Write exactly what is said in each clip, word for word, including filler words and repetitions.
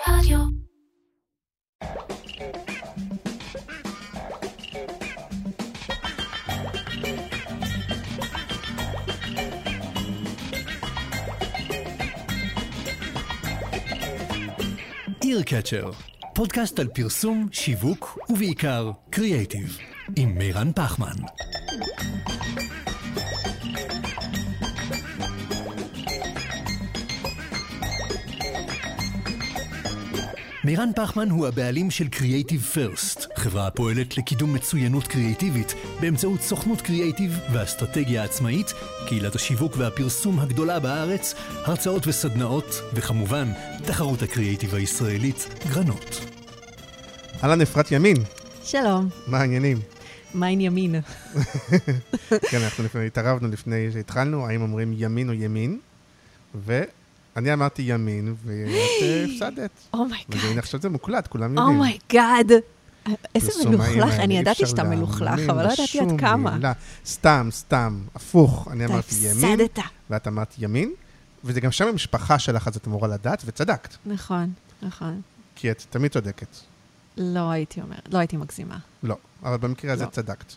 רדיו. אירקצ'ר, פודקאסט על פרסום, שיווק ובעיקר קריאייטיב, עם מירן פחמן. מירן פחמן הוא הבעלים של קריאייטיב פירסט, חברה הפועלת לקידום מצוינות קריאייטיבית באמצעות סוכנות קריאייטיב ואסטרטגיה עצמאית, קהילת השיווק והפרסום הגדולה בארץ, הרצאות וסדנאות, וכמובן, תחרות הקריאייטיב הישראלית, גרנות. אהלן אפרת ימין. שלום. מה העניינים? מה עם ימין? כן, אנחנו התערבנו לפני שהתחלנו, האם אומרים ימין או ימין, ו... אני אמרתי ימין, ואת הפסדת. אומייגאד. וזה עכשיו זה מוקלט, כולם יודעים. אומייגאד. איזה מלוכלך, אני ידעתי שאתה מלוכלך, אבל לא ידעתי עד כמה. סתם, סתם, הפוך. אני אמרתי ימין, הפסדת. ואת אמרת ימין, וזה גם שם המשפחה שלך, אז את אמורה לדעת, וצדקת. נכון, נכון. כי את תמיד צודקת. לא הייתי אומרת, לא הייתי מגזימה. לא, אבל במקרה הזה צדקת.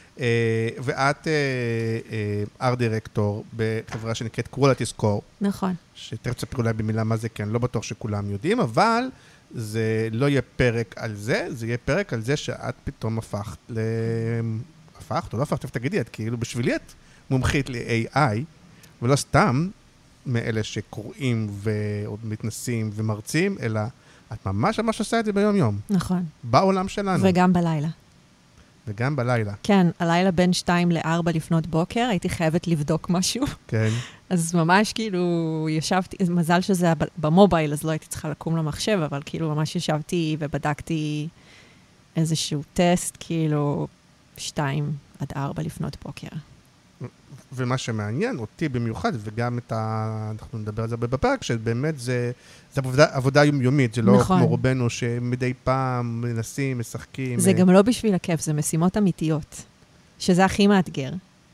ואת ארט דירקטור בחברה שנקראת Quality Score. נכון. שתכף תספר אולי במילה מה זה, כן, לא בטוח שכולם יודעים, אבל זה לא יהיה פרק על זה, זה יהיה פרק על זה שאת פתאום הפכת ל... הפכת או לא הפכת, תכף תגידי, את כאילו בשבילי את מומחית ל-איי איי, ולא סתם מאלה שקוראים ועוד מתנסים ומרצים, אלא את ממש ממש עושה את זה ביום יום. נכון. בעולם שלנו. וגם בלילה. וגם בלילה. כן, הלילה בין שתיים לארבע לפנות בוקר, הייתי חייבת לבדוק משהו. כן. אז ממש כאילו ישבתי, מזל שזה במובייל, אז לא הייתי צריכה לקום למחשב, אבל כאילו ממש ישבתי ובדקתי איזשהו טסט, כאילו שתיים עד ארבע לפנות בוקר. ומה שמעניין אותי במיוחד, וגם את ה... אנחנו נדבר על זה בפרק, שבאמת זה, זה עבודה, עבודה יומיומית, זה לא נכון. כמו רובנו שמדי פעם מנסים, משחקים. זה גם לא בשביל הכיף, זה משימות אמיתיות, שזה הכי מאתגר.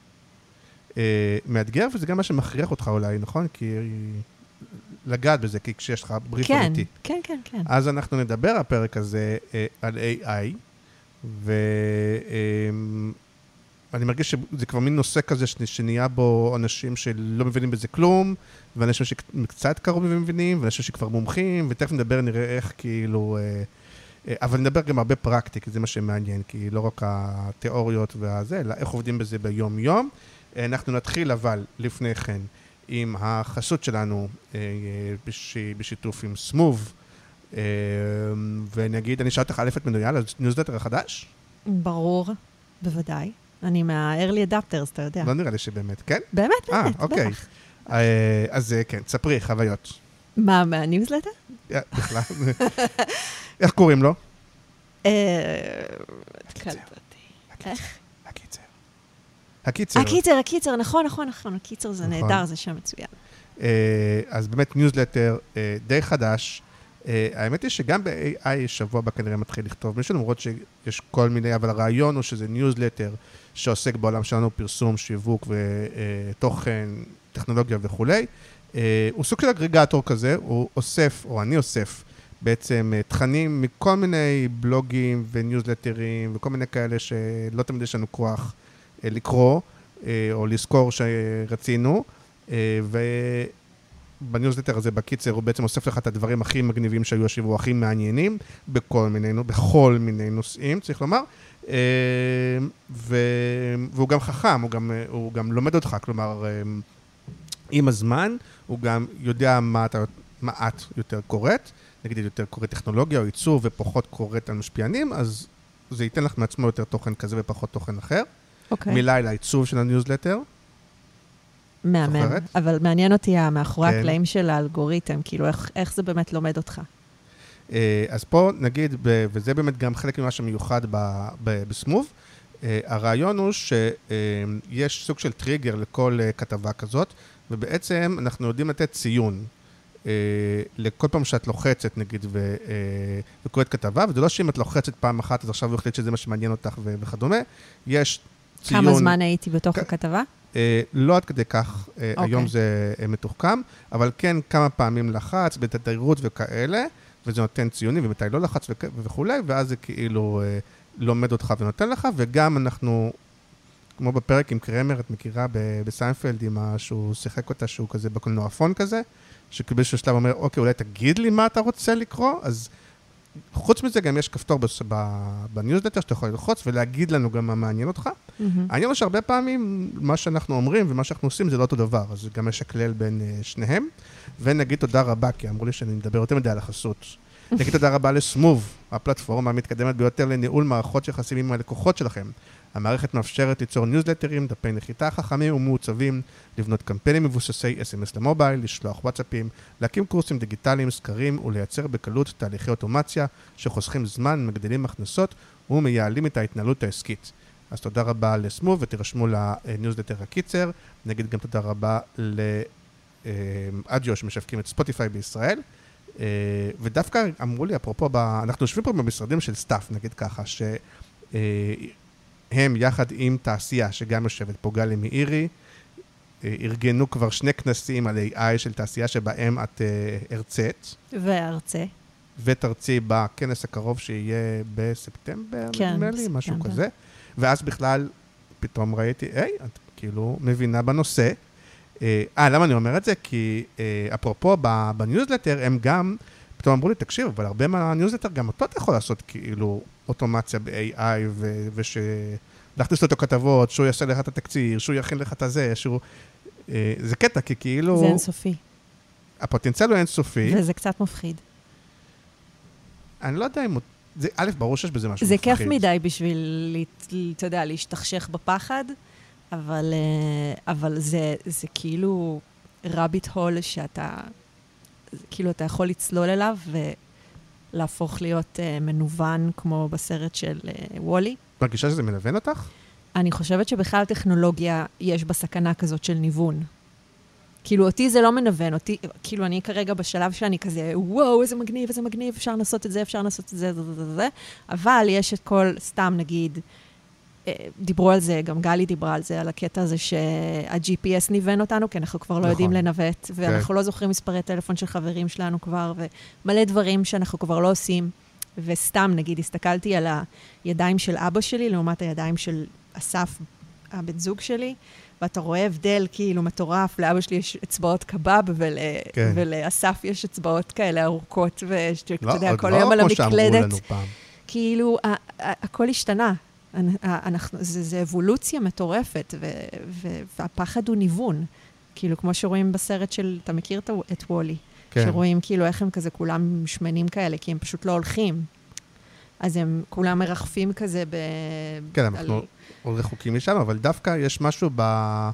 אה, מאתגר, וזה גם מה שמכריח אותך אולי, נכון? כי לגעת בזה, כי כשיש לך בריף כן, אמיתי. כן, כן, כן. אז אנחנו נדבר הפרק הזה אה, על איי איי, ו... אה, אני מרגיש שזה כבר מין נושא כזה שנהיה בו אנשים שלא מבינים בזה כלום, ואנשים שקצת קרוב ומבינים, ואנשים שכבר מומחים, ותכף נדבר, נראה איך כאילו... אבל נדבר גם הרבה פרקטי, כי זה מה שמעניין, כי לא רק התיאוריות והזה, אלא איך עובדים בזה ביום-יום. אנחנו נתחיל אבל לפני כן עם החסות שלנו בשיתוף עם סמוב, ונגיד, אני שאלת לך אלפת מנויה לניוזלטר החדש? ברור, בוודאי. אני מה-early adapters, אתה יודע. לא נראה לי שבאמת, כן? באמת, באמת, בטח. אוקיי. אז כן, ספרי, חוויות. מה, מהניוזלטר? בכלל. איך קוראים לו? התקלת אותי. איך? הקיצר. הקיצר. הקיצר, הקיצר, נכון, נכון, נכון. הקיצר זה נהדר, זה שם מצוין. אז באמת ניוזלטר די חדש. האמת היא שגם ב-איי איי שבוע הבא כנראה מתחיל לכתוב מישהו, למרות שיש כל מיני, אבל הרעיון הוא שזה ניוזלטר שעוסק בעולם שלנו, פרסום, שיווק ותוכן, טכנולוגיה וכו'. הוא סוג של אגרגטור כזה, הוא אוסף, או אני אוסף, בעצם תכנים מכל מיני בלוגים וניוזלטרים וכל מיני כאלה שלא תמיד יש לנו כוח לקרוא או לזכור שרצינו, ו... בניוזלטר הזה, בקיצר, הוא בעצם אוסף לך את הדברים הכי מגניבים שהיו השבוע, הכי מעניינים, בכל מיני, בכל מיני נושאים, צריך לומר, ו... והוא גם חכם, הוא גם, הוא גם לומד אותך, כלומר, עם הזמן, הוא גם יודע מה, אתה, מה את יותר קוראת, נגיד יותר קוראת טכנולוגיה או ייצור ופחות קוראת על משפיענים, אז זה ייתן לך מעצמו יותר תוכן כזה ופחות תוכן אחר. אוקיי. מילה אל העיצוב של הניוזלטר. מהמם, אבל מעניין אותי מאחורי הקלעים של האלגוריתם, כאילו איך זה באמת לומד אותך. אז פה נגיד, וזה באמת גם חלק ממה שמיוחד בסמוב, הרעיון הוא שיש סוג של טריגר לכל כתבה כזאת, ובעצם אנחנו יודעים לתת ציון לכל פעם שאת לוחצת נגיד וקוראת כתבה, וזה לא שאם את לוחצת פעם אחת, אז עכשיו הוא החליט שזה מה שמעניין אותך וכדומה, יש ציון... כמה זמן הייתי בתוך הכתבה? לא עד כדי כך, היום זה מתוחכם, אבל כן כמה פעמים לחץ, בתדירות וכאלה, וזה נותן ציונים, ומתי לא לחץ וכולי, ואז זה כאילו לומד אותך ונותן לך, וגם אנחנו, כמו בפרק עם קרמר, את מכירה בסיינפלד, עם שהוא שיחק אותה, שהוא כזה בקולנועפון כזה, שבאיזשהו שלב אומר, אוקיי, אולי תגיד לי מה אתה רוצה לקרוא, אז חוץ מזה גם יש כפתור בניוזלטר שאתה יכול ללחוץ ולהגיד לנו גם מה מעניין אותך. העניין הוא שהרבה פעמים מה שאנחנו אומרים ומה שאנחנו עושים זה לא אותו דבר, אז זה גם משקלל בין שניהם. ונגיד תודה רבה, כי אמרו לי שאני מדבר יותר מדי על החסות. נגיד תודה רבה לסמוב, הפלטפורמה המתקדמת ביותר לניהול מערכות יחסים עם הלקוחות שלכם. המערכת מאפשרת ליצור ניוזלטרים, דפי נחיתה חכמים ומעוצבים, לבנות קמפיינים מבוססי אס אם אס למובייל, לשלוח וואטסאפים, להקים קורסים דיגיטליים, סקרים ולייצר בקלות תהליכי אוטומציה שחוסכים זמן, מגדילים הכנסות ומייעלים את ההתנהלות העסקית. אז תודה רבה לסמוב ותירשמו לניוזלטר הקיצר. נגיד גם תודה רבה לאדיו שמשווקים את ספוטיפיי בישראל. ודווקא אמרו לי, אפרופו, אנחנו יושבים פה במשרדים של סטאפ, נגיד ככה, ש... הם יחד עם תעשייה, שגם יושבת פה גלי מאירי, ארגנו כבר שני כנסים על איי איי של תעשייה שבהם את הרצאת. והרצה. ותרצי בכנס הקרוב שיהיה בספטמבר, כן, נדמה לי, משהו כזה. ואז בכלל פתאום ראיתי, היי, את כאילו מבינה בנושא. אה, למה אני אומר את זה? כי אפרופו בניוזלטר הם גם, פתאום אמרו לי, תקשיב, אבל הרבה מהניוזלטר גם אותו אתה יכול לעשות כאילו אוטומציה ב-איי איי, ולהכניס לו את הכתבות, שהוא יעשה לך את התקציר, שהוא יכין לך את הזה, שהוא... זה קטע, כי כאילו... זה אינסופי. הפוטנציאל הוא אינסופי. וזה קצת מפחיד. אני לא יודע אם... זה, א', ברור שיש בזה משהו זה מפחיד. כיף מדי בשביל, אתה יודע, להשתכשך בפחד, אבל, אבל זה, זה כאילו רביט הול שאתה... כאילו אתה יכול לצלול אליו ולהפוך להיות uh, מנוון כמו בסרט של uh, וולי. מרגישה שזה מנוון אותך? אני חושבת שבכלל טכנולוגיה יש בה סכנה כזאת של ניוון. כאילו אותי זה לא מנוון, אותי, כאילו אני כרגע בשלב שאני כזה, וואו, איזה מגניב, איזה מגניב, אפשר לעשות את זה, אפשר לעשות את זה, זה, זה, זה, זה. אבל יש את כל, סתם נגיד, דיברו על זה, גם גלי דיברה על זה, על הקטע הזה שה-ג'י פי אס ניוון אותנו, כי אנחנו כבר לא נכון. יודעים לנווט, ואנחנו כן. לא זוכרים מספרי טלפון של חברים שלנו כבר, ומלא דברים שאנחנו כבר לא עושים. וסתם, נגיד, הסתכלתי על הידיים של אבא שלי, לעומת הידיים של אסף, הבן זוג שלי, ואתה רואה הבדל כאילו מטורף, לאבא שלי יש אצבעות קבב, ול... כן. ולאסף יש אצבעות כאלה ארוכות, ואתה לא, יודע, כל היום על המקלדת. כאילו, הכל השתנה. אנחנו, זה, זה אבולוציה מטורפת, ו, ו, והפחד הוא ניוון. כאילו, כמו שרואים בסרט של, אתה מכיר את, את וולי? כן. שרואים כאילו איך הם כזה כולם שמנים כאלה, כי הם פשוט לא הולכים. אז הם כולם מרחפים כזה ב... כן, על... אנחנו רחוקים משם, אבל דווקא יש משהו ב...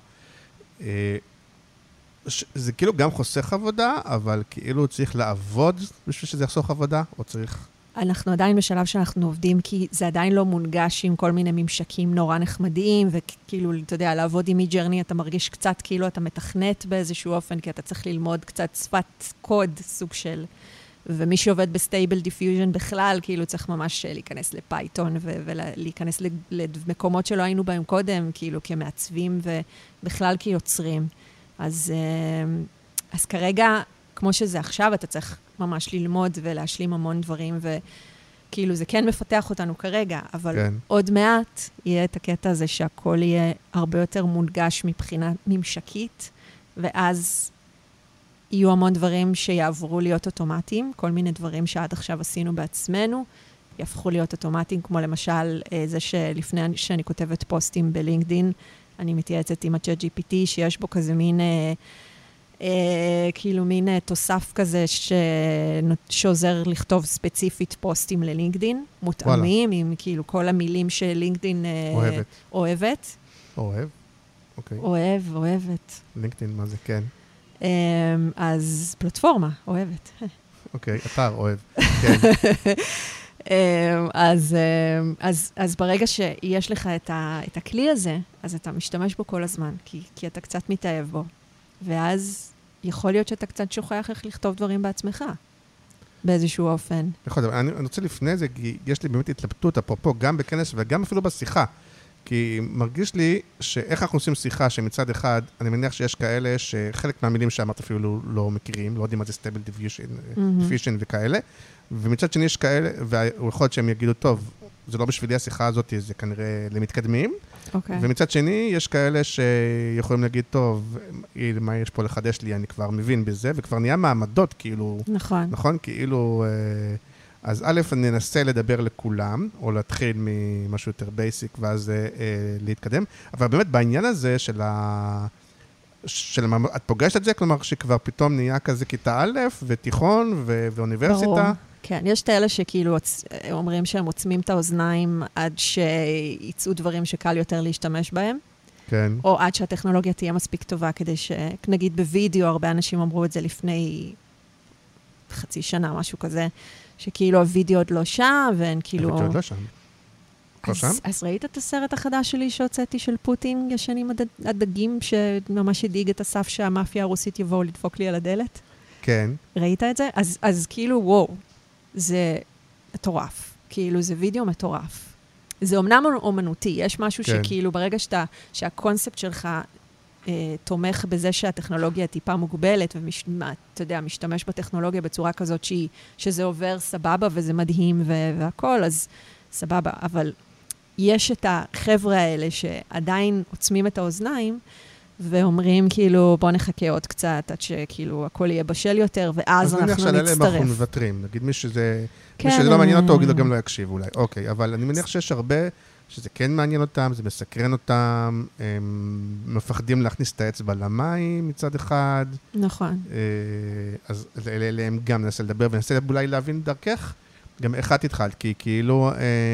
אה, ש... זה כאילו גם חוסך עבודה, אבל כאילו צריך לעבוד בשביל שזה יחסוך עבודה, או צריך... אנחנו עדיין בשלב שאנחנו עובדים, כי זה עדיין לא מונגש עם כל מיני ממשקים נורא נחמדיים, וכאילו, אתה יודע, לעבוד עם מי-ג'רני, אתה מרגיש קצת כאילו אתה מתכנת באיזשהו אופן, כי אתה צריך ללמוד קצת שפת קוד, סוג של... ומי שעובד בסטייבל דיפיוז'ן בכלל, כאילו צריך ממש להיכנס לפייתון, ולהיכנס למקומות שלא היינו בהם קודם, כאילו כמעצבים, ובכלל כיוצרים. אז, אז כרגע, כמו שזה עכשיו, אתה צריך ממש ללמוד ולהשלים המון דברים, וכאילו זה כן מפתח אותנו כרגע, אבל כן. עוד מעט יהיה את הקטע הזה שהכל יהיה הרבה יותר מונגש מבחינה ממשקית, ואז יהיו המון דברים שיעברו להיות אוטומטיים, כל מיני דברים שעד עכשיו עשינו בעצמנו, יהפכו להיות אוטומטיים, כמו למשל זה שלפני שאני כותבת פוסטים בלינקדין, אני מתייעצת עם ה-צ'אט ג'י פי טי, שיש בו כזה מין... אה, כאילו מין אה, תוסף כזה ש... שעוזר לכתוב ספציפית פוסטים ללינקדין, מותאמים עם כאילו כל המילים שלינקדין אה, אוהבת. אוהבת. אוהב? אוקיי. אוהב, אוהבת. לינקדין, מה זה? כן. אה, אז פלטפורמה, אוהבת. אוקיי, אתר, אוהב. כן. אז, אז, אז ברגע שיש לך את, ה, את הכלי הזה, אז אתה משתמש בו כל הזמן, כי, כי אתה קצת מתאהב בו. ואז יכול להיות שאתה קצת שוכח איך לכתוב דברים בעצמך, באיזשהו אופן. נכון, אבל אני, אני רוצה לפני זה, כי יש לי באמת התלבטות, אפרופו, גם בכנס וגם אפילו בשיחה. כי מרגיש לי שאיך אנחנו עושים שיחה, שמצד אחד, אני מניח שיש כאלה שחלק מהמילים שאמרת אפילו לא, לא מכירים, לא יודעים מה זה סטייבל דיפיוז'ן וכאלה, ומצד שני יש כאלה, ויכול להיות שהם יגידו, טוב, זה לא בשבילי השיחה הזאת, זה כנראה למתקדמים. אוקיי. ומצד שני, יש כאלה שיכולים להגיד, טוב, מה יש פה לחדש לי, אני כבר מבין בזה, וכבר נהיה מעמדות, כאילו... נכון. נכון? כאילו... אז א', ננסה לדבר לכולם, או להתחיל ממשהו יותר בייסיק, ואז אה, להתקדם. אבל באמת, בעניין הזה של ה... של... את פוגשת את זה? כלומר, שכבר פתאום נהיה כזה כיתה א', ותיכון, ו... ואוניברסיטה? ברור. כן, יש את אלה שכאילו אומרים שהם עוצמים את האוזניים עד שיצאו דברים שקל יותר להשתמש בהם. כן. או עד שהטכנולוגיה תהיה מספיק טובה, כדי שנגיד בווידאו, הרבה אנשים אמרו את זה לפני חצי שנה, משהו כזה, שכאילו הווידאו עוד לא שם, והן כאילו... הווידאו עוד לא שם. לא שם? אז ראית את הסרט החדש שלי שהוצאתי של פוטין, ישנים הדגים, שממש הדאיג את הסף שהמאפיה הרוסית יבואו לדפוק לי על הדלת? כן. ראית את זה? אז, אז כאילו, וואו, זה מטורף. כאילו, זה וידאו מטורף. זה אומנם אומנותי, יש משהו כן. שכאילו, ברגע שאתה, שהקונספט שלך אה, תומך בזה שהטכנולוגיה טיפה מוגבלת, ואתה יודע, משתמש בטכנולוגיה בצורה כזאת שהיא, שזה עובר סבבה וזה מדהים ו- והכל, אז סבבה. אבל יש את החבר'ה האלה שעדיין עוצמים את האוזניים, ואומרים כאילו, בוא נחכה עוד קצת, עד שכאילו הכל יהיה בשל יותר, ואז אנחנו נצטרף. אז נניח שעליהם אנחנו מוותרים. נגיד מי שזה, כן, מי שזה לא מעניין אותו, גם לא יקשיב אולי. אוקיי, אבל אני מניח שיש הרבה שזה כן מעניין אותם, זה מסקרן אותם, הם מפחדים להכניס את האצבע למים מצד אחד. נכון. אז אליהם גם ננסה לדבר, וננסה אולי להבין דרכך, גם איך את התחלת, כי כאילו...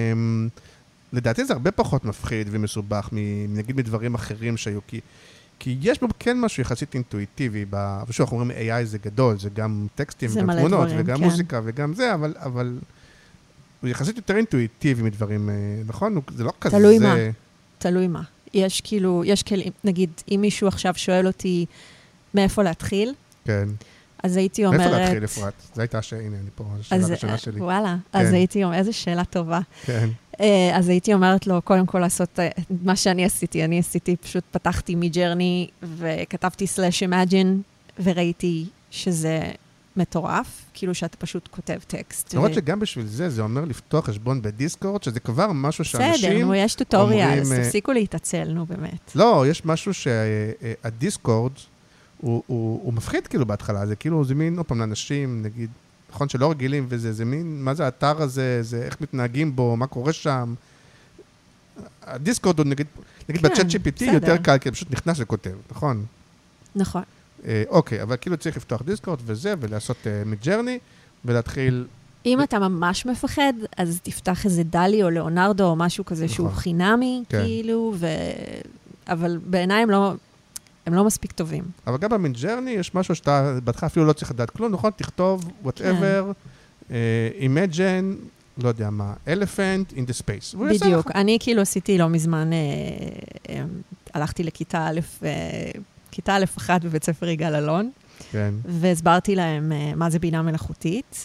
לדעתי זה הרבה פחות מפחיד ומסובך, נגיד מדברים אחרים שהיו, כי, כי יש בו כן משהו יחסית אינטואיטיבי, ושוב, אנחנו אומרים איי איי זה גדול, זה גם טקסטים וגם תמונות, דברים, וגם כן. מוזיקה וגם זה, אבל, אבל הוא יחסית יותר אינטואיטיבי מדברים, נכון? זה לא כזה... תלוי מה, תלוי מה. יש כאילו, יש כלים, נגיד, אם מישהו עכשיו שואל אותי מאיפה להתחיל, כן. אז הייתי אומרת... מאיפה להתחיל, אפרת? זו הייתה שהנה, אני פה, השאלה הראשונה שלי. וואלה, אז הייתי אומרת, איזו שאלה טובה. כן. אז הייתי אומרת לו, קודם כל לעשות מה שאני עשיתי. אני עשיתי, פשוט פתחתי מג'רני, וכתבתי סלאש אימג'ין, וראיתי שזה מטורף, כאילו שאתה פשוט כותב טקסט. למרות שגם בשביל זה, זה אומר לפתוח חשבון בדיסקורד, שזה כבר משהו שאנשים... בסדר, נו, יש טוטוריה, אז תפסיקו להתעצל, נו, באמת. לא, יש משהו שהדיסקורד, הוא, הוא, הוא מפחיד כאילו בהתחלה, זה כאילו, זה מין, עוד פעם, לאנשים, נגיד, נכון שלא רגילים, וזה, זה מין, מה זה האתר הזה, זה איך מתנהגים בו, מה קורה שם. הדיסקורד הוא נגיד, נגיד כן, בצ'אט ג'י פי טי יותר קל, כי פשוט נכנס וכותב, נכון? נכון. אה, אוקיי, אבל כאילו צריך לפתוח דיסקורד וזה, ולעשות אה, מג'רני, ולהתחיל... אם ו... אתה ממש מפחד, אז תפתח איזה דלי או לאונרדו, או משהו כזה נכון. שהוא חינמי, כן. כאילו, ו... אבל בעיניי הם לא... הם לא מספיק טובים. אבל גם במינג'רני יש משהו שאתה, בהתחלה אפילו לא צריך לדעת כלום, נכון? תכתוב, whatever, uh, imagine, לא יודע מה, elephant in the space. בדיוק. אני כאילו עשיתי לא מזמן, אה, אה, הלכתי לכיתה א', אה, כיתה א' אחת בבית ספר יגאל אלון, כן. והסברתי להם אה, מה זה בינה מלאכותית,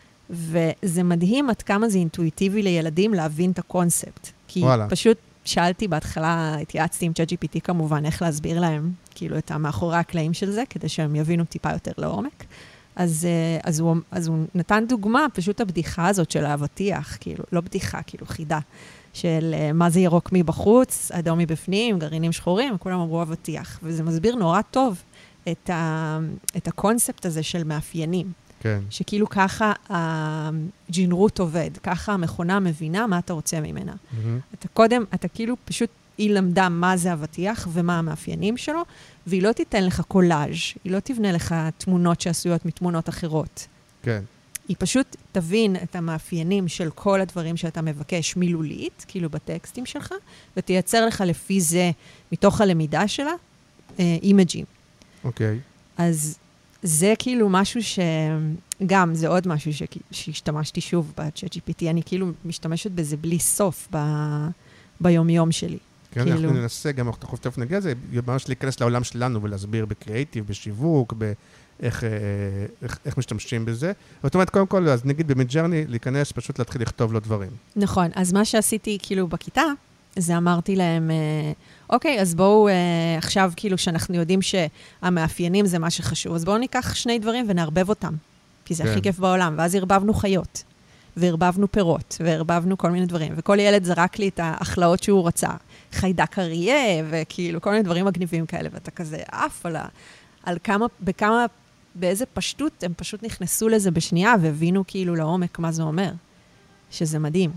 וזה מדהים עד כמה זה אינטואיטיבי לילדים להבין את הקונספט. כי וואלה. פשוט שאלתי בהתחלה, התייעצתי עם צ'אט ג'י פי טי כמובן, איך להסביר להם, כאילו, את המאחורי הקלעים של זה, כדי שהם יבינו טיפה יותר לעומק. אז, אז, הוא, אז הוא נתן דוגמה, פשוט הבדיחה הזאת של האבטיח, כאילו, לא בדיחה, כאילו, חידה, של מה זה ירוק מבחוץ, אדום מבפנים, גרעינים שחורים, כולם אמרו אבטיח. וזה מסביר נורא טוב את, ה, את הקונספט הזה של מאפיינים. כן. שכאילו ככה הג'ינרות עובד, ככה המכונה מבינה מה אתה רוצה ממנה. Mm-hmm. אתה קודם, אתה כאילו פשוט, היא למדה מה זה אבטיח ומה המאפיינים שלו, והיא לא תיתן לך קולאז', היא לא תבנה לך תמונות שעשויות מתמונות אחרות. כן. היא פשוט תבין את המאפיינים של כל הדברים שאתה מבקש מילולית, כאילו בטקסטים שלך, ותייצר לך לפי זה, מתוך הלמידה שלה, אימג'ים. אוקיי. אז זה כאילו משהו שגם, זה עוד משהו ש... שהשתמשתי שוב ב-צ'אט ג'י פי טי, אני כאילו משתמשת בזה בלי סוף ב... ביום-יום שלי. כן, כאילו... אנחנו ננסה, גם אנחנו תכף נגיע לזה, ממש להיכנס לעולם שלנו ולהסביר בקריאיטיב, בשיווק, באיך איך, איך משתמשים בזה. זאת אומרת, קודם כל, אז נגיד במידג'רני, להיכנס, פשוט להתחיל לכתוב לו דברים. נכון, אז מה שעשיתי כאילו בכיתה, זה אמרתי להם, אוקיי, אז בואו עכשיו כאילו שאנחנו יודעים שהמאפיינים זה מה שחשוב, אז בואו ניקח שני דברים ונערבב אותם. כי זה הכי כיף בעולם. ואז הרבבנו חיות, והרבבנו פירות, והרבבנו כל מיני דברים. וכל ילד זרק לי את ההחלאות שהוא רצה. חיידק אריה, וכאילו כל מיני דברים מגניבים כאלה. ואתה כזה עף על, על כמה, בכמה, באיזה פשטות הם פשוט נכנסו לזה בשנייה, והבינו כאילו לעומק מה זה אומר. שזה מדהים.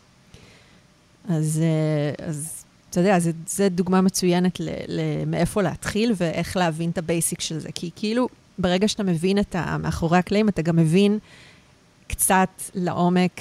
אז, אז אתה יודע, זה, זה דוגמה מצוינת ל, ל, מאיפה להתחיל ואיך להבין את הבייסיק של זה. כי כאילו, ברגע שאתה מבין את מאחורי הקלעים, אתה גם מבין קצת לעומק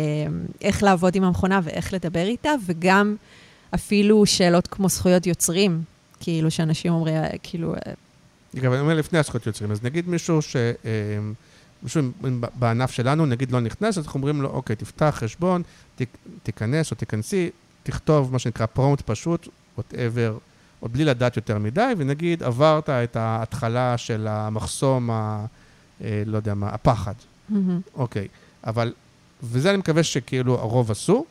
איך לעבוד עם המכונה ואיך לדבר איתה, וגם אפילו שאלות כמו זכויות יוצרים, כאילו שאנשים אומרים, כאילו... אגב, אני אומר לפני הזכויות יוצרים, אז נגיד מישהו ש... מישהו בענף שלנו, נגיד לא נכנס, אז אנחנו אומרים לו, אוקיי, תפתח חשבון, תיכנס או תיכנסי, תכתוב מה שנקרא פרומט פשוט, whatever, עוד בלי לדעת יותר מדי, ונגיד עברת את ההתחלה של המחסום, ה, לא יודע מה, הפחד. Mm-hmm. אוקיי, אבל, וזה אני מקווה שכאילו הרוב עשו,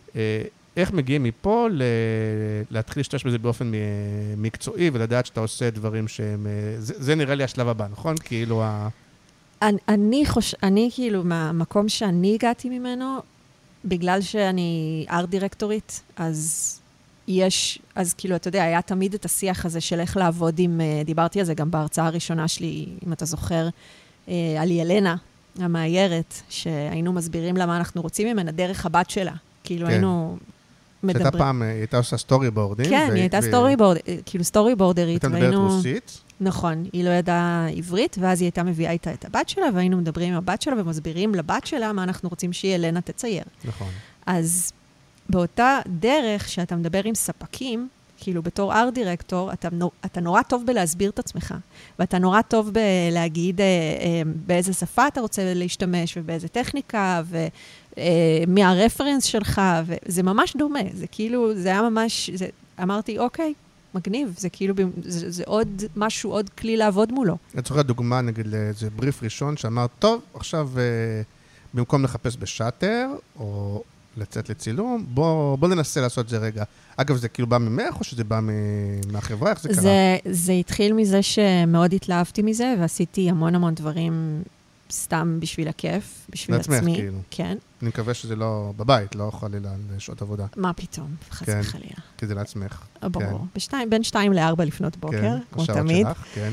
איך מגיעים מפה ל... להתחיל להשתמש בזה באופן מקצועי, ולדעת שאתה עושה דברים שהם... זה, זה נראה לי השלב הבא, נכון? כאילו ה... אני, אני חוש... אני כאילו, מהמקום שאני הגעתי ממנו, בגלל שאני ארט דירקטורית, אז יש, אז כאילו, אתה יודע, היה תמיד את השיח הזה של איך לעבוד עם, דיברתי על זה גם בהרצאה הראשונה שלי, אם אתה זוכר, על ילנה, המאיירת, שהיינו מסבירים לה מה אנחנו רוצים ממנה, דרך הבת שלה. כאילו, כן. היינו מדברים. שהייתה פעם, היא הייתה עושה סטורי בורדים. כן, ו... היא הייתה ו... סטורי בורד, כאילו סטורי בורדרית. הייתה מדברת והיינו... רוסית. נכון, היא לא ידעה עברית, ואז היא הייתה מביאה איתה את הבת שלה, והיינו מדברים עם הבת שלה ומסבירים לבת שלה מה אנחנו רוצים שהיא ילנה תצייר. נכון. אז באותה דרך שאתה מדבר עם ספקים, כאילו בתור ארט דירקטור, אתה, אתה נורא טוב בלהסביר את עצמך, ואתה נורא טוב בלהגיד אה, אה, באיזה שפה אתה רוצה להשתמש, ובאיזה טכניקה, ומי אה, הרפרנס שלך, וזה ממש דומה, זה כאילו, זה היה ממש, זה, אמרתי, אוקיי, מגניב, זה כאילו, זה, זה עוד משהו, עוד כלי לעבוד מולו. אני זוכר דוגמה, נגיד, לאיזה בריף ראשון, שאמר, טוב, עכשיו, אה, במקום לחפש בשאטר, או לצאת לצילום, בוא, בוא ננסה לעשות את זה רגע. אגב, זה כאילו בא ממך, או שזה בא מהחברה? איך זה קרה? זה, זה התחיל מזה שמאוד התלהבתי מזה, ועשיתי המון המון דברים סתם בשביל הכיף, בשביל לעצמך, עצמי. כאילו. כן. אני מקווה שזה לא בבית, לא חלילה לשעות עבודה. מה פתאום? חס כן, וחלילה. כי זה לעצמך. ברור. כן. בשתיים, בין שתיים לארבע לפנות בוקר, כן, כמו תמיד. שלך, כן.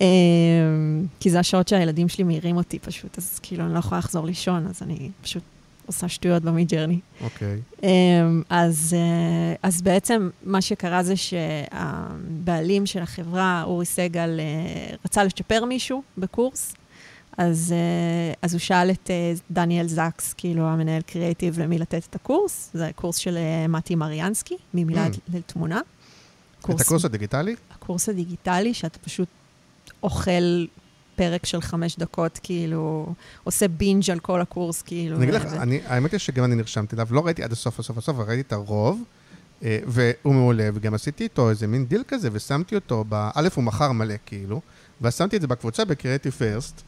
כי זה השעות שהילדים שלי מהירים אותי פשוט, אז כאילו אני לא יכולה לחזור לישון, אז אני פשוט עושה שטויות במידג'רני. אוקיי. אז, אז בעצם מה שקרה זה שהבעלים של החברה, אורי סגל, רצה לשפר מישהו בקורס, אז, אז הוא שאל את דניאל זקס, כאילו המנהל קריאטיב, למי לתת את הקורס. זה הקורס של מתי מריאנסקי, ממילד mm. לתמונה. קורס, את הקורס הדיגיטלי? הקורס הדיגיטלי, שאתה פשוט אוכל פרק של חמש דקות, כאילו, עושה בינג' על כל הקורס, כאילו. אני אגיד לך, אני, האמת היא שגם אני נרשמתי אליו, לא ראיתי עד הסוף, הסוף, הסוף, ראיתי את הרוב, והוא מעולה, וגם עשיתי איתו איזה מין דיל כזה, ושמתי אותו, באלף הוא מחר מלא, כאילו, ושמתי את זה בקבוצה ב-Creative First,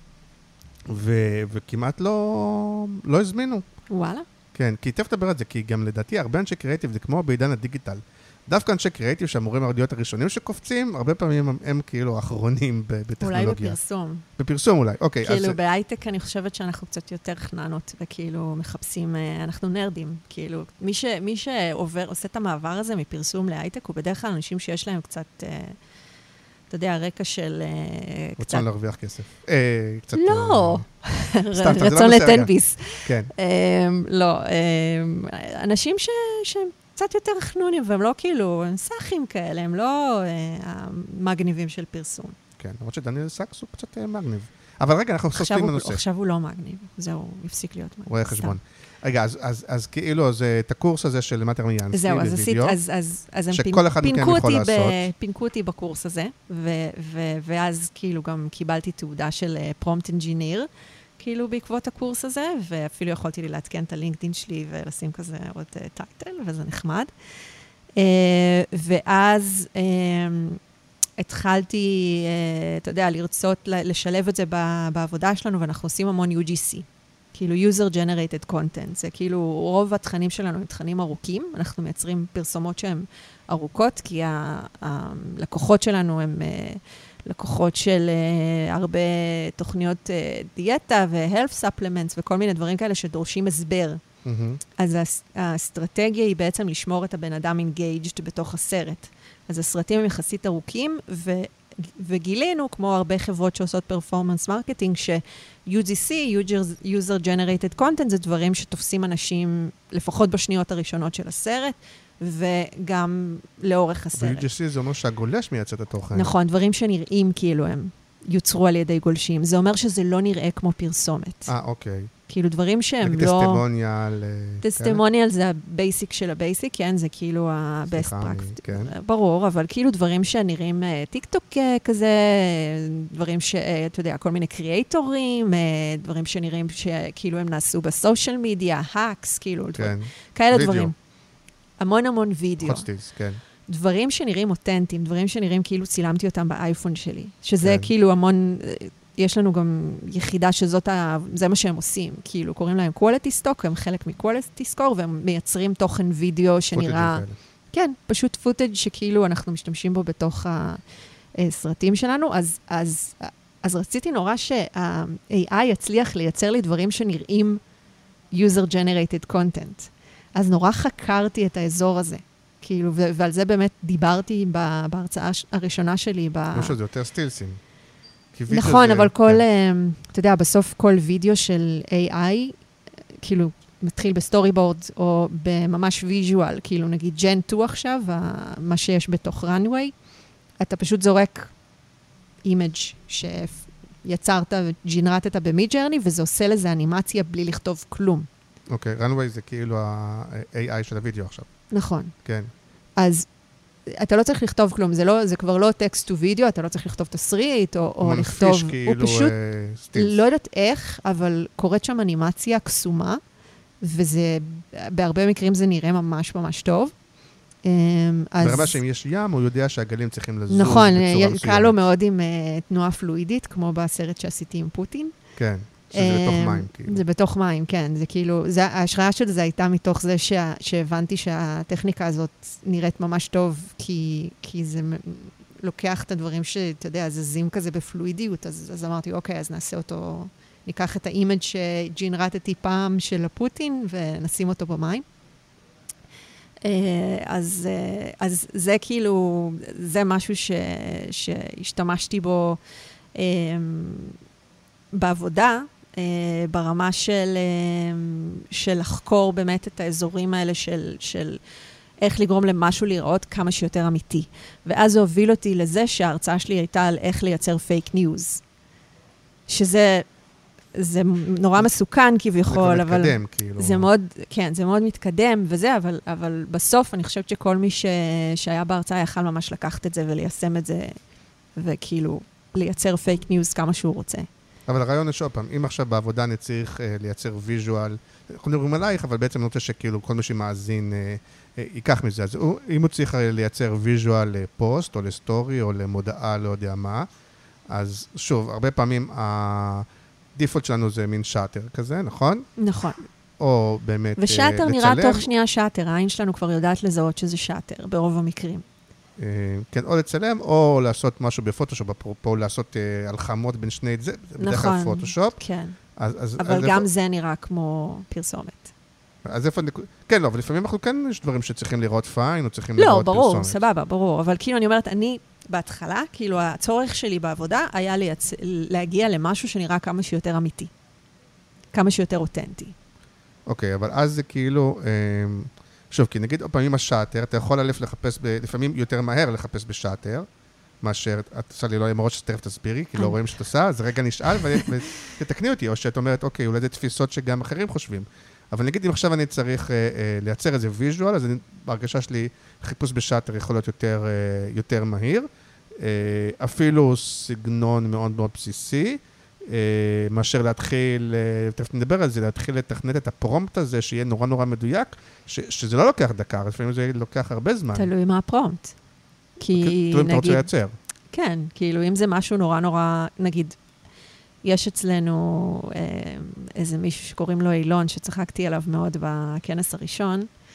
ו- וכמעט לא, לא הזמינו. וואלה. כן, כי תכף תדבר על זה, כי גם לדעתי, הרבה אנשי קריאטיב, זה כמו בעידן הדיגיטל. דווקא אנשי קריאטיב שאמורים להיות הראשונים שקופצים, הרבה פעמים הם, הם כאילו האחרונים בטכנולוגיה. אולי בפרסום. בפרסום אולי, אוקיי. כאילו אז... בהייטק אני חושבת שאנחנו קצת יותר חננות, וכאילו מחפשים, אנחנו נרדים. כאילו, מי, ש, מי שעובר, עושה את המעבר הזה מפרסום להייטק, הוא בדרך כלל אנשים שיש להם קצת, אתה יודע, רקע של... רצון להרוויח כסף. קצת... לא, רצון לטנביס. כן. לא, אנשים שהם... קצת יותר חנונים, והם לא כאילו, הם סאחים כאלה, הם לא המגניבים של פרסום. כן, למרות שדניאל סאקס הוא קצת מגניב. אבל רגע, אנחנו סופרים בנושא. עכשיו הוא לא מגניב, זהו, הוא הפסיק להיות מגניב. רואה חשבון. רגע, אז כאילו, זה את הקורס הזה של מטר מיאנסקי, זהו, אז עשית, אז הם פינקו אותי בקורס הזה, ואז כאילו גם קיבלתי תעודה של פרומפט אנג'יניר, כאילו בעקבות הקורס הזה, ואפילו יכולתי לי להתקן את הלינקדין שלי ולשים כזה עוד טייטל, וזה נחמד. ואז התחלתי, אתה יודע, לרצות לשלב את זה בעבודה שלנו, ואנחנו עושים המון יו ג'י סי, כאילו user generated content. זה כאילו רוב התכנים שלנו הם תכנים ארוכים, אנחנו מייצרים פרסומות שהן ארוכות, כי הלקוחות שלנו הם לקוחות של uh, הרבה תוכניות uh, דיאטה ו-health supplements וכל מיני דברים כאלה שדורשים הסבר. Mm-hmm. אז הס- האסטרטגיה היא בעצם לשמור את הבן אדם engaged בתוך הסרט. אז הסרטים הם יחסית ארוכים, ו... וגילינו, כמו הרבה חברות שעושות פרפורמנס מרקטינג, ש-יו ג'י סי, User Generated Content, זה דברים שתופסים אנשים לפחות בשניות הראשונות של הסרט, וגם לאורך הסרט. ו-יו ג'י סי זה אומר שהגולש מייצר את התוכן. נכון, דברים שנראים כאילו הם יוצרו על ידי גולשים. זה אומר שזה לא נראה כמו פרסומת. אה, אוקיי. כאילו דברים שהם לא... טסטימוניאל. טסטימוניאל זה הבייסיק של הבייסיק, כן? זה כאילו ה-best practice. כן. ברור, אבל כאילו דברים שנראים טיק טוק כזה, דברים שאתה יודע, כל מיני קריאטורים, דברים שנראים שכאילו הם נעשו בסושיאל מדיה, האקס, כאילו, כן. כאלה דברים. המון המון וידאו. חוצטיז, כן. דברים שנראים אותנטיים, דברים שנראים כאילו צילמתי אותם באייפון שלי, שזה כאילו המון... יש לנו גם יחידה שזאת ה... זה מה שהם עושים. כאילו, קוראים להם quality stock, הם חלק מ-quality score, והם מייצרים תוכן וידאו שנראה... כן, פשוט פוטאג' שכאילו אנחנו משתמשים בו בתוך הסרטים שלנו. אז, אז, אז רציתי נורא שה-איי איי יצליח לייצר לי דברים שנראים user generated content. אז נורא חקרתי את האזור הזה. כאילו, ו- ועל זה באמת דיברתי בהרצאה הראשונה שלי. כמו שזה יותר סטילסים. נכון, אבל כל, אתה יודע, בסוף כל וידאו של איי איי, כאילו, מתחיל בסטורי בורד, או בממש ויז'ואל, כאילו, נגיד ג'ן טו עכשיו, מה שיש בתוך runway, אתה פשוט זורק אימג' שיצרת וג'נרטת במידג'רני, וזה עושה לזה אנימציה בלי לכתוב כלום. אוקיי, runway זה כאילו ה-איי איי של הוידאו עכשיו. נכון. כן. אז... אתה לא צריך לכתוב כלום, זה, לא, זה כבר לא טקסט טו וידאו, אתה לא צריך לכתוב תסריט, או, או לכתוב... מנפיש כאילו פשוט, סטילס. לא יודעת איך, אבל קורית שם אנימציה קסומה, וזה, בהרבה מקרים זה נראה ממש ממש טוב. אז... ברמה שאם יש ים, הוא יודע שהגלים צריכים לזוז נכון, בצורה מסוימת. קל לו מאוד עם uh, תנועה פלואידית, כמו בסרט שעשיתי עם פוטין. כן. שזה בתוך מים, כאילו. זה בתוך מים, כן. זה כאילו, זה, ההשראה של זה הייתה מתוך זה שה, שהבנתי שהטכניקה הזאת נראית ממש טוב, כי, כי זה לוקח את הדברים שאתה יודע, זזים כזה בפלואידיות, אז, אז אמרתי, אוקיי, אז נעשה אותו, ניקח את האימג' שג'נרטתי פעם של הפוטין, ונשים אותו במים. אז, אז זה כאילו, זה משהו ש, שהשתמשתי בו בעבודה, Uh, ברמה של, uh, של לחקור באמת את האזורים האלה של, של איך לגרום למשהו לראות כמה שיותר אמיתי. ואז זה הוביל אותי לזה שההרצאה שלי הייתה על איך לייצר פייק ניוז. שזה זה נורא מסוכן כביכול, זה אבל... מתקדם, כאילו. זה מאוד, כן, זה מאוד מתקדם וזה, אבל, אבל בסוף אני חושבת שכל מי ש, שהיה בהרצאה יכל ממש לקחת את זה וליישם את זה, וכאילו לייצר פייק ניוז כמה שהוא רוצה. אבל הרעיון יש עוד פעם, אם עכשיו בעבודה אני צריך אה, לייצר ויז'ואל, אנחנו מדברים עלייך, אבל בעצם אני רוצה שכאילו כל מי שמאזין אה, אה, ייקח מזה. אז הוא, אם הוא צריך לייצר ויז'ואל לפוסט, או לסטורי, או למודעה, לא יודע מה, אז שוב, הרבה פעמים הדיפולט שלנו זה מין שאטר כזה, נכון? נכון. או באמת אה, ושאטר לצלם. נראה תוך שנייה שאטר, העין שלנו כבר יודעת לזהות שזה שאטר, ברוב המקרים. כן, או לצלם, או לעשות משהו בפוטושופ, אפרופו לעשות הלחמות בין שני, זה בדרך כלל פוטושופ. כן, אבל גם זה נראה כמו פרסומת. אז איפה, כן, לא, אבל לפעמים אנחנו כן יש דברים שצריכים לראות פיין, או צריכים לראות פרסומת. לא, ברור, סבבה, ברור, אבל כאילו אני אומרת, אני בהתחלה, כאילו הצורך שלי בעבודה היה להגיע למשהו שנראה כמה שיותר אמיתי, כמה שיותר אותנטי. אוקיי, אבל אז זה כאילו... שוב, כי נגיד, פעמים השאטר, אתה יכול ללכת לחפש, ב, לפעמים יותר מהר לחפש בשאטר, מאשר, את עושה לי לא למרות שתכף תסבירי, כי לא רואים שאת עושה, אז רגע נשאל ותתקני אותי, או שאת אומרת, אוקיי, אולי זה תפיסות שגם אחרים חושבים. אבל נגיד, אם עכשיו אני צריך אה, אה, לייצר איזה ויז'ואל, אז אני, בהרגשה שלי, חיפוש בשאטר יכול להיות יותר, אה, יותר מהיר, אה, אפילו סגנון מאוד מאוד בסיסי, מאשר להתחיל, תכף נדבר על זה, להתחיל לתכנת את הפרומפט הזה, שיהיה נורא נורא מדויק, שזה לא לוקח דקה, לפעמים זה לוקח הרבה זמן. תלוי מה הפרומפט. כי נגיד... תלוי אם אתה רוצה לייצר. כן, כאילו אם זה משהו נורא נורא, נגיד, יש אצלנו איזה מישהו שקוראים לו אילון, שצחקתי עליו מאוד בכנס הראשון,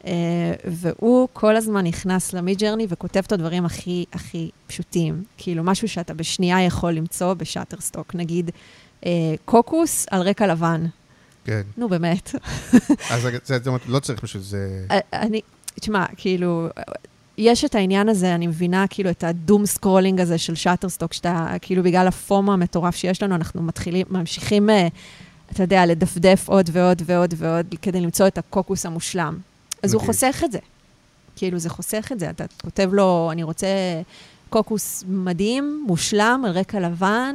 והוא כל הזמן נכנס למידג'רני וכותב את הדברים הכי, הכי פשוטים. כאילו, משהו שאתה בשנייה יכול למצוא בשאטרסטוק. נגיד, קוקוס על רקע לבן. כן. נו, באמת. אז זה לא צריך בשביל זה... אני, תשמע, כאילו, יש את העניין הזה, אני מבינה כאילו את הדום סקרולינג הזה של שאטרסטוק, שאתה, כאילו בגלל הפומו המטורף שיש לנו, אנחנו מתחילים, ממשיכים, אתה יודע, לדפדף עוד ועוד ועוד ועוד, כדי למצוא את הקוקוס המושלם. אז הוא חוסך את זה. כאילו, זה חוסך את זה. אתה כותב לו, אני רוצה קוקוס מדהים, מושלם, על רקע לבן,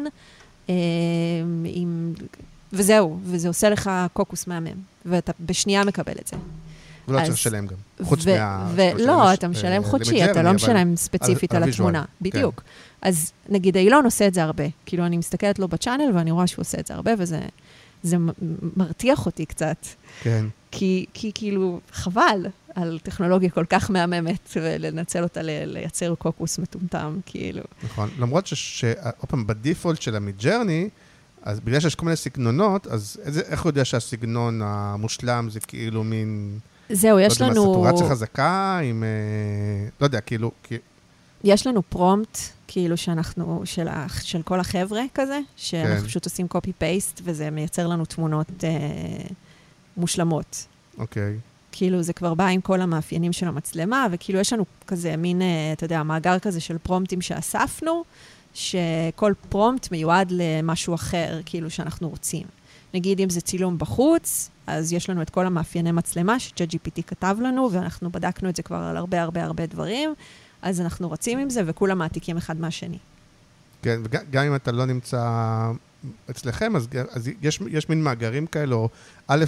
עם... וזהו, וזה עושה לך קוקוס מהמם, ואתה בשנייה מקבל את זה. ולא צריך לשלם גם, חוץ מה... לא, אתה משלם חודשי, אתה לא משלם ספציפית על התמונה, בדיוק. אז נגיד, אילון עושה את זה הרבה, כאילו אני מסתכלת לו בצ'אנל, ואני רואה שהוא עושה את זה הרבה, וזה מרתיח אותי קצת. כן. כי כאילו, חבל על טכנולוגיה כל כך מהממת, ולנצל אותה לייצר קוקוס מטומטם, כאילו. נכון, למרות שאופן, בדיפולט של המידג'רני, אז בגלל שיש כל מיני סגנונות, אז איזה, איך הוא יודע שהסגנון המושלם זה כאילו מין... זהו, יש לנו... לא יודע, סטורציה חזקה, עם... לא יודע, כאילו... יש לנו פרומפט, כאילו שאנחנו, של, של כל החבר'ה כזה, שאנחנו כן. פשוט עושים קופי-פייסט, וזה מייצר לנו תמונות אה, מושלמות. אוקיי. כאילו זה כבר בא עם כל המאפיינים של המצלמה, וכאילו יש לנו כזה מין, אה, אתה יודע, מאגר כזה של פרומפטים שאספנו, שכל פרומפט מיועד למשהו אחר, כאילו שאנחנו רוצים. נגיד, אם זה צילום בחוץ, אז יש לנו את כל המאפייני מצלמה ש-צ'אט ג'י פי טי כתב לנו, ואנחנו בדקנו את זה כבר על הרבה הרבה הרבה דברים, אז אנחנו רצים עם זה, וכולם מעתיקים אחד מהשני. כן, וגם אם אתה לא נמצא אצלכם, אז, אז יש, יש מין מאגרים כאלו, א',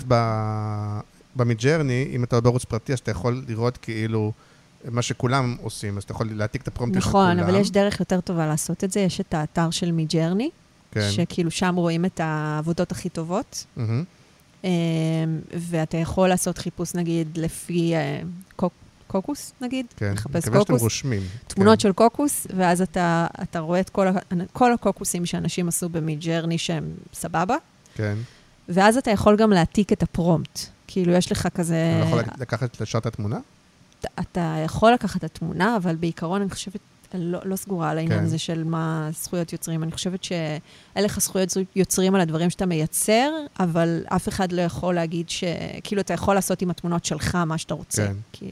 במידג'רני, אם אתה בערוץ פרטי, אז אתה יכול לראות כאילו... מה שכולם עושים, אז אתה יכול להעתיק את הפרומפטים של כולם. נכון, אבל יש דרך יותר טובה לעשות את זה. יש את האתר של מידג'רני, כן. שכאילו שם רואים את העבודות הכי טובות, mm-hmm. ואתה יכול לעשות חיפוש, נגיד, לפי קוק, קוקוס, נגיד. כן, לחפש מקווה קוקוס, שאתם רושמים. תמונות כן. של קוקוס, ואז אתה, אתה רואה את כל, כל הקוקוסים שאנשים עשו במידג'רני שהם סבבה. כן. ואז אתה יכול גם להעתיק את הפרומפט. כאילו, יש לך כזה... אתה יכול לקחת לשעת התמונה? אתה יכול לקחת את התמונה, אבל בעיקרון אני חושבת, לא, לא סגורה על העניין הזה של מה זכויות יוצרים. אני חושבת שאין לך זכויות יוצרים על הדברים שאתה מייצר, אבל אף אחד לא יכול להגיד ש... כאילו, אתה יכול לעשות עם התמונות שלך מה שאתה רוצה. כן. כאילו.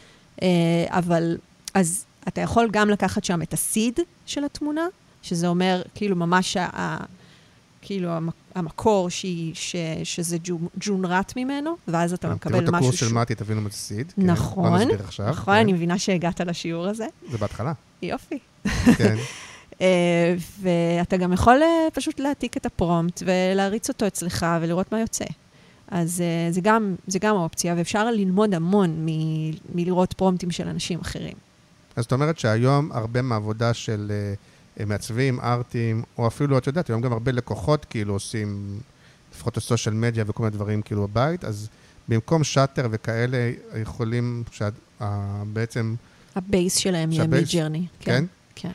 אבל, אז אתה יכול גם לקחת שם את הסיד של התמונה, שזה אומר, כאילו, ממש ה... כאילו, המקור שהיא, ש, שזה ג'ונרט ממנו, ואז אתה מקבל משהו... תראו את הקורס של מתי, תבינו מה זה סיד. נכון, לא נסביר עכשיו. נכון, אני מבינה שהגעת לשיעור הזה. זה בהתחלה. יופי. כן. ואתה גם יכול פשוט להעתיק את הפרומפט, ולהריץ אותו אצלך, ולראות מה יוצא. אז זה גם, זה גם האופציה, ואפשר ללמוד המון מ, מלראות פרומפטים של אנשים אחרים. אז זאת אומרת שהיום הרבה מהעבודה של... מעצבים, ארטים, או אפילו, את יודעת, היום גם הרבה לקוחות כאילו עושים, לפחות הסושיאל מדיה וכל מיני דברים כאילו בבית, אז במקום שאטר וכאלה יכולים, בעצם... הבייס שלהם יהיה מידג'רני. כן? כן.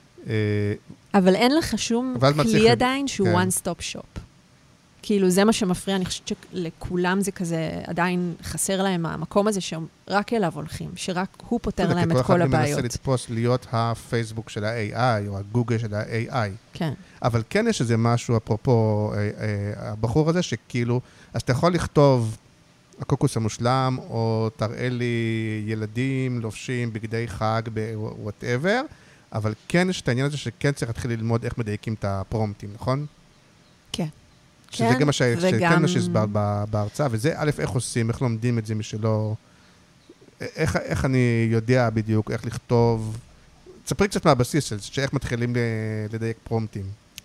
אבל אין לך שום כלי עדיין שהוא one stop shop. כאילו זה מה שמפריע, אני חושבת שלכולם זה כזה, עדיין חסר להם המקום הזה שהם רק אליו הולכים, שרק הוא פותר להם את כל הבעיות. כל אחד מנסה לתפוס להיות הפייסבוק של ה-איי איי, או הגוגל של ה-איי איי. כן. אבל כן יש איזה משהו, אפרופו הבחור הזה, שכאילו, אז אתה יכול לכתוב הקוקוס המושלם, או תראה לי ילדים לובשים בגדי חג, ב-whatever, אבל כן יש את העניין הזה שכן צריך להתחיל ללמוד איך מדייקים את הפרומפטים, נכון? כן. שזה גם מה שהסברת בהרצאה, וזה א', איך עושים, איך לומדים את זה משלא... איך אני יודע בדיוק, איך לכתוב... תספרי קצת מהבסיס של שאיך מתחילים לדייק פרומפטים.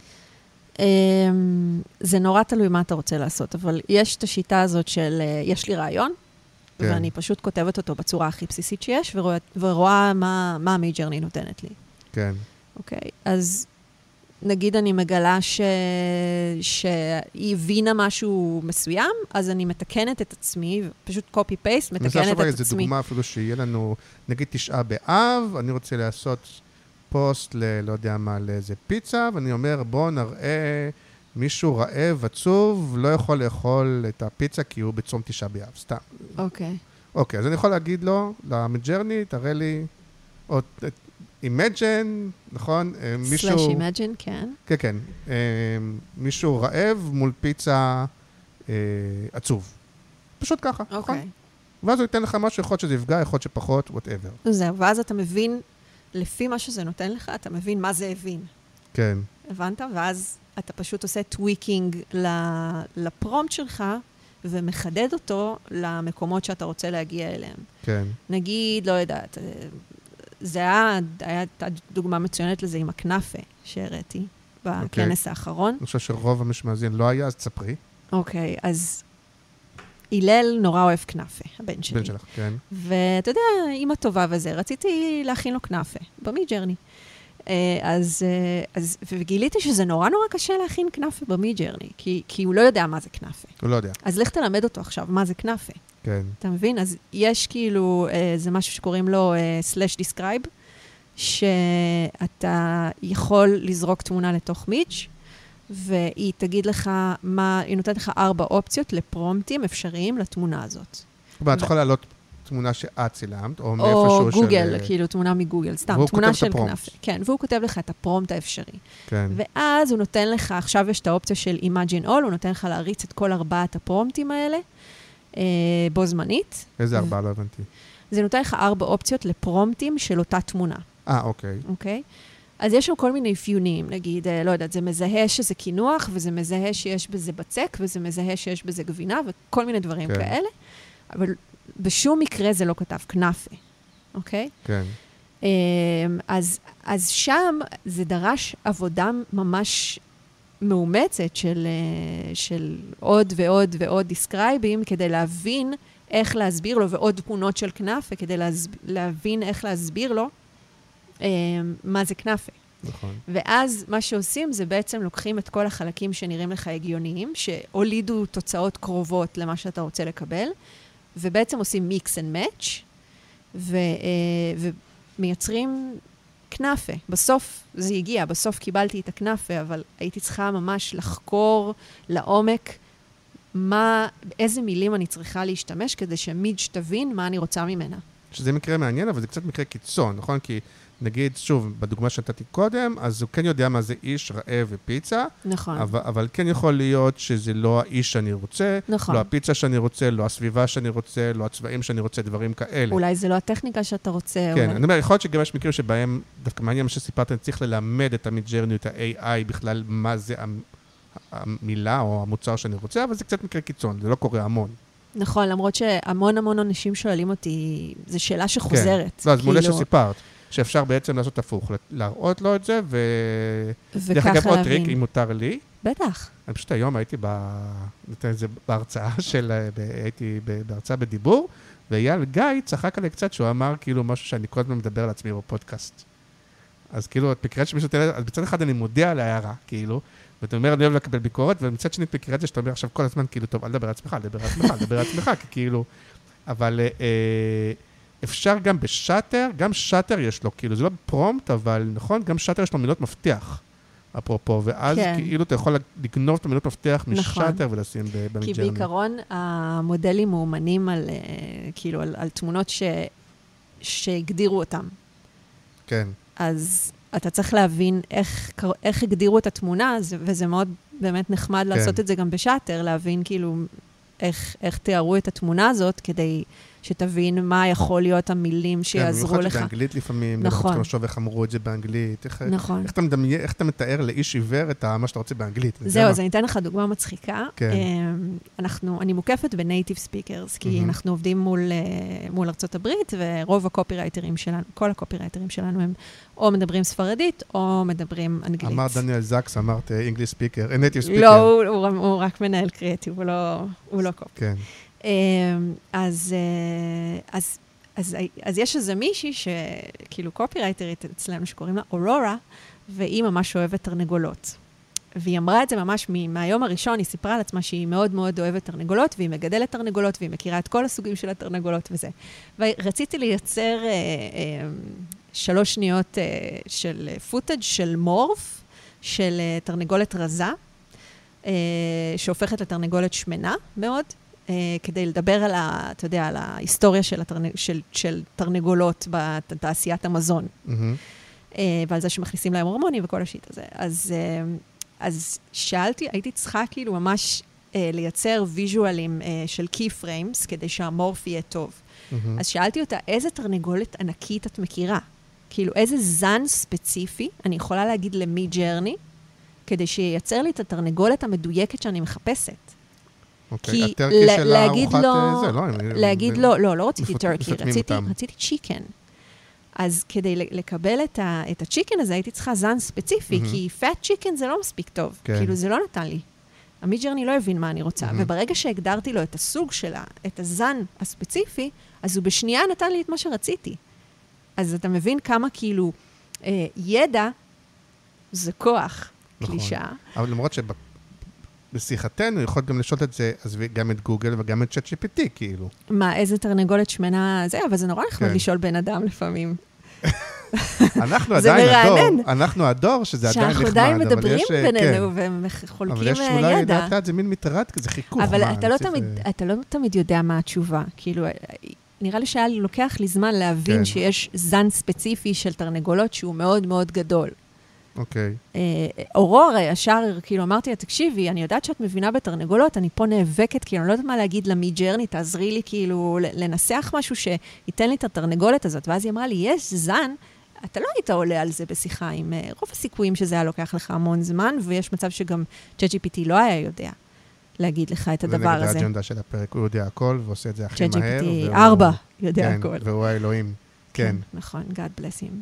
זה נורא תלוי מה אתה רוצה לעשות, אבל יש את השיטה הזאת של, יש לי רעיון, ואני פשוט כותבת אותו בצורה הכי בסיסית שיש, ורואה מה המידג'רני נותנת לי. כן. אוקיי, אז... נגיד אני מגלה ש... שהיא הבינה משהו מסוים, אז אני מתקנת את עצמי, פשוט קופי-פייסט, מתקנת את עצמי. אני רוצה איזו דוגמה אפילו שיהיה לנו, נגיד תשעה באב, אני רוצה לעשות פוסט ל... לא יודע מה, לאיזה פיצה, ואני אומר, בוא נראה מישהו רעב, עצוב, לא יכול לאכול את הפיצה כי הוא בצום תשעה באב, סתם. אוקיי. אוקיי, אז אני יכול להגיד לו, למידג'רני, תראה לי, או אימג'ן, נכון? סלאש אימג'ן, כן. כן, כן. מישהו רעב מול פיצה עצוב. פשוט ככה, נכון? ואז הוא ייתן לך משהו, יכול להיות שזה יפגע, יכול להיות שפחות, whatever. זהו, ואז אתה מבין, לפי מה שזה נותן לך, אתה מבין מה זה הבין. כן. הבנת? ואז אתה פשוט עושה טוויקינג לפרומפט שלך, ומחדד אותו למקומות שאתה רוצה להגיע אליהם. כן. נגיד, לא יודעת, זה היה, הייתה דוגמה מצוינת לזה עם הכנאפה שהראיתי בכנס האחרון. אני חושב שרוב המשמעזין לא היה, אז תספרי. אוקיי, אז הלל נורא אוהב כנאפה, הבן שלי. בן שלך, כן. ואתה יודע, אמא טובה וזה, רציתי להכין לו כנאפה, במידג'רני. אז, אז, וגיליתי שזה נורא נורא קשה להכין כנאפה במידג'רני, כי, כי הוא לא יודע מה זה כנאפה. הוא לא יודע. אז לך תלמד אותו עכשיו, מה זה כנאפה. כן. אתה מבין? אז יש כאילו, זה משהו שקוראים לו slash describe, שאתה יכול לזרוק תמונה לתוך מידג' והיא תגיד לך מה, היא נותנת לך ארבע אופציות לפרומפטים אפשריים לתמונה הזאת. אבל את יכולה לעלות תמונה שאת צילמת, או מאיפשהו של... או גוגל, כאילו תמונה מגוגל, סתם, תמונה של כנאפה. כן, והוא כותב לך את הפרומפט האפשרי. כן. ואז הוא נותן לך, עכשיו יש את האופציה של Imagine All, הוא נותן לך להריץ את כל ארבעת הפרומפטים האלה, בו זמנית. איזה ארבעה? לא הבנתי. זה נותן לך ארבע אופציות לפרומפטים של אותה תמונה. אה, אוקיי. אוקיי? אז יש שם כל מיני אפיונים, נגיד, לא יודעת, זה מזהה שזה קינוח, וזה מזהה שיש בזה בצק, וזה מזהה שיש בזה גבינה, וכל מיני דברים כן. כאלה. אבל בשום מקרה זה לא כתב כנאפה, אוקיי? כן. אז, אז שם זה דרש עבודה ממש מאומצת של, של עוד ועוד ועוד דיסקרייבים, כדי להבין איך להסביר לו, ועוד תמונות של כנאפה, כדי להסב, להבין איך להסביר לו מה זה כנאפה. נכון. ואז מה שעושים זה בעצם לוקחים את כל החלקים שנראים לך הגיוניים, שהולידו תוצאות קרובות למה שאתה רוצה לקבל, ובעצם עושים mix and match, ו, ומייצרים כנאפה. בסוף זה הגיע, בסוף קיבלתי את הכנאפה, אבל הייתי צריכה ממש לחקור לעומק מה, איזה מילים אני צריכה להשתמש, כדי שמידג' תבין מה אני רוצה ממנה. שזה מקרה מעניין, אבל זה קצת מקרה קיצון, נכון? כי נגיד, שוב, בדוגמה שנתתי קודם, אז הוא כן יודע מה זה איש, רעב ופיצה. נכון. אבל, אבל כן יכול להיות שזה לא האיש שאני רוצה, נכון. לא הפיצה שאני רוצה, לא הסביבה שאני רוצה, לא הצבעים שאני רוצה, דברים כאלה. אולי זה לא הטכניקה שאתה רוצה. כן, אולי... אני אומר, יכול להיות שגם יש מקרים שבהם, דווקא מעניין מה שסיפרת, אני צריך ללמד את המידג'רני, את ה-איי איי בכלל, מה זה המילה או המוצר שאני רוצה, אבל זה קצת מקרה קיצון, זה לא קורה המון. נכון, למרות שהמון המון אנשים שואלים אותי, זו שאלה שחוזרת. כן, לא, אז מולה שסיפרת. שאפשר בעצם לעשות הפוך, להראות לו את זה, ו... וכך להבין. עוד טריק, אם מותר לי. בטח. אני פשוט היום הייתי ב... נתן את זה בהרצאה של... הייתי בהרצאה בדיבור, ואייל גיא צחק עלי קצת, שהוא אמר כאילו משהו שאני כל הזמן מדבר על עצמי בפודקאסט. אז כאילו, את מכירה שמישהו תלד... אז בצד אחד אני מודיע על ההערה, כאילו, ואתה אומר, אני אוהב לקבל ביקורת, ומצד שני מכירה את זה שאתה אומר עכשיו כל הזמן, כאילו, טוב, אל דבר על עצמך, אל דבר על עצמך, אל דבר על עצמך, כי כאילו... אבל... אה... אפשר גם בשאטר, גם שאטר יש לו, כאילו זה לא פרומפט, אבל נכון, גם שאטר יש לו מילות מפתח, אפרופו, ואז כן. כאילו אתה יכול לגנוב את המילות מפתח משאטר נכון. ולשים במידג'רני. כי בעיקרון המודלים מאומנים על, כאילו, על, על תמונות ש, שהגדירו אותם. כן. אז אתה צריך להבין איך, איך הגדירו את התמונה, וזה מאוד באמת נחמד כן. לעשות את זה גם בשאטר, להבין כאילו איך, איך תיארו את התמונה הזאת, כדי שתבין מה יכול להיות המילים שיעזרו לך. כן, במיוחד שבאנגלית לפעמים, נכון. אנחנו לחשוב איך אמרו את זה באנגלית. איך, נכון. איך אתה מדמי, איך אתה מתאר לאיש עיוור את מה שאתה רוצה באנגלית? זהו, אז אני אתן לך דוגמה מצחיקה. כן. אנחנו, אני מוקפת בנייטיב ספיקרס, כי mm-hmm. אנחנו עובדים מול, מול ארצות הברית, ורוב הקופירייטרים שלנו, כל הקופירייטרים שלנו הם או מדברים ספרדית, או מדברים אנגלית. אמר דניאל זקס, אמרת אנגליש ספיקר, נייטיב ספיקר. לא, הוא, הוא, הוא רק מנהל קריאטיב, הוא לא, הוא לא קופי. כן. אז, אז, אז, אז יש איזה מישהי שכאילו קופירייטרית אצלנו שקוראים לה אורורה, והיא ממש אוהבת תרנגולות. והיא אמרה את זה ממש מהיום הראשון, היא סיפרה על עצמה שהיא מאוד מאוד אוהבת תרנגולות, והיא מגדלת תרנגולות, והיא מכירה את כל הסוגים של התרנגולות וזה. ורציתי לייצר אה, אה, שלוש שניות אה, של פוטאג' של מורף, של אה, תרנגולת רזה, אה, שהופכת לתרנגולת שמנה מאוד, אה, כדי לדבר על, ה, אתה יודע, על ההיסטוריה של, התרנ... של, של תרנגולות בתעשיית המזון. Mm-hmm. אה, ועל זה שמכניסים להם הורמונים וכל השיט הזה. אז, אה, אז שאלתי, הייתי צריכה כאילו ממש אה, לייצר ויז'ואלים אה, של קי פריימס, כדי שהמורף יהיה טוב. Mm-hmm. אז שאלתי אותה, איזה תרנגולת ענקית את מכירה? כאילו, איזה זן ספציפי אני יכולה להגיד למי ג'רני, כדי שייצר לי את התרנגולת המדויקת שאני מחפשת. אוקיי, הטרקי של הארוחת זה, לא? להגיד לא, לא, לא רציתי טרקי, רציתי צ'יקן. אז כדי לקבל את הצ'יקן הזה, הייתי צריכה זן ספציפי, כי פאט צ'יקן זה לא מספיק טוב. כאילו, זה לא נתן לי. המידג'רני לא הבין מה אני רוצה, וברגע שהגדרתי לו את הסוג שלה, את הזן הספציפי, אז הוא בשנייה נתן לי את מה שרציתי. אז אתה מבין כמה כאילו ידע זה כוח. קלישה. אבל למרות שבשיחתנו יכול גם לשאול את זה, אז גם את גוגל וגם את צ'אט ג'י פי טי, כאילו. מה, איזה תרנגולת שמנה זה, אבל זה נורא נחמד לשאול בן אדם לפעמים. אנחנו עדיין הדור, אנחנו הדור שזה עדיין נחמד. שאנחנו עדיין מדברים בינינו וחולקים ידע. אבל יש אולי לאט לאט זה מין מטרד כזה, חיכוך. אבל אתה לא תמיד יודע מה התשובה. כאילו, נראה לי שהיה לוקח לי זמן להבין שיש זן ספציפי של תרנגולות שהוא מאוד מאוד גדול. אוקיי. אורורה, ישר, כאילו, אמרתי לה, תקשיבי, אני יודעת שאת מבינה בתרנגולות, אני פה נאבקת, כאילו, אני לא יודעת מה להגיד למי ג'רני, תעזרי לי, כאילו, לנסח משהו שייתן לי את התרנגולת הזאת, ואז היא אמרה לי, יש זן, אתה לא היית עולה על זה בשיחה עם רוב הסיכויים שזה היה לוקח לך המון זמן, ויש מצב שגם צ'אט ג'י פי טי לא היה יודע להגיד לך את הדבר הזה. ונגד האג'נדה של הפרק, הוא יודע הכל, ועושה את זה הכי מהר. צ'אט ג'י פי טי ארבע יודע הכל. והוא האלוהים. כן. נכון, God bless him.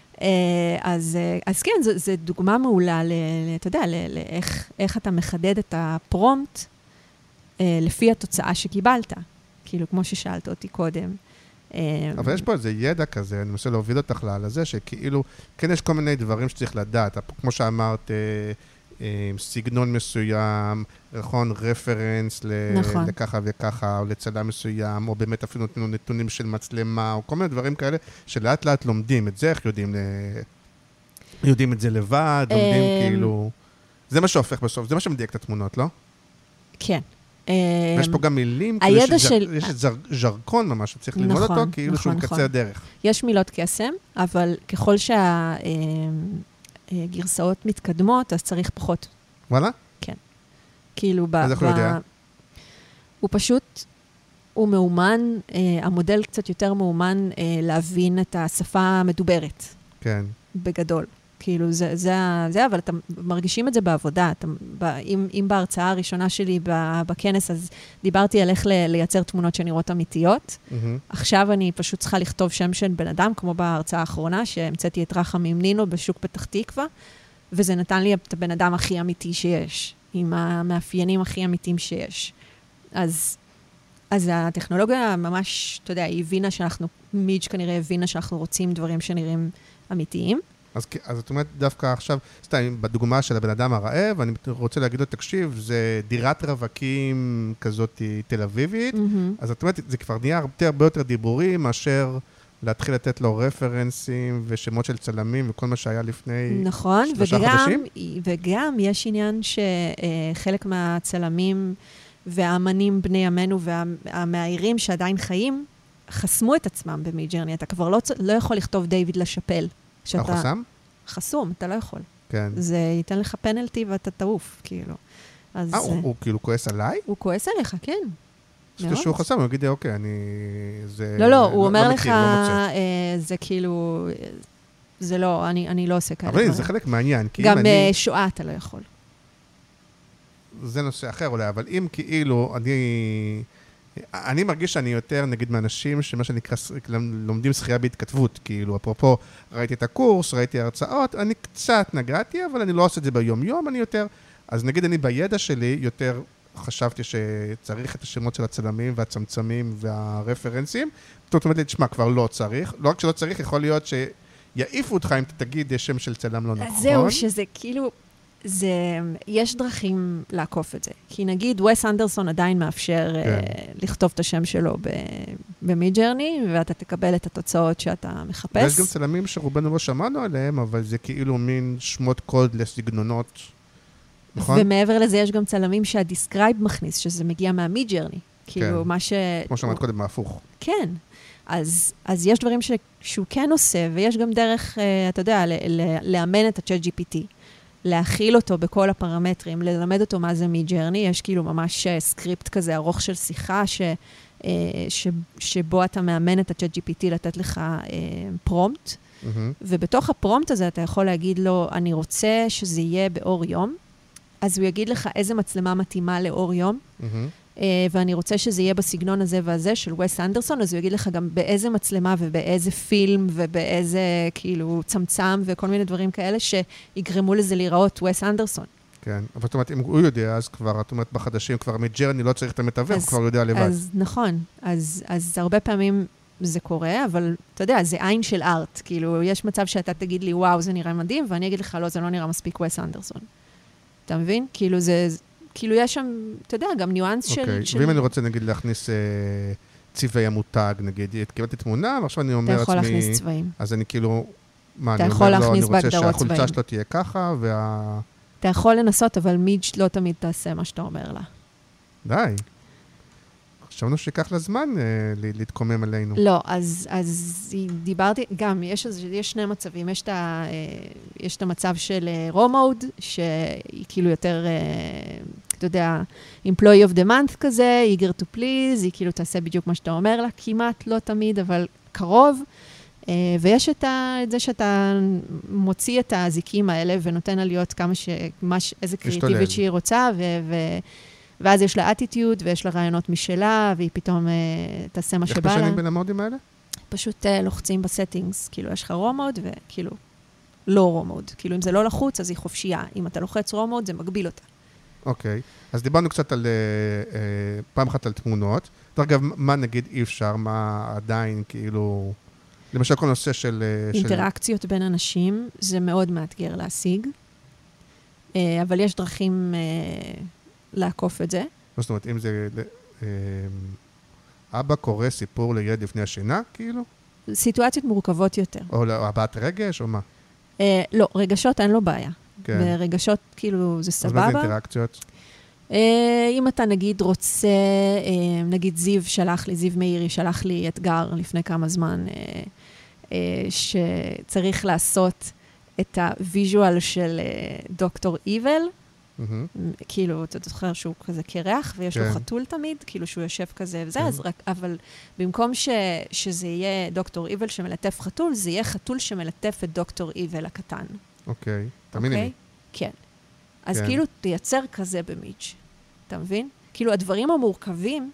אז, אז כן, זו, זו דוגמה מעולה, ל, אתה יודע, לאיך, איך אתה מחדד את הפרומפט לפי התוצאה שקיבלת. כאילו, כמו ששאלת אותי קודם. אבל יש פה איזה ידע כזה, אני מנסה להוביל אותך לזה, שכאילו, כן יש כל מיני דברים שצריך לדעת. כמו שאמרת, סגנון מסוים, נכון, רפרנס נכון. לככה וככה, או לצלם מסוים, או באמת אפילו נתנו נתונים של מצלמה, או כל מיני דברים כאלה, שלאט לאט לומדים את זה, איך יודעים, ל... יודעים את זה לבד, לומדים כאילו... זה מה שהופך בסוף, זה מה שמדייק את התמונות, לא? כן. ויש פה גם מילים, כאילו של... יש את ז'רקון ממש, צריך ללמוד אותו, כאילו שהוא מקצר דרך. יש מילות קסם, אבל ככל שה... גרסאות מתקדמות, אז צריך פחות. וואלה? כן. כאילו, ב... אז איך הוא יודע? הוא פשוט, הוא מאומן, אה, המודל קצת יותר מאומן אה, להבין את השפה המדוברת. כן. בגדול. כאילו, זה, זה, זה, אבל אתם מרגישים את זה בעבודה. אתם, ב, אם, אם בהרצאה הראשונה שלי בכנס, אז דיברתי על איך לייצר תמונות שנראות אמיתיות. Mm-hmm. עכשיו אני פשוט צריכה לכתוב שם של בן אדם, כמו בהרצאה האחרונה, שהמצאתי את רחמים נינו בשוק פתח תקווה, וזה נתן לי את הבן אדם הכי אמיתי שיש, עם המאפיינים הכי אמיתיים שיש. אז, אז הטכנולוגיה ממש, אתה יודע, היא הבינה שאנחנו, מידג' כנראה הבינה שאנחנו רוצים דברים שנראים אמיתיים. אז, אז את אומרת דווקא עכשיו, סתם, בדוגמה של הבן אדם הרעב, אני רוצה להגיד לו, תקשיב, זה דירת רווקים כזאת תל אביבית, mm-hmm. אז את אומרת, זה כבר נהיה הרבה, הרבה יותר דיבורי, מאשר להתחיל לתת לו רפרנסים ושמות של צלמים וכל מה שהיה לפני נכון, שלושה וגם, חודשים. וגם יש עניין שחלק מהצלמים והאמנים בני ימינו והמאיירים שעדיין חיים, חסמו את עצמם במידג'רני. אתה כבר לא, לא יכול לכתוב דיוויד לשפל. אתה חסם? חסום, אתה לא יכול. כן. זה ייתן לך פנלטי ואתה תעוף, כאילו. אה, הוא כאילו כועס עליי? הוא כועס עליך, כן. כשהוא חסם, הוא יגיד, אוקיי, אני... לא, לא, הוא אומר לך, זה כאילו... זה לא, אני לא עושה כאלה. אבל זה חלק מעניין. גם שואה אתה לא יכול. זה נושא אחר אולי, אבל אם כאילו אני... אני מרגיש שאני יותר, נגיד, מאנשים שמה שנקרא, לומדים שחייה בהתכתבות, כאילו, אפרופו, ראיתי את הקורס, ראיתי הרצאות, אני קצת נגעתי, אבל אני לא עושה את זה ביום-יום, אני יותר, אז נגיד, אני בידע שלי יותר חשבתי שצריך את השמות של הצלמים והצמצמים והרפרנסים, זאת אומרת לי, תשמע, כבר לא צריך, לא רק שלא צריך, יכול להיות שיעיפו אותך אם תגיד שם של צלם לא נכון. זהו, שזה כאילו... זה, יש דרכים לעקוף את זה. כי נגיד, ווס אנדרסון עדיין מאפשר כן. uh, לכתוב את השם שלו במידג'רני, ואתה תקבל את התוצאות שאתה מחפש. ויש גם צלמים שרובנו לא שמענו עליהם, אבל זה כאילו מין שמות קוד לסגנונות, נכון? ומעבר לזה יש גם צלמים שהדיסקרייב מכניס, שזה מגיע מהמידג'רני. כאילו, מה ש... כמו שאמרת קודם, מהפוך. כן. אז, אז יש דברים ש, שהוא כן עושה, ויש גם דרך, אתה יודע, ל, ל, לאמן את ה-צ'אט ג'י פי טי, להכיל אותו בכל הפרמטרים, ללמד אותו מה זה מי-ג'רני, יש כאילו ממש סקריפט כזה ארוך של שיחה, ש, ש, שבו אתה מאמן את ה-צ'אט ג'י פי טי לתת לך פרומפט, mm-hmm. ובתוך הפרומפט הזה אתה יכול להגיד לו, אני רוצה שזה יהיה באור יום, אז הוא יגיד לך איזה מצלמה מתאימה לאור יום, mm-hmm. ואני רוצה שזה יהיה בסגנון הזה והזה של ווס אנדרסון, אז הוא יגיד לך גם באיזה מצלמה ובאיזה פילם ובאיזה כאילו צמצם וכל מיני דברים כאלה שיגרמו לזה להיראות ווס אנדרסון. כן, אבל זאת אומרת, אם הוא יודע, אז כבר, את אומרת, בחדשים, כבר מג'רני לא צריך את המתווך, הוא כבר יודע לבד. אז נכון, אז, אז הרבה פעמים זה קורה, אבל אתה יודע, זה עין של ארט, כאילו, יש מצב שאתה תגיד לי, וואו, זה נראה מדהים, ואני אגיד לך, לא, זה לא נראה מספיק ווס אנדרסון. אתה מבין? כאילו זה... כאילו יש שם, אתה יודע, גם ניואנס של... אוקיי, ואם אני רוצה, נגיד, להכניס צבעי המותג, נגיד, קיבלתי תמונה, ועכשיו אני אומר לעצמי... אתה יכול להכניס צבעים. אז אני כאילו, מה, אני אומר לו, אני רוצה שהחולצה שלו תהיה ככה, וה... אתה יכול לנסות, אבל מידג' לא תמיד תעשה מה שאתה אומר לה. די. חשבנו שיקח לה זמן להתקומם עלינו. לא, אז דיברתי, גם, יש שני מצבים. יש את המצב של רו-מוד, שהיא כאילו יותר... אתה יודע, employee of the month כזה, eager to please, היא כאילו תעשה בדיוק מה שאתה אומר לה, כמעט, לא תמיד, אבל קרוב. ויש את, ה, את זה שאתה מוציא את הזיקים האלה, ונותן לה להיות כמה ש... מש, איזה קריאטיבית שהיא רוצה, ו, ו, ואז יש לה attitude, ויש לה רעיונות משלה, והיא פתאום תעשה מה שבא לה. איך משנים בין המודים האלה? פשוט לוחצים בסטינגס, כאילו יש לך רו-מוד, וכאילו לא רו-מוד. כאילו אם זה לא לחוץ, אז היא חופשייה. אם אתה לוחץ רו-מוד, זה מגביל אותה. אוקיי, אז דיברנו קצת על, פעם אחת על תמונות. אגב, מה נגיד אי אפשר, מה עדיין כאילו, למשל כל נושא של... אינטראקציות בין אנשים, זה מאוד מאתגר להשיג, אבל יש דרכים לעקוף את זה. זאת אומרת, אם זה אבא קורא סיפור לילד לפני השינה, כאילו? סיטואציות מורכבות יותר. או הבעת רגש, או מה? לא, רגשות אין לו בעיה. כן. ורגשות, כאילו, זה סבבה. אז מה זה אינטראקציות? אם אתה נגיד רוצה, נגיד זיו שלח לי, זיו מאירי שלח לי אתגר לפני כמה זמן, שצריך לעשות את הוויז'ואל של דוקטור איבל, כאילו, אתה זוכר שהוא כזה קרח, ויש לו חתול תמיד, כאילו שהוא יושב כזה וזה, אבל במקום שזה יהיה דוקטור איבל שמלטף חתול, זה יהיה חתול שמלטף את דוקטור איבל הקטן. אוקיי, תאמיני לי. כן. אז כאילו תייצר כזה במידג', אתה מבין? כאילו הדברים המורכבים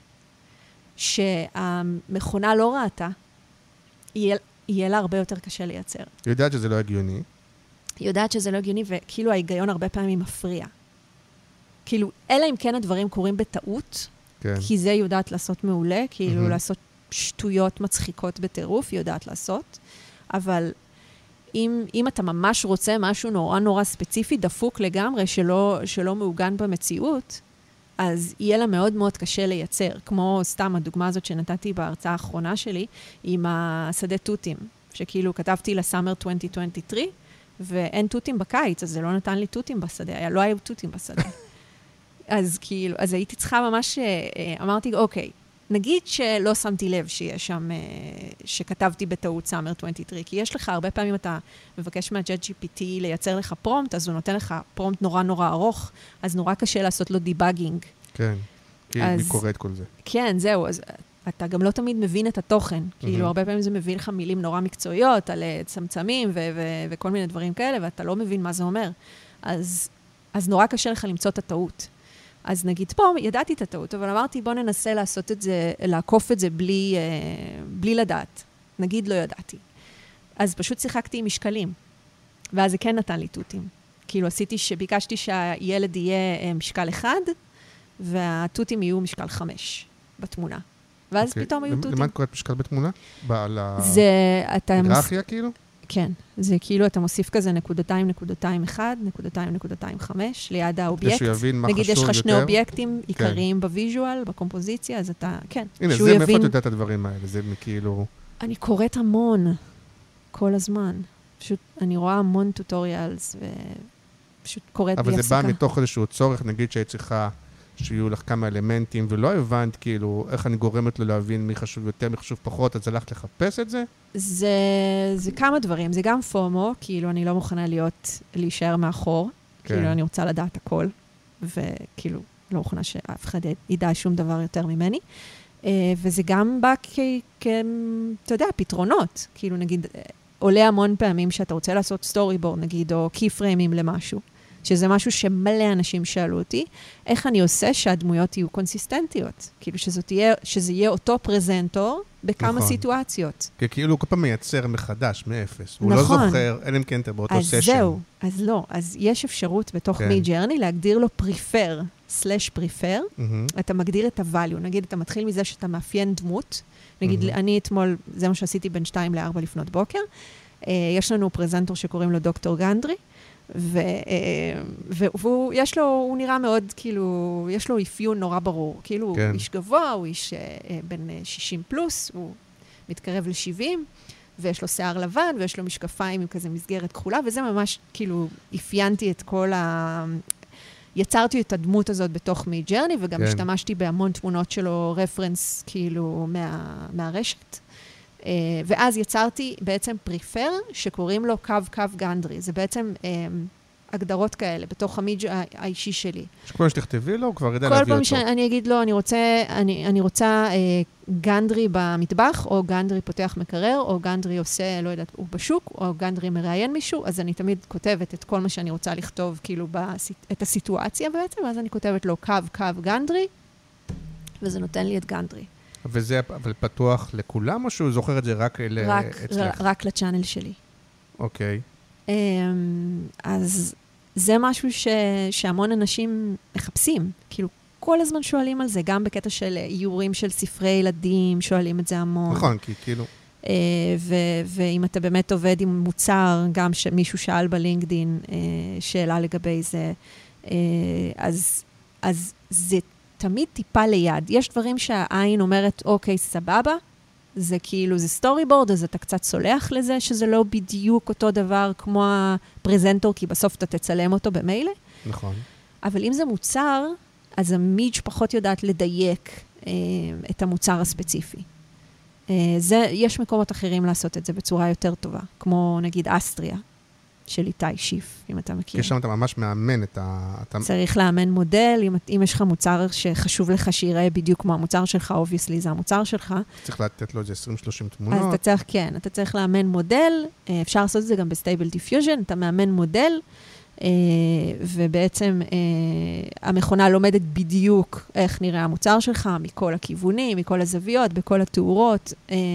שהמכונה לא ראתה, יהיה לה הרבה יותר קשה לייצר. היא יודעת שזה לא הגיוני. היא יודעת שזה לא הגיוני, וכאילו ההיגיון הרבה פעמים מפריע. כאילו, אלא אם כן הדברים קורים בטעות, כן. כי זה יודעת לעשות מעולה, כאילו mm-hmm. לעשות שטויות מצחיקות בטירוף, היא יודעת לעשות, אבל אם, אם אתה ממש רוצה משהו נורא נורא ספציפי, דפוק לגמרי, שלא, שלא מעוגן במציאות, אז יהיה לה מאוד מאוד קשה לייצר, כמו סתם הדוגמה הזאת שנתתי בהרצאה האחרונה שלי, עם השדה תותים, שכאילו כתבתי לסאמר עשרים עשרים ושלוש, ואין תותים בקיץ, אז זה לא נתן לי תותים בשדה, היה, לא היו תותים בשדה. אז כאילו, אז הייתי צריכה ממש, אמרתי, אוקיי, נגיד שלא שמתי לב שיש שם, שכתבתי בטעות סאמר עשרים עשרים ושלוש, כי יש לך, הרבה פעמים אתה מבקש מה-צ'אט ג'י פי טי לייצר לך פרומפט, אז הוא נותן לך פרומפט נורא נורא ארוך, אז נורא קשה לעשות לו דיבאגינג. כן, כי מי קורא את כל זה. כן, זהו, אז אתה גם לא תמיד מבין את התוכן, כאילו הרבה פעמים זה מביא לך מילים נורא מקצועיות, על צמצמים וכל מיני דברים כאלה, ואתה לא מבין מה זה אומר. אז נורא קשה לך למצוא את הטעות. אז נגיד פה, ידעתי את הטעות, אבל אמרתי, בוא ננסה לעשות את זה, לעקוף את זה בלי, בלי לדעת. נגיד, לא ידעתי. אז פשוט שיחקתי עם משקלים, ואז זה כן נתן לי תותים. כאילו עשיתי שביקשתי שהילד יהיה משקל אחד, והתותים יהיו משקל חמש בתמונה. ואז okay. פתאום היו תותים. למה את קוראת משקל בתמונה? בעל ההיררכיה מוס... כאילו? כן. זה כאילו אתה מוסיף כזה נקודתיים, נקודתיים אחד, נקודתיים, נקודתיים חמש, ליד האובייקט. שיבין מה חשוב יותר. נגיד יש לך שני אובייקטים עיקריים בוויז'ואל, בקומפוזיציה, אז אתה, כן. הנה, זה מאיפה אתה יודע את הדברים האלה? זה כאילו... אני קוראת המון, כל הזמן. פשוט, אני רואה המון טוטוריאלס, ופשוט קוראת בלי הפסקה. אבל זה בא מתוך איזשהו צורך, נגיד שהיא צריכה שיהיו לך כמה אלמנטים, ולא הבנת כאילו איך אני גורמת לו להבין מי חשוב יותר, מי חשוב פחות, אז הלכת לחפש את זה? זה, זה כמה דברים, זה גם פומו, כאילו אני לא מוכנה להיות, להישאר מאחור, כן. כאילו אני רוצה לדעת הכל, וכאילו לא מוכנה שאף אחד ידע שום דבר יותר ממני, וזה גם בא כ... כ... אתה יודע, פתרונות, כאילו נגיד, עולה המון פעמים שאתה רוצה לעשות סטורי בורד, נגיד, או קי פריימים למשהו, שזה משהו שמלא אנשים שאלו אותי, איך אני עושה שהדמויות יהיו קונסיסטנטיות? כאילו שזאת יהיה, שזה יהיה אותו פרזנטור בכמה נכון. סיטואציות. כי כאילו הוא כל פעם מייצר מחדש, מאפס. הוא נכון. לא זוכר, אין אם כן אתה באותו אז סשן. אז זהו, אז לא. אז יש אפשרות בתוך כן. מי-ג'רני להגדיר לו prefer, slash prefer, mm-hmm. אתה מגדיר את ה-value. נגיד, אתה מתחיל מזה שאתה מאפיין דמות. נגיד, mm-hmm. אני אתמול, זה מה שעשיתי בין שתיים לארבע לפנות בוקר. Uh, יש לנו פרזנטור שקוראים לו דוקטור גנדרי, והוא, יש לו, הוא נראה מאוד, כאילו, יש לו אפיון נורא ברור. כאילו, הוא איש גבוה, הוא איש בין שישים פלוס, הוא מתקרב ל-שבעים, ויש לו שיער לבן, ויש לו משקפיים עם כזה מסגרת כחולה, וזה ממש, כאילו, אפיינתי את כל ה... יצרתי את הדמות הזאת בתוך מי-ג'רני, וגם השתמשתי בהמון תמונות שלו, רפרנס, כאילו, מהרשת. Uh, ואז יצרתי בעצם פריפר, שקוראים לו קו קו גנדרי. זה בעצם um, הגדרות כאלה, בתוך המידג' האישי שלי. שכל שתכתבי לו, הוא כבר ידע להביא אותו. כל פעם שאני אגיד לו, אני רוצה, אני, אני רוצה uh, גנדרי במטבח, או גנדרי פותח מקרר, או גנדרי עושה, לא יודעת, הוא בשוק, או גנדרי מראיין מישהו, אז אני תמיד כותבת את כל מה שאני רוצה לכתוב, כאילו, בסיט, את הסיטואציה בעצם, ואז אני כותבת לו קו קו גנדרי, וזה נותן לי את גנדרי. וזה אבל פתוח לכולם, או שהוא זוכר את זה רק אצלך? רק לצ'אנל שלי. אוקיי. אז זה משהו שהמון אנשים מחפשים. כאילו, כל הזמן שואלים על זה, גם בקטע של איורים של ספרי ילדים, שואלים את זה המון. נכון, כי כאילו... ואם אתה באמת עובד עם מוצר, גם שמישהו שאל בלינקדין שאלה לגבי זה, אז זה... תמיד טיפה ליד. יש דברים שהעין אומרת, אוקיי, סבבה, זה כאילו, זה סטורי בורד, אז אתה קצת סולח לזה, שזה לא בדיוק אותו דבר כמו הפרזנטור, כי בסוף אתה תצלם אותו במילא. נכון. אבל אם זה מוצר, אז המידג' פחות יודעת לדייק אה, את המוצר הספציפי. אה, זה, יש מקומות אחרים לעשות את זה בצורה יותר טובה, כמו נגיד אסטריה. של איתי שיף, אם אתה מכיר. כי שם אתה ממש מאמן את ה... צריך לאמן מודל, אם, אם יש לך מוצר שחשוב לך שיראה בדיוק כמו המוצר שלך, obviously זה המוצר שלך. צריך לתת לו איזה עשרים שלושים תמונות. אז אתה צריך, כן, אתה צריך לאמן מודל, אפשר לעשות את זה גם בסטייבל דיפיוז'ן, אתה מאמן מודל, ובעצם המכונה לומדת בדיוק איך נראה המוצר שלך, מכל הכיוונים, מכל הזוויות, בכל התאורות,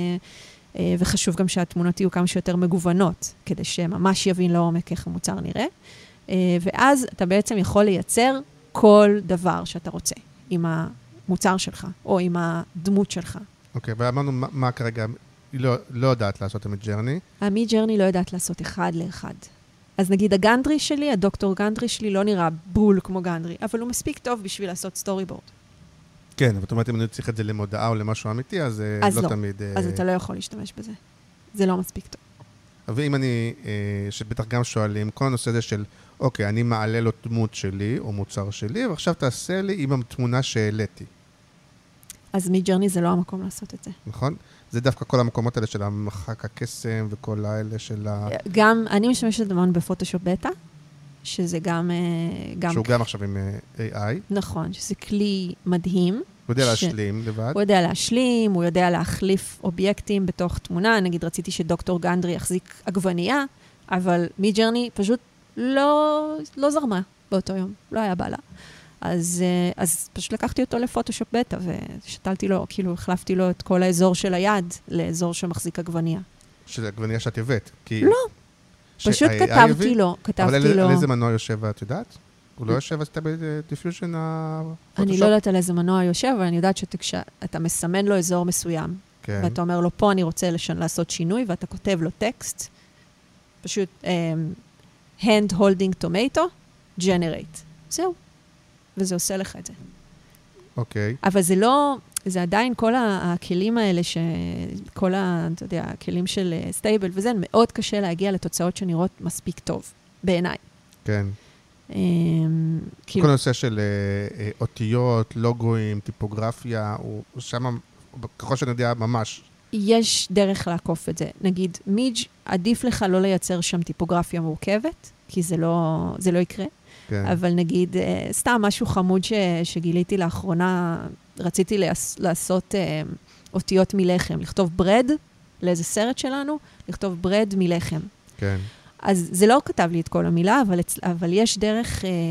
וחשוב גם שהתמונות יהיו כמה שיותר מגוונות, כדי שממש יבין לעומק איך המוצר נראה. ואז אתה בעצם יכול לייצר כל דבר שאתה רוצה, עם המוצר שלך, או עם הדמות שלך. אוקיי, ואמרנו מה, מה כרגע, היא לא, לא יודעת לעשות המידג'רני? המידג'רני לא יודעת לעשות אחד לאחד. אז נגיד הגנדרי שלי, הדוקטור גנדרי שלי, לא נראה בול כמו גנדרי, אבל הוא מספיק טוב בשביל לעשות סטורי בורד. כן, אבל זאת אומרת, אם אני צריך את זה למודעה או למשהו אמיתי, אז, אז לא, לא תמיד... אז אתה לא יכול להשתמש בזה. זה לא מספיק טוב. ואם אני, שבטח גם שואלים, כל הנושא הזה של, אוקיי, אני מעלה לו דמות שלי, או מוצר שלי, ועכשיו תעשה לי עם התמונה שהעליתי. אז מידג'רני זה לא המקום לעשות את זה. נכון? זה דווקא כל המקומות האלה של המחק הקסם, וכל האלה של ה... גם, אני משתמשת המון בפוטושופ בטא, שזה גם... גם שהוא גם עכשיו עם איי איי. נכון, שזה כלי מדהים. הוא יודע להשלים לבד. הוא יודע להשלים, הוא יודע להחליף אובייקטים בתוך תמונה. נגיד, רציתי שדוקטור גנדרי יחזיק עגבנייה, אבל מידג'רני פשוט לא, לא זרמה באותו יום. לא היה בעלה. אז, אז פשוט לקחתי אותו לפוטושופ בטא, ושתלתי לו, כאילו, החלפתי לו את כל האזור של היד לאזור שמחזיק עגבנייה. שזה עגבנייה שאת הבאת? כי... לא. פשוט כתבתי לו, כתבתי לו. אבל על איזה מנוע יושב, את יודעת? הוא לא יושב, אז אתה בדיפיוז'ן הפוטושופ? אני לא יודעת על איזה מנוע יושב, אבל אני יודעת שאתה מסמן לו אזור מסוים, ואתה אומר לו, פה אני רוצה לעשות שינוי, ואתה כותב לו טקסט, פשוט hand holding tomato, generate. זהו. וזה עושה לך את זה. אוקיי. אבל זה לא... זה עדיין כל הכלים האלה, כל ה, אתה יודע, הכלים של סטייבל, וזה מאוד קשה להגיע לתוצאות שנראות מספיק טוב, בעיניי. כן. כל הנושא של אותיות, לוגויים, טיפוגרפיה, הוא שם, ככל שאני יודע, ממש. יש דרך לעקוף את זה. נגיד, מידג' עדיף לך לא לייצר שם טיפוגרפיה מורכבת, כי זה לא, זה לא יקרה. כן. אבל נגיד, סתם משהו חמוד ש, שגיליתי לאחרונה, רציתי לעש, לעשות אה, אותיות מלחם, לכתוב ברד לאיזה סרט שלנו, לכתוב ברד מלחם. כן. אז זה לא כתב לי את כל המילה, אבל, אבל יש דרך אה,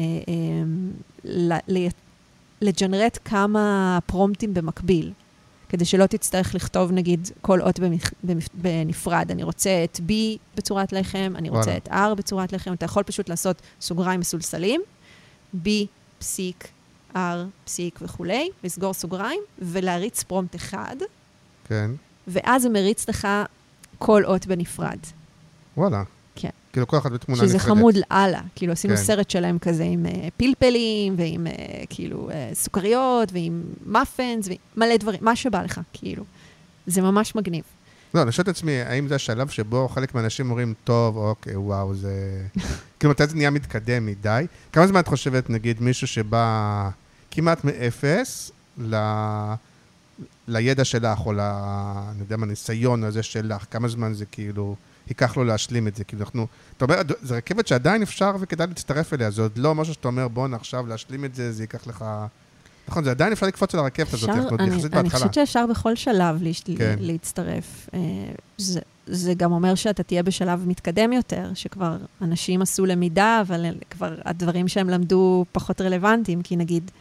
אה, לג'נרט כמה פרומפטים במקביל, כדי שלא תצטרך לכתוב, נגיד, כל אות במח, במפ, בנפרד. אני רוצה את B בצורת לחם, אני רוצה את R בצורת לחם. אתה יכול פשוט לעשות סוגריים מסולסלים, B, פסיק, R, פסיק וכולי, לסגור סוגריים, ולהריץ פרומפט אחד. כן. ואז זה מריץ לך כל אות בנפרד. וואלה. כן. כאילו כל אחד בתמונה נפרדת. שזה חמוד לאללה. כאילו עשינו כן. סרט שלהם כזה עם uh, פלפלים, ועם uh, כאילו uh, סוכריות, ועם מאפנס, ומלא דברים, מה שבא לך, כאילו. זה ממש מגניב. לא, אני שואל את עצמי, האם זה השלב שבו חלק מהאנשים אומרים, טוב, אוקיי, וואו, זה... כאילו, מתי זה נהיה מתקדם מדי? כמה זמן את חושבת, נגיד, מישהו שבא כמעט מאפס ל... לידע שלך, או ל... אני יודע מה, ניסיון הזה שלך, כמה זמן זה כאילו... ייקח לו להשלים את זה, כאילו אנחנו, אתה אומר, זה רכבת שעדיין אפשר וכדאי להצטרף אליה, זה עוד לא משהו שאתה אומר, בוא עכשיו להשלים את זה, זה ייקח לך, נכון, זה עדיין אפשר לקפוץ על הרכבת הזאת, אנחנו עוד יחסית בהתחלה. אני חושבת שאפשר בכל שלב להצטרף. זה גם אומר שאתה תהיה בשלב מתקדם יותר, שכבר אנשים עשו למידה, אבל כבר הדברים שהם למדו פחות רלוונטיים, כי נגיד,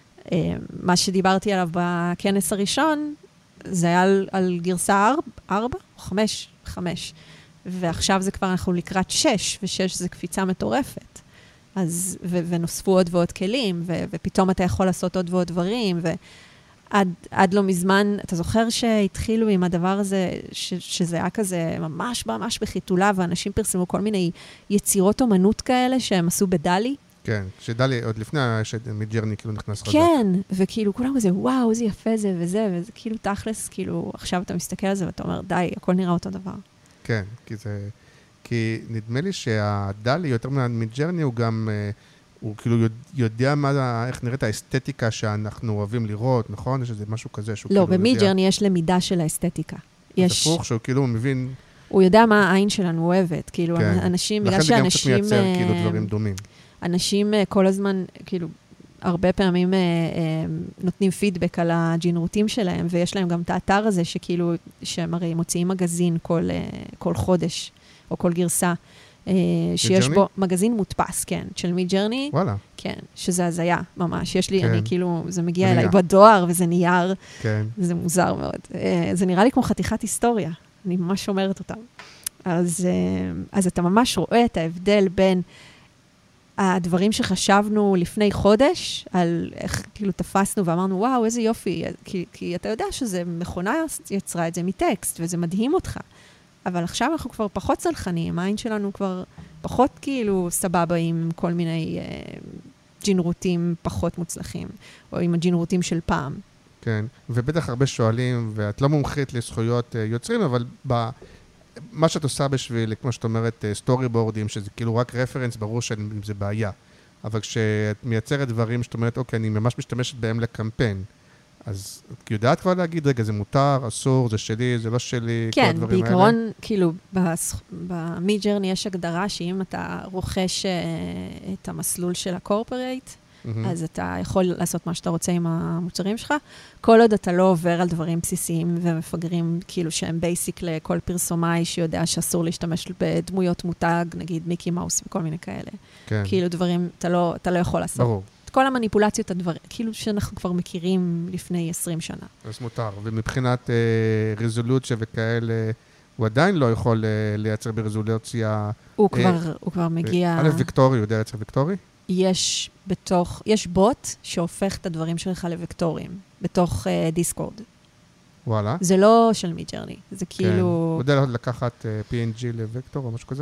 מה שדיברתי עליו בכנס הראשון, זה היה על גרסה ארבע או חמש, חמש. ועכשיו זה כבר אנחנו לקראת שש, ושש זה קפיצה מטורפת. אז, ו, ונוספו עוד ועוד כלים, ו, ופתאום אתה יכול לעשות עוד ועוד דברים, ועד עד לא מזמן, אתה זוכר שהתחילו עם הדבר הזה, ש, שזה היה כזה ממש ממש בחיתולה, ואנשים פרסמו כל מיני יצירות אומנות כאלה, שהם עשו בדלי. כן, שדלי, עוד לפני שמידג'רני כאילו נכנס חזק. כן, וכאילו כולם כזה, וואו, איזה יפה זה וזה, וזה כאילו תכלס, כאילו, עכשיו אתה מסתכל על זה ואתה אומר, די, הכל נראה אותו דבר. כן, כי זה, כי נדמה לי שהדלי יותר מהמידג'רני הוא גם, הוא כאילו יודע מה, איך נראית האסתטיקה שאנחנו אוהבים לראות, נכון? יש איזה משהו כזה שהוא לא, כאילו במידג'רני יש למידה של האסתטיקה. יש... הפוך, שהוא כאילו מבין... הוא יודע מה העין שלנו אוהבת, כאילו, כן. אנשים, בגלל שאנשים... לכן זה גם קצת מייצר כאילו דברים דומים. אנשים כל הזמן, כאילו, הרבה פעמים אה, אה, נותנים פידבק על הג'ינרוטים שלהם, ויש להם גם את האתר הזה שכאילו, שהם הרי מוציאים מגזין כל, אה, כל חודש, או כל גרסה, אה, שיש בו מגזין מודפס, כן, של מידג'רני. וואלה. כן, שזה הזיה, ממש. יש לי, כן. אני כאילו, זה מגיע זה אליי נהיה. בדואר, וזה נייר. כן. זה מוזר מאוד. אה, זה נראה לי כמו חתיכת היסטוריה. אני ממש אומרת אותם. אז, אה, אז אתה ממש רואה את ההבדל בין הדברים שחשבנו לפני חודש, על איך כאילו תפסנו ואמרנו, וואו, איזה יופי, כי, כי אתה יודע שזה מכונה יצרה את זה מטקסט, וזה מדהים אותך. אבל עכשיו אנחנו כבר פחות צלחנים, העין שלנו כבר פחות כאילו סבבה עם כל מיני אה, ג'ינרוטים פחות מוצלחים, או עם הג'ינרוטים של פעם. כן, ובטח הרבה שואלים, ואת לא מומחית לזכויות אה, יוצרים, אבל ב... מה שאת עושה בשביל, כמו שאת אומרת, סטורי בורדים, שזה כאילו רק רפרנס, ברור שזה בעיה. אבל כשאת מייצרת דברים שאת אומרת, אוקיי, אני ממש משתמשת בהם לקמפיין, אז את יודעת כבר להגיד, רגע, זה מותר, אסור, זה שלי, זה לא שלי, כן, כל הדברים האלה? כן, בעיקרון, כאילו, במידג'רני יש הגדרה שאם אתה רוכש את המסלול של הקורפורייט, Mm-hmm. אז אתה יכול לעשות מה שאתה רוצה עם המוצרים שלך, כל עוד אתה לא עובר על דברים בסיסיים ומפגרים, כאילו שהם בייסיק לכל פרסומאי שיודע שאסור להשתמש בדמויות מותג, נגיד מיקי מאוס וכל מיני כאלה. כן. כאילו דברים, אתה לא, אתה לא יכול לעשות. ברור. את כל המניפולציות, הדבר, כאילו שאנחנו כבר מכירים לפני עשרים שנה. אז מותר. ומבחינת אה, רזולוציה וכאלה, הוא עדיין לא יכול אה, לייצר ברזולוציה... הוא, אה, כבר, הוא כבר מגיע... א' ויקטורי, הוא יודע לייצר ויקטורי? יש בתוך, יש בוט שהופך את הדברים שלך לווקטורים, בתוך uh, דיסקורד. וואלה. זה לא של מידג'רני, זה כאילו... כן. הוא יודע לקחת uh, פי אן ג'י לווקטור או משהו כזה?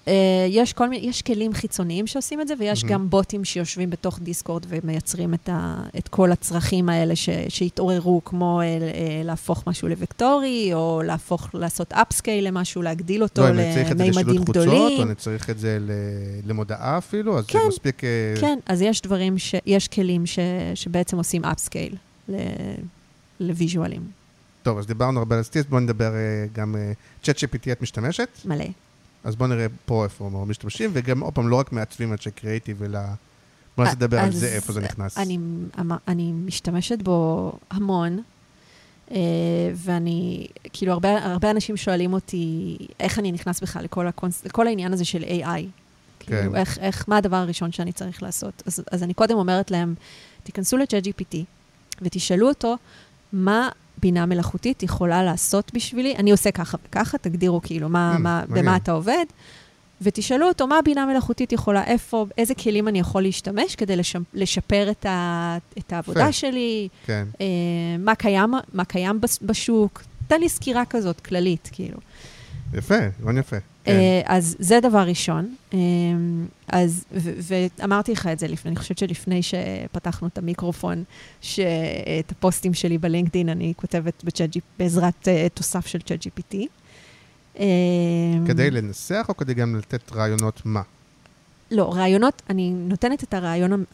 יש כל מיני, יש כלים חיצוניים שעושים את זה, ויש גם בוטים שיושבים בתוך דיסקורד ומייצרים את, ה, את כל הצרכים האלה ש, שהתעוררו, כמו להפוך משהו לוקטורי, או להפוך, לעשות אפסקייל למשהו, להגדיל אותו למימדים גדולים. או אני צריך את זה למודעה אפילו, אז זה מספיק... כן, אז יש דברים, יש כלים ש, שבעצם עושים אפסקייל לוויז'ואלים. טוב, אז דיברנו הרבה על סטיס, בואו נדבר גם צ'אט ג'י פי טי את משתמשת. מלא. אז בואו נראה פה איפה אנחנו משתמשים, וגם עוד פעם, לא רק מעצבים אנשי קריאיטיב, אלא בואו נדבר על זה, איפה זה נכנס. אני, אני משתמשת בו המון, ואני, כאילו, הרבה, הרבה אנשים שואלים אותי, איך אני נכנס בכלל לכל, הקונס, לכל העניין הזה של איי איי. כן. כאילו, איך, איך, מה הדבר הראשון שאני צריך לעשות? אז, אז אני קודם אומרת להם, תיכנסו ל-צ'אט ג'י פי טי, ותשאלו אותו, מה בינה מלאכותית יכולה לעשות בשבילי, אני עושה ככה וככה, תגדירו כאילו מה, מה, במה אתה עובד, ותשאלו אותו מה בינה מלאכותית יכולה, איפה, איזה כלים אני יכול להשתמש כדי לשפר את, ה, את העבודה שלי, כן. אה, מה קיים, מה קיים בשוק, תן לי סקירה כזאת כללית, כאילו. יפה, רון יפה. כן. אז זה דבר ראשון. אז, ואמרתי לך את זה לפני, אני חושבת שלפני שפתחנו את המיקרופון, שאת הפוסטים שלי בלינקדין אני כותבת בעזרת תוסף של צ'אט ג'י פי טי. כדי לנסח או כדי גם לתת רעיונות מה? לא, רעיונות, אני נותנת את הרעיון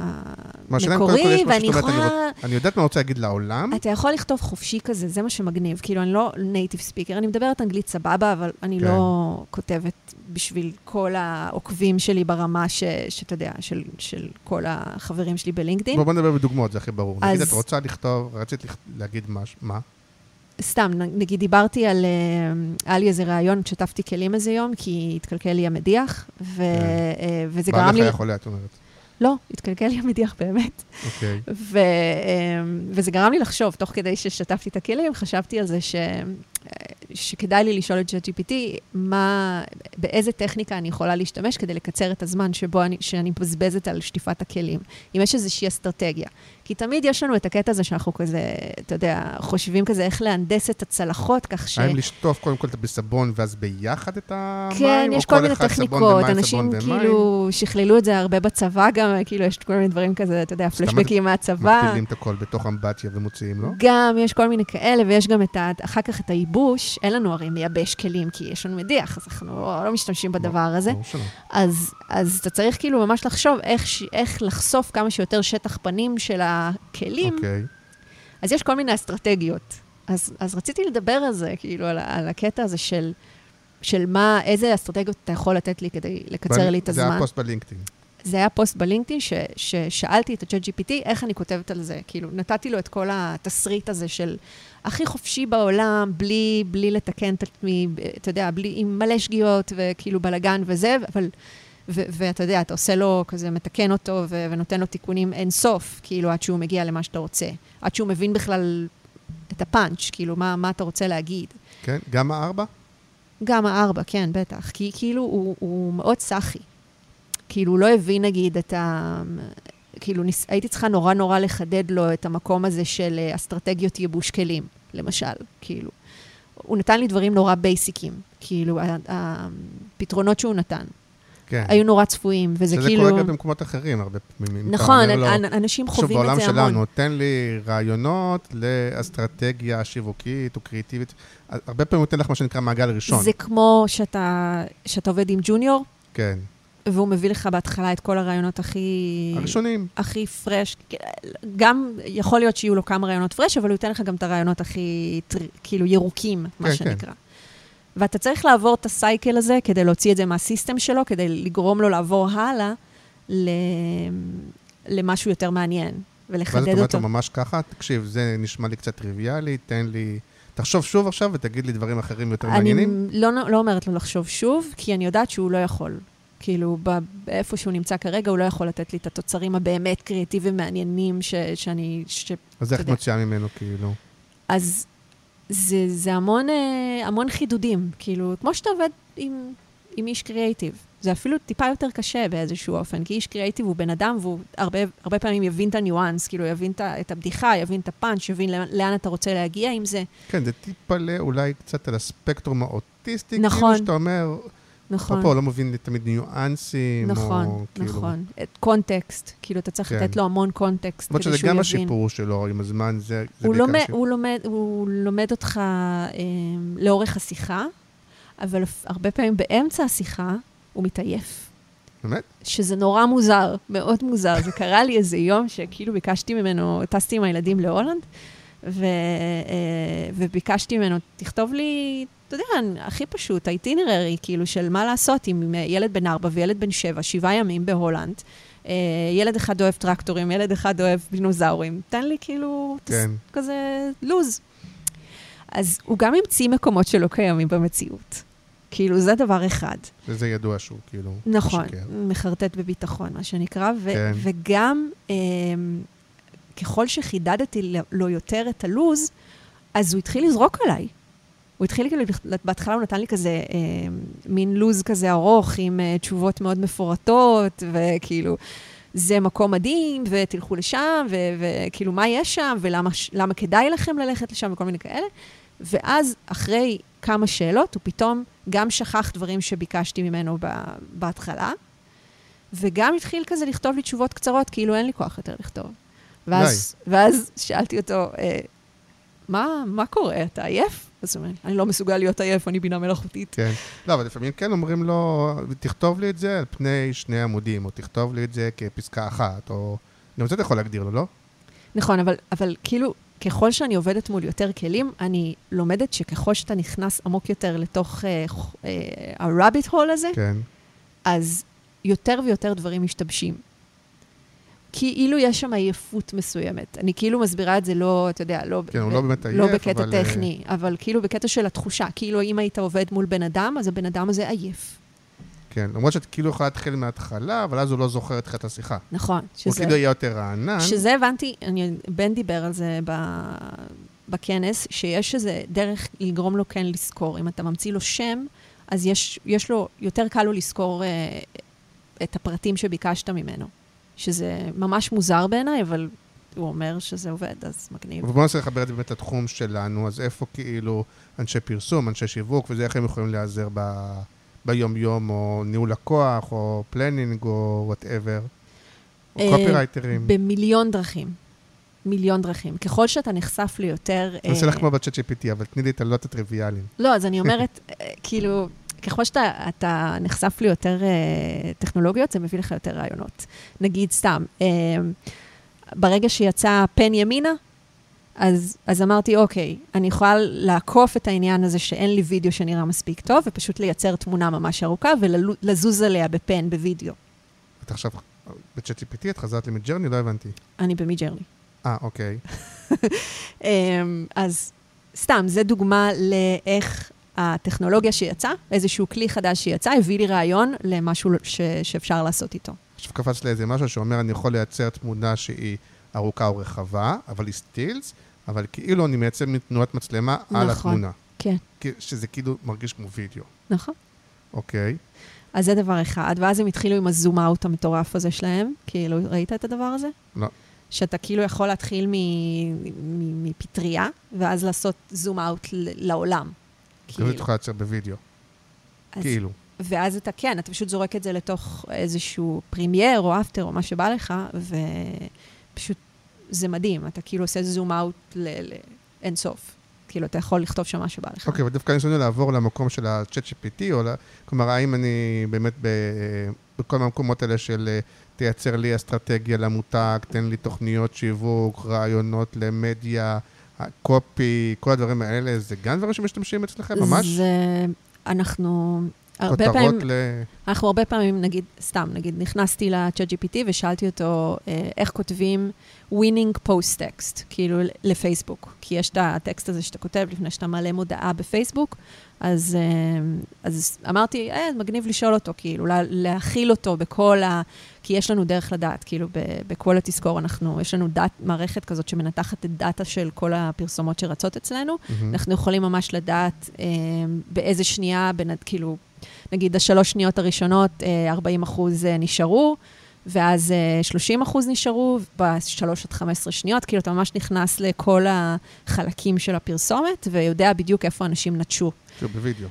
המקורי, ואני יכולה... אני יודעת מה רוצה להגיד לעולם. אתה יכול לכתוב חופשי כזה, זה מה שמגניב. כאילו, אני לא נייטיב ספיקר, אני מדברת אנגלית סבבה, אבל אני לא כותבת בשביל כל העוקבים שלי ברמה שאתה יודע, של כל החברים שלי בלינקדין. בוא נדבר בדוגמאות, זה הכי ברור. נגיד, את רוצה לכתוב, רצית להגיד מה? סתם, נגיד, דיברתי על, היה לי איזה רעיון, שטפתי כלים איזה יום, כי התקלקל לי המדיח, ו, וזה גרם לי... בעל לך יכול להיות, אומרת. לא, התקלקל לי המדיח באמת. אוקיי. ו, וזה גרם לי לחשוב, תוך כדי ששטפתי את הכלים, חשבתי על זה ש, שכדאי לי לשאול את צ'אט ג'י פי טי, מה, באיזה טכניקה אני יכולה להשתמש כדי לקצר את הזמן שבו אני, שאני מבזבזת על שטיפת הכלים. אם יש איזושהי אסטרטגיה. כי תמיד יש לנו את הקטע הזה שאנחנו כזה, אתה יודע, חושבים כזה איך להנדס את הצלחות, כך ש... האם לשטוף קודם כל את בסבון ואז ביחד את המים? כן, יש כל מיני טכניקות. אנשים כאילו שכללו את זה הרבה בצבא גם, כאילו יש כל מיני דברים כזה, אתה יודע, פלשבקים מהצבא. מפעילים את הכל בתוך אמבטיה ומוציאים, לא? גם, יש כל מיני כאלה, ויש גם את ה... אחר כך את הייבוש, אין לנו הרי מייבש כלים, כי יש לנו מדיח, אז אנחנו לא משתמשים בדבר הזה. אז, אז אתה צריך כאילו ממש לחשוב איך, איך לחשוף כמה שיותר שטח פנים של הכלים. אוקיי. אז יש כל מיני אסטרטגיות. אז, אז רציתי לדבר על זה, כאילו, על, על הקטע הזה של, של מה, איזה אסטרטגיות אתה יכול לתת לי כדי לקצר ב- לי את הזמן. זה היה פוסט בלינקדאין. זה היה פוסט בלינקדאין, ש, ששאלתי את ה-צ'אט ג'י פי טי, איך אני כותבת על זה. כאילו, נתתי לו את כל התסריט הזה של הכי חופשי בעולם, בלי, בלי לתקן את עצמי, אתה יודע, בלי, עם מלא שגיאות וכאילו בלגן וזה, אבל... ואתה יודע, אתה עושה לו כזה, מתקן אותו ו- ונותן לו תיקונים אין סוף, כאילו, עד שהוא מגיע למה שאתה רוצה. עד שהוא מבין בכלל את הפאנץ', כאילו, מה, מה אתה רוצה להגיד. כן, גם הארבע? גם הארבע, כן, בטח. כי כאילו, הוא, הוא מאוד סחי. כאילו, הוא לא הבין, נגיד, את ה... כאילו, ניס... הייתי צריכה נורא נורא לחדד לו את המקום הזה של אסטרטגיות ייבוש כלים, למשל, כאילו. הוא נתן לי דברים נורא בייסיקים, כאילו, הפתרונות שהוא נתן. כן. היו נורא צפויים, וזה שזה כאילו... שזה קורה גם במקומות אחרים, הרבה פעמים. נכון, אנשים חווים את זה המון. שוב, בעולם שלנו, תן לי רעיונות לאסטרטגיה שיווקית או קריאטיבית. הרבה פעמים נותן לך מה שנקרא מעגל ראשון. זה כמו שאתה, שאתה עובד עם ג'וניור, כן. והוא מביא לך בהתחלה את כל הרעיונות הכי... הראשונים. הכי פרש. גם יכול להיות שיהיו לו כמה רעיונות פרש, אבל הוא ייתן לך גם את הרעיונות הכי, כאילו, ירוקים, מה כן, שנקרא. כן. ואתה צריך לעבור את הסייקל הזה, כדי להוציא את זה מהסיסטם שלו, כדי לגרום לו לעבור הלאה למשהו יותר מעניין, ולחדד אותו. ואז את אומרת לו ממש ככה, תקשיב, זה נשמע לי קצת טריוויאלי, תן לי... תחשוב שוב עכשיו ותגיד לי דברים אחרים יותר מעניינים. אני לא, לא אומרת לו לחשוב שוב, כי אני יודעת שהוא לא יכול. כאילו, באיפה שהוא נמצא כרגע, הוא לא יכול לתת לי את התוצרים הבאמת קריאטיביים מעניינים ש, שאני... ש, אז איך מוציאה ממנו, כאילו? אז... זה, זה המון, המון חידודים, כאילו, כמו שאתה עובד עם, עם איש קריאייטיב. זה אפילו טיפה יותר קשה באיזשהו אופן, כי איש קריאייטיב הוא בן אדם, והוא הרבה, הרבה פעמים יבין את הניואנס, כאילו, יבין את הבדיחה, יבין את הפאנץ', יבין לאן, לאן אתה רוצה להגיע עם זה. כן, זה טיפה אולי קצת על הספקטרום האוטיסטי, נכון. כאילו שאתה אומר, נכון. פה הוא לא מבין תמיד ניואנסים, נכון, או כאילו... נכון. קונטקסט, כאילו אתה צריך כן. לתת לו המון קונטקסט כדי שהוא יבין. שזה גם השיפור שלו, עם הזמן זה... הוא, זה לומד, השיפור. הוא, לומד, הוא לומד אותך אה, לאורך השיחה, אבל הרבה פעמים באמצע השיחה הוא מתעייף. באמת? שזה נורא מוזר, מאוד מוזר. זה קרה לי איזה יום שכאילו ביקשתי ממנו, טסתי עם הילדים להולנד, ו, וביקשתי ממנו, תכתוב לי, אתה יודע, הכי פשוט, האיטינררי, כאילו, של מה לעשות עם ילד בן ארבע וילד בן שבע, שבעה ימים בהולנד, ילד אחד אוהב טרקטורים, ילד אחד אוהב דינוזאורים, תן לי כאילו, כן. כזה לוז. אז הוא גם המציא מקומות שלא קיימים במציאות. כאילו, זה דבר אחד. וזה ידוע שהוא, כאילו... נכון, משקר. מחרטט בביטחון, מה שנקרא, ו- כן. וגם אה, ככל שחידדתי לו יותר את הלוז, אז הוא התחיל לזרוק עליי. הוא התחיל, כאילו, בהתחלה הוא נתן לי כזה, אה, מין לוז כזה ארוך, עם אה, תשובות מאוד מפורטות, וכאילו, זה מקום מדהים, ותלכו לשם, וכאילו, מה יש שם, ולמה למה כדאי לכם ללכת לשם, וכל מיני כאלה. ואז, אחרי כמה שאלות, הוא פתאום גם שכח דברים שביקשתי ממנו בהתחלה, וגם התחיל כזה לכתוב לי תשובות קצרות, כאילו אין לי כוח יותר לכתוב. ואז, ואז שאלתי אותו, אה, מה, מה קורה? אתה עייף? אז הוא אומר, אני לא מסוגל להיות עייף, אני בינה מלאכותית. כן. לא, אבל לפעמים כן אומרים לו, תכתוב לי את זה על פני שני עמודים, או תכתוב לי את זה כפסקה אחת, או... גם זה אתה יכול להגדיר לו, לא? נכון, אבל, אבל כאילו, ככל שאני עובדת מול יותר כלים, אני לומדת שככל שאתה נכנס עמוק יותר לתוך ה-rabbit hole הזה, כן. אז יותר ויותר דברים משתבשים. כאילו יש שם עייפות מסוימת. אני כאילו מסבירה את זה לא, אתה יודע, לא, כן, הוא לא באמת עייף, לא בקטע אבל... טכני, אבל כאילו בקטע של התחושה. כאילו אם היית עובד מול בן אדם, אז הבן אדם הזה עייף. כן, למרות שאת כאילו יכולה להתחיל מההתחלה, אבל אז הוא לא זוכר את תחילת השיחה. נכון. הוא כאילו יהיה יותר רענן. שזה הבנתי, אני, בן דיבר על זה ב, בכנס, שיש איזה דרך לגרום לו כן לזכור. אם אתה ממציא לו שם, אז יש, יש לו, יותר קל לו לזכור אה, את הפרטים שביקשת ממנו. שזה ממש מוזר בעיניי, אבל הוא אומר שזה עובד, אז מגניב. ובואו ננסה לחבר את זה באמת לתחום שלנו, אז איפה כאילו אנשי פרסום, אנשי שיווק, וזה איך הם יכולים להיעזר ב... ביום-יום, או ניהול לקוח, או פלנינג, או whatever, או קופירייטרים. במיליון דרכים. מיליון דרכים. ככל שאתה נחשף ליותר... אני עושה לך כמו ב-צ'אט ג'י פי טי, אבל תני לי את הלוט הטריוויאליים. לא, אז אני אומרת, כאילו, ככל שאתה נחשף ליותר טכנולוגיות, זה מביא לך יותר רעיונות. נגיד סתם, ברגע שיצא פן ימינה, אז, אז אמרתי, אוקיי, אני יכולה לעקוף את העניין הזה שאין לי וידאו שנראה מספיק טוב, ופשוט לייצר תמונה ממש ארוכה, ולזוז עליה בפן, בוידאו. את עכשיו, ב-צ'אט ג'י פי טי, את חזרת לי מג'רני? לא הבנתי. אני במיג'רני. אה, אוקיי. אז סתם, זה דוגמה לאיך הטכנולוגיה שיצאה, איזשהו כלי חדש שיצא, הביא לי רעיון למשהו ש- שאפשר לעשות איתו. עכשיו קפץ לי איזה משהו שאומר, אני יכול לייצר תמונה שהיא ארוכה או רחבה, אבל היא סטילס, אבל כאילו אני מייצר תנועת מצלמה נכון, על התמונה. כן. שזה כאילו מרגיש כמו וידאו. נכון. אוקיי. אז זה דבר אחד, ואז הם התחילו עם הזום אאוט המטורף הזה שלהם, כאילו, ראית את הדבר הזה? לא. שאתה כאילו יכול להתחיל מפטריה, ואז לעשות זום אאוט לעולם. כאילו תוכל לייצר בווידאו. כאילו. ואז אתה, כן, אתה פשוט זורק את זה לתוך איזשהו פרימייר או אפטר או מה שבא לך, ופשוט זה מדהים. אתה כאילו עושה זום אאוט לאין סוף. כאילו, אתה יכול לכתוב שם מה שבא לך. אוקיי, ודווקא ניסינו לעבור למקום של ה-צ'אט ג'י פי טי, או כלומר, האם אני באמת בכל המקומות האלה של תייצר לי אסטרטגיה למותג, תן לי תוכניות שיווק, רעיונות למדיה, קופי, כל הדברים האלה, זה גם דברים שמשתמשים אצלכם ממש? זה, אנחנו... הרבה פעמים, ל... אנחנו הרבה פעמים, נגיד, סתם, נגיד, נכנסתי ל-צ'אט ג'י פי טי ושאלתי אותו אה, איך כותבים winning post text, כאילו לפייסבוק. כי יש את הטקסט הזה שאתה כותב לפני שאתה מעלה מודעה בפייסבוק, אז, אה, אז אמרתי, אה, מגניב לשאול אותו, כאילו, לה, להכיל אותו בכל ה... כי יש לנו דרך לדעת, כאילו, ב, בכל התזכור, אנחנו, יש לנו דעת, מערכת כזאת שמנתחת את דאטה של כל הפרסומות שרצות אצלנו. Mm-hmm. אנחנו יכולים ממש לדעת אה, באיזה שנייה, בין, כאילו, נגיד, השלוש שניות הראשונות, ארבעים אחוז נשארו, ואז שלושים אחוז נשארו, בשלוש עד חמש עשרה שניות, כאילו אתה ממש נכנס לכל החלקים של הפרסומת, ויודע בדיוק איפה אנשים נטשו. כאילו בווידאו.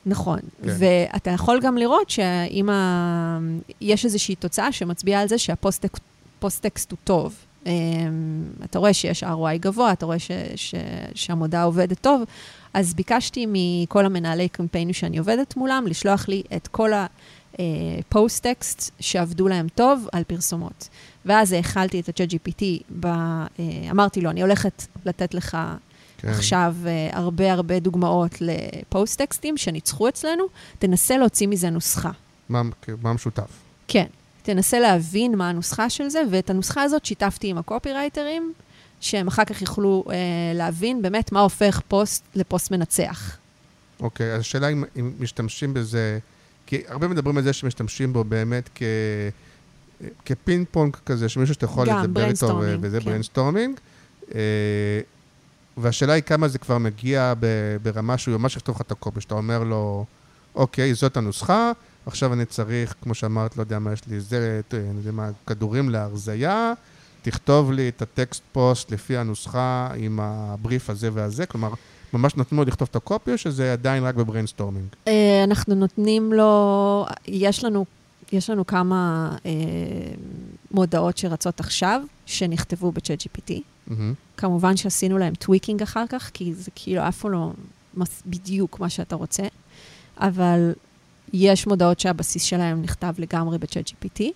נכון, ואתה יכול גם לראות שאם יש איזושהי תוצאה שמצביעה על זה שהפוסט-טקסט הוא טוב. אתה רואה שיש אר או איי גבוה, אתה רואה שהמודעה עובדת טוב, אז ביקשתי מכל המנהלי קמפיינים שאני עובדת מולם, לשלוח לי את כל הפוסט-טקסט שעבדו להם טוב על פרסומות. ואז האכלתי את ה-צ'אט ג'י פי טי, אמרתי לו, אני הולכת לתת לך עכשיו הרבה הרבה דוגמאות לפוסט-טקסטים שניצחו אצלנו, תנסה להוציא מזה נוסחה. מה משותף? כן, תנסה להבין מה הנוסחה של זה, ואת הנוסחה הזאת שיתפתי עם הקופירייטרים, שהם אחר כך יוכלו אה, להבין באמת מה הופך פוסט לפוסט מנצח. אוקיי, אז השאלה אם, אם משתמשים בזה, כי הרבה מדברים על זה שמשתמשים בו באמת כ, כפינג פונג כזה, שמישהו שאתה יכול לדבר איתו, וזה כן. בריינסטורמינג, אה, והשאלה היא כמה זה כבר מגיע ברמה שהוא ממש יכתוב לך את הקופי, שאתה אומר לו, אוקיי, זאת הנוסחה, עכשיו אני צריך, כמו שאמרת, לא יודע מה יש לי, זה, אני יודע מה, כדורים להרזייה, תכתוב לי את הטקסט פוסט לפי הנוסחה עם הבריף הזה והזה, כלומר, ממש נותנים לו לכתוב את הקופי, או שזה עדיין רק בבריינסטורמינג? אנחנו נותנים לו, יש לנו, יש לנו כמה מודעות שרצות עכשיו, שנכתבו ב-צ'אט ג'י פי טי. כמובן שעשינו להם טוויקינג אחר כך, כי זה כאילו אף לא בדיוק מה שאתה רוצה, אבל יש מודעות שהבסיס שלהם נכתב לגמרי ב-צ'אט ג'י פי טי,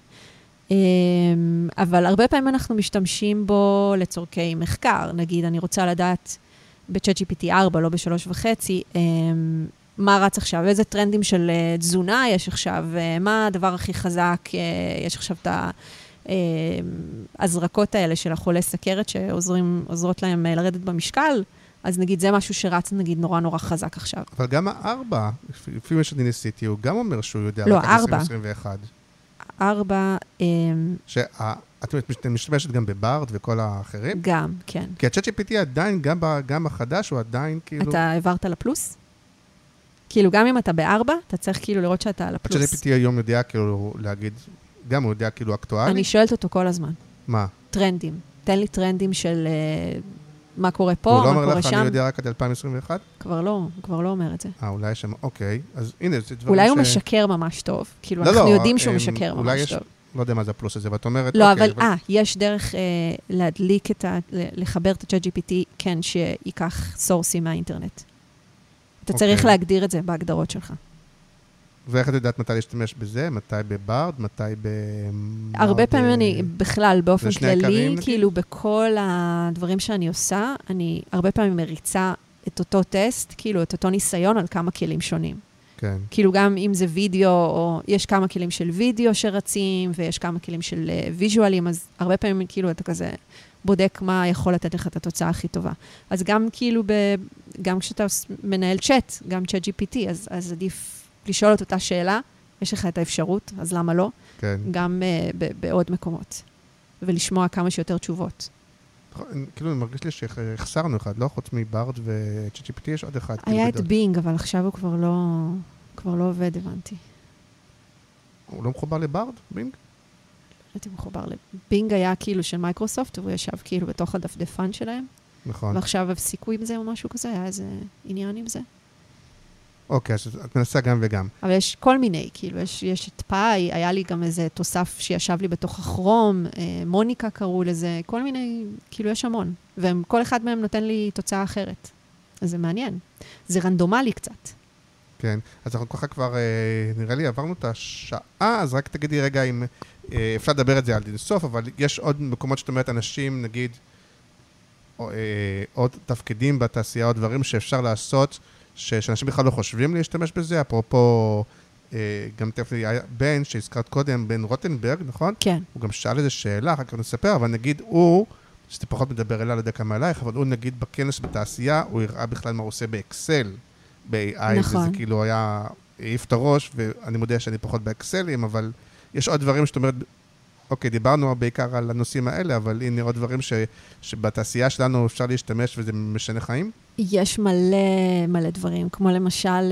אבל הרבה פעמים אנחנו משתמשים בו לצורכי מחקר. נגיד, אני רוצה לדעת ב-צ'אט ג'י פי טי ארבע, לא בשלוש וחצי, מה רץ עכשיו, איזה טרנדים של תזונה יש עכשיו, מה הדבר הכי חזק, יש עכשיו את ההזרקות האלה של החולי סכרת שעוזרות להם לרדת במשקל, אז נגיד, זה משהו שרץ, נגיד, נורא נורא חזק עכשיו. אבל גם הארבע, לפי מה שאני ניסיתי, הוא גם אומר שהוא יודע לא, רק עד עשרים עשרים ואחת. ארבע... שאת משתמשת גם בבארד וכל האחרים? גם, כן. כי ה-צ'אט ג'י פי טי עדיין, גם החדש, הוא עדיין כאילו... אתה העברת לפלוס? כאילו, גם אם אתה בארבע, אתה צריך כאילו לראות שאתה על הפלוס. ה-צ'אט ג'י פי טי היום יודע כאילו להגיד, גם הוא יודע כאילו אקטואלי? אני שואלת אותו כל הזמן. מה? טרנדים. תן לי טרנדים של מה קורה פה, מה קורה שם. הוא לא אומר לך, אני יודע רק עד אלפיים עשרים ואחת? כבר לא, הוא כבר לא אומר את זה. אה, אולי שם, אוקיי. אז הנה, זה דברים ש... אולי הוא משקר ממש טוב. כאילו, אנחנו יודעים שהוא משקר ממש טוב. לא יודע מה זה הפלוס הזה, ואת אומרת... לא, אבל, אה, יש דרך להדליק את ה... לחבר את ה-צ'אט ג'י פי טי, כן, שיקח סורסים מהאינטרנט. אתה צריך להגדיר את זה בהגדרות שלך. ואיך את יודעת מתי להשתמש בזה? מתי בבארד? מתי ב... הרבה פעמים אני, בכלל, באופן כללי, כאילו בכל הדברים שאני עושה, אני הרבה פעמים מריצה את אותו טסט, כאילו את אותו ניסיון על כמה כלים שונים. כן. כאילו גם אם זה וידאו, או יש כמה כלים של וידאו שרצים, ויש כמה כלים של ויז'ואלים, אז הרבה פעמים כאילו אתה כזה בודק מה יכול לתת לך את התוצאה הכי טובה. אז גם כאילו, ב, גם כשאתה מנהל צ'אט, גם צ'אט ג'י פי טי, אז, אז עדיף לשאול את אותה שאלה, יש לך את האפשרות, אז למה לא? כן. גם uh, ב- בעוד מקומות. ולשמוע כמה שיותר תשובות. כאילו, אני מרגיש לי שהחסרנו אחד, לא? חוץ מבארד ו-צ'אט ג'י פי טי יש עוד אחד. היה את בינג, אבל עכשיו הוא כבר לא, כבר לא עובד, הבנתי. הוא לא מחובר לבארד, בינג? הייתי מחובר לבינג, היה כאילו של מייקרוסופט, והוא ישב כאילו בתוך הדפדפן שלהם. נכון. ועכשיו הפסיקו עם זה או משהו כזה, היה איזה עניין עם זה. אוקיי, אז את מנסה גם וגם. אבל יש כל מיני, כאילו, יש, יש את פאי, היה לי גם איזה תוסף שישב לי בתוך הכרום, אה, מוניקה קראו לזה, כל מיני, כאילו, יש המון. וכל אחד מהם נותן לי תוצאה אחרת. אז זה מעניין. זה רנדומלי קצת. כן, אז אנחנו ככה כבר, אה, נראה לי, עברנו את השעה, אז רק תגידי רגע אם אה, אפשר לדבר את זה על אינסוף, אבל יש עוד מקומות שאת אומרת, אנשים, נגיד, או, אה, עוד תפקידים בתעשייה, או דברים שאפשר לעשות, שאנשים בכלל לא חושבים להשתמש בזה, אפרופו, גם תפני בן, שהזכרת קודם, בן רוטנברג, נכון? כן. הוא גם שאל איזו שאלה, אחר כך נספר, אבל נגיד הוא, שזה פחות מדבר אליי, לא יודע כמה אלייך, אבל הוא נגיד בכנס בתעשייה, הוא הראה בכלל מה הוא עושה באקסל, ב-איי איי, נכון. וזה כאילו היה, העיף את הראש, ואני מודה שאני פחות באקסלים, אבל יש עוד דברים שאת אומרת, אוקיי, דיברנו בעיקר על הנושאים האלה, אבל הנה עוד דברים ש, שבתעשייה שלנו אפשר להשתמש וזה משנה חיים? יש מלא, מלא דברים, כמו למשל,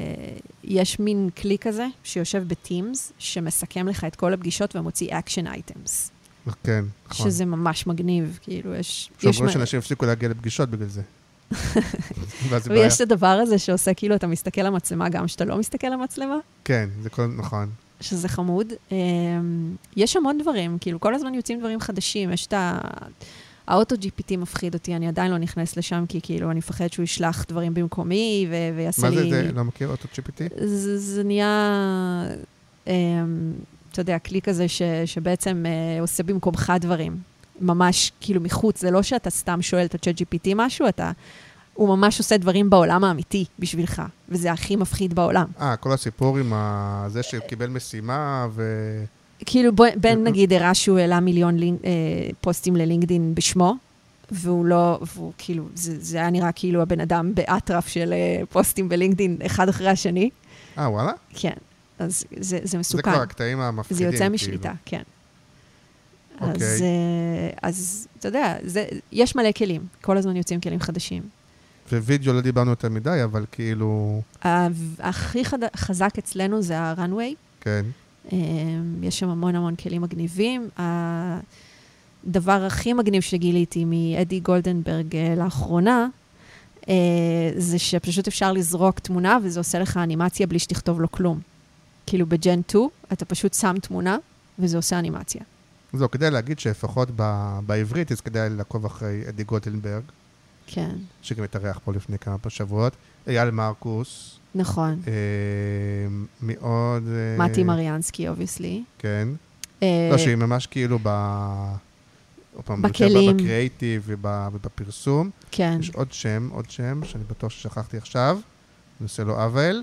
יש מין כלי כזה שיושב בטימס, שמסכם לך את כל הפגישות ומוציא אקשן אייטמס. כן, נכון. שזה ממש מגניב, כאילו יש... שאומרים שאנשים הפסיקו להגיע לפגישות בגלל זה. ויש את הדבר הזה שעושה כאילו, אתה מסתכל למצלמה גם שאתה לא מסתכל למצלמה. כן, זה כל נכון. שזה חמוד. יש המון דברים, כאילו כל הזמן יוצאים דברים חדשים, יש את ה... האוטו-ג'י פי טי מפחיד אותי, אני עדיין לא נכנס לשם, כי כאילו אני מפחד שהוא ישלח דברים במקומי, ו- ויעשה לי... מה זה, זה? לא מכיר אוטו-ג'י פי טי? זה, זה נהיה, אתה יודע, כלי כזה ש- שבעצם עושה במקומך דברים. ממש כאילו מחוץ, זה לא שאתה סתם שואל את ה-צ'אט ג'י פי טי משהו, אתה... הוא ממש עושה דברים בעולם האמיתי בשבילך, וזה הכי מפחיד בעולם. אה, כל הסיפור עם זה שקיבל משימה ו... כאילו, בן נגיד הראה שהוא העלה מיליון לינק, אה, פוסטים ללינקדין בשמו, והוא לא, והוא כאילו, זה, זה היה נראה כאילו הבן אדם באטרף של אה, פוסטים בלינקדין אחד אחרי השני. אה, וואלה? כן, אז זה, זה מסוכן. זה כבר הקטעים המפחידים. זה יוצא כאילו. משליטה, כן. אוקיי. אז, אה, אז אתה יודע, זה, יש מלא כלים, כל הזמן יוצאים כלים חדשים. ווידאו לא דיברנו יותר מדי, אבל כאילו... הכי חד... חזק אצלנו זה ה-runway. כן. יש שם המון המון כלים מגניבים. הדבר הכי מגניב שגיליתי מאדי גולדנברג לאחרונה, זה שפשוט אפשר לזרוק תמונה, וזה עושה לך אנימציה בלי שתכתוב לו כלום. כאילו בג'ן שתיים, אתה פשוט שם תמונה, וזה עושה אנימציה. זהו, כדאי להגיד שלפחות ב- בעברית, אז כדאי לעקוב אחרי אדי גולדנברג. כן. שגם התארח פה לפני כמה שבועות. אייל מרקוס. נכון. אה, מאוד... אה, מתי מריאנסקי, אובייסלי. כן. אה, לא, שהיא ממש כאילו ב... בכלים. בקריאיטיב וב- ובפרסום. כן. יש עוד שם, עוד שם, שאני בטוח ששכחתי עכשיו. נעשה לו אבל.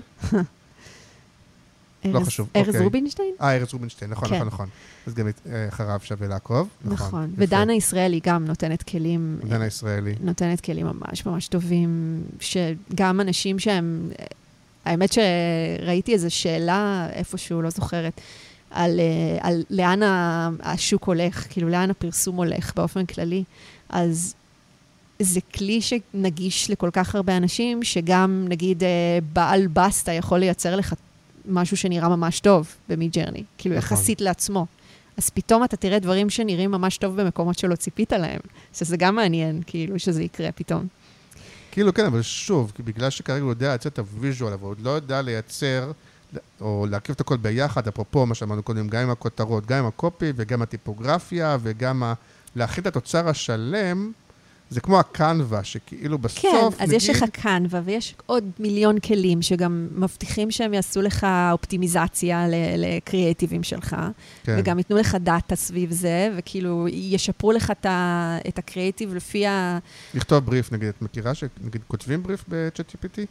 לא חשוב, ארז אוקיי. רובינשטיין? אה, ארז רובינשטיין, נכון, כן. נכון, נכון. אז גם אה, אחריו שווה לעקוב. נכון. יפה. ודנה ישראלי גם נותנת כלים... דנה ישראלי. נותנת כלים ממש ממש טובים, שגם אנשים שהם... האמת שראיתי איזו שאלה, איפשהו, לא זוכרת, על, על לאן השוק הולך, כאילו לאן הפרסום הולך באופן כללי. אז זה כלי שנגיש לכל כך הרבה אנשים, שגם נגיד בעל בסטה יכול לייצר לך משהו שנראה ממש טוב במידג'רני, כאילו נכון. יחסית לעצמו. אז פתאום אתה תראה דברים שנראים ממש טוב במקומות שלא ציפית להם, שזה גם מעניין, כאילו, שזה יקרה פתאום. כאילו כן, אבל שוב, כי בגלל שכרגע הוא יודע לייצר את הוויז'ואל, אבל הוא עוד לא יודע לייצר, או להרכיב את הכל ביחד, אפרופו מה שאמרנו קודם, גם עם הכותרות, גם עם הקופי, וגם הטיפוגרפיה, וגם ה... להכין את התוצר השלם, זה כמו הקנווה, שכאילו בסוף, כן, אז נגיד... יש לך קנווה, ויש עוד מיליון כלים שגם מבטיחים שהם יעשו לך אופטימיזציה לקריאטיבים שלך, כן. וגם ייתנו לך דאטה סביב זה, וכאילו ישפרו לך את הקריאטיב לפי ה... לכתוב בריף, נגיד, את מכירה שנגיד כותבים בריף ב-צ'אט ג'י פי טי?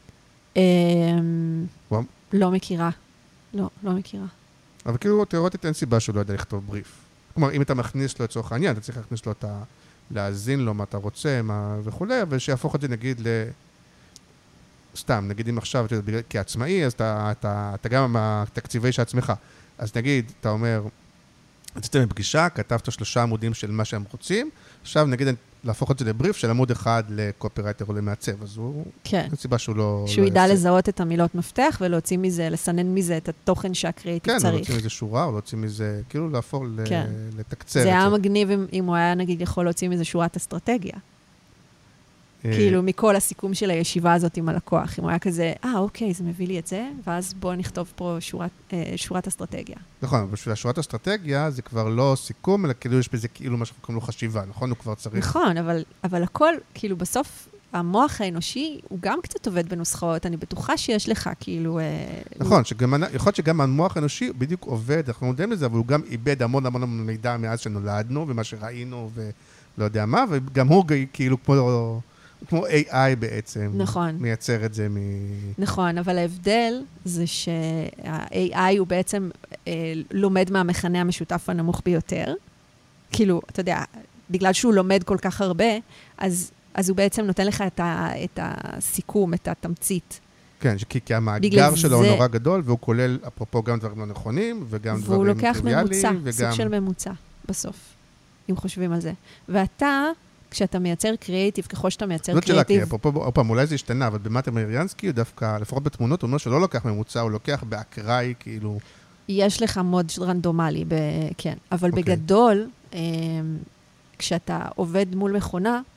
לא מכירה. לא, לא מכירה. אבל כאילו, תיאורטית אין סיבה שהוא לא יודע לכתוב בריף. כלומר, אם אתה מכניס לו לצורך העניין, אתה צריך להכניס לו את ה... להאזין לו מה אתה רוצה, מה וכו', ושיהפוך את זה נגיד ל... סתם, נגיד אם עכשיו, אתה יודע, כעצמאי, אז אתה, אתה, אתה גם התקציבי של עצמך. אז נגיד, אתה אומר, יצאתם מפגישה, כתבת שלושה עמודים של מה שהם רוצים, עכשיו נגיד להפוך את זה לבריף של עמוד אחד לקופירייטר או למעצב, אז הוא... כן. אין סיבה שהוא לא... שהוא לא ידע יעשה. לזהות את המילות מפתח ולהוציא מזה, לסנן מזה את התוכן שהקריאיטיב כן, צריך. כן, להוציא מזה שורה, או להוציא מזה, כאילו להפוך כן. ל... לתקצר את זה. זה היה מגניב אם, אם הוא היה נגיד יכול להוציא מזה שורת אסטרטגיה. כאילו, מכל הסיכום של הישיבה הזאת עם הלקוח. אם הוא היה כזה, אה, אוקיי, זה מביא לי את זה, ואז בואו נכתוב פה שורת, אה, שורת אסטרטגיה. נכון, אבל בשביל השורת אסטרטגיה זה כבר לא סיכום, אלא כאילו יש בזה כאילו מה שאנחנו קוראים לו חשיבה, נכון? הוא כבר צריך... נכון, אבל, אבל הכל, כאילו, בסוף, המוח האנושי הוא גם קצת עובד בנוסחאות. אני בטוחה שיש לך, כאילו... אה, נכון, שגם, יכול להיות שגם המוח האנושי בדיוק עובד, אנחנו יודעים לזה, אבל הוא גם איבד המון המון מידע מאז שנולדנו, ומה שראינו, ולא יודע מה, וגם הוא כאילו כמו... כמו איי איי בעצם, נכון. מייצר את זה מ... נכון, אבל ההבדל זה שה-איי איי הוא בעצם אה, לומד מהמכנה המשותף הנמוך ביותר. כאילו, אתה יודע, בגלל שהוא לומד כל כך הרבה, אז, אז הוא בעצם נותן לך את, ה, את הסיכום, את התמצית. כן, כי, כי המאגר שלו זה... הוא נורא גדול, והוא כולל, אפרופו, גם דברים לא נכונים, וגם דברים טריוויאליים. והוא לוקח ממוצע, וגם... סוג של ממוצע, בסוף, אם חושבים על זה. ואתה... כשאתה מייצר קריאיטיב, ככל שאתה מייצר זאת קריאיטיב... שאלה, כי עוד פעם, אולי זה השתנה, אבל במטה מריאנסקי הוא דווקא, לפחות בתמונות, הוא אומר שלא לוקח ממוצע, הוא לוקח באקראי, כאילו... יש לך מוד רנדומלי, ב... כן. אבל אוקיי. בגדול, כשאתה עובד מול מכונה,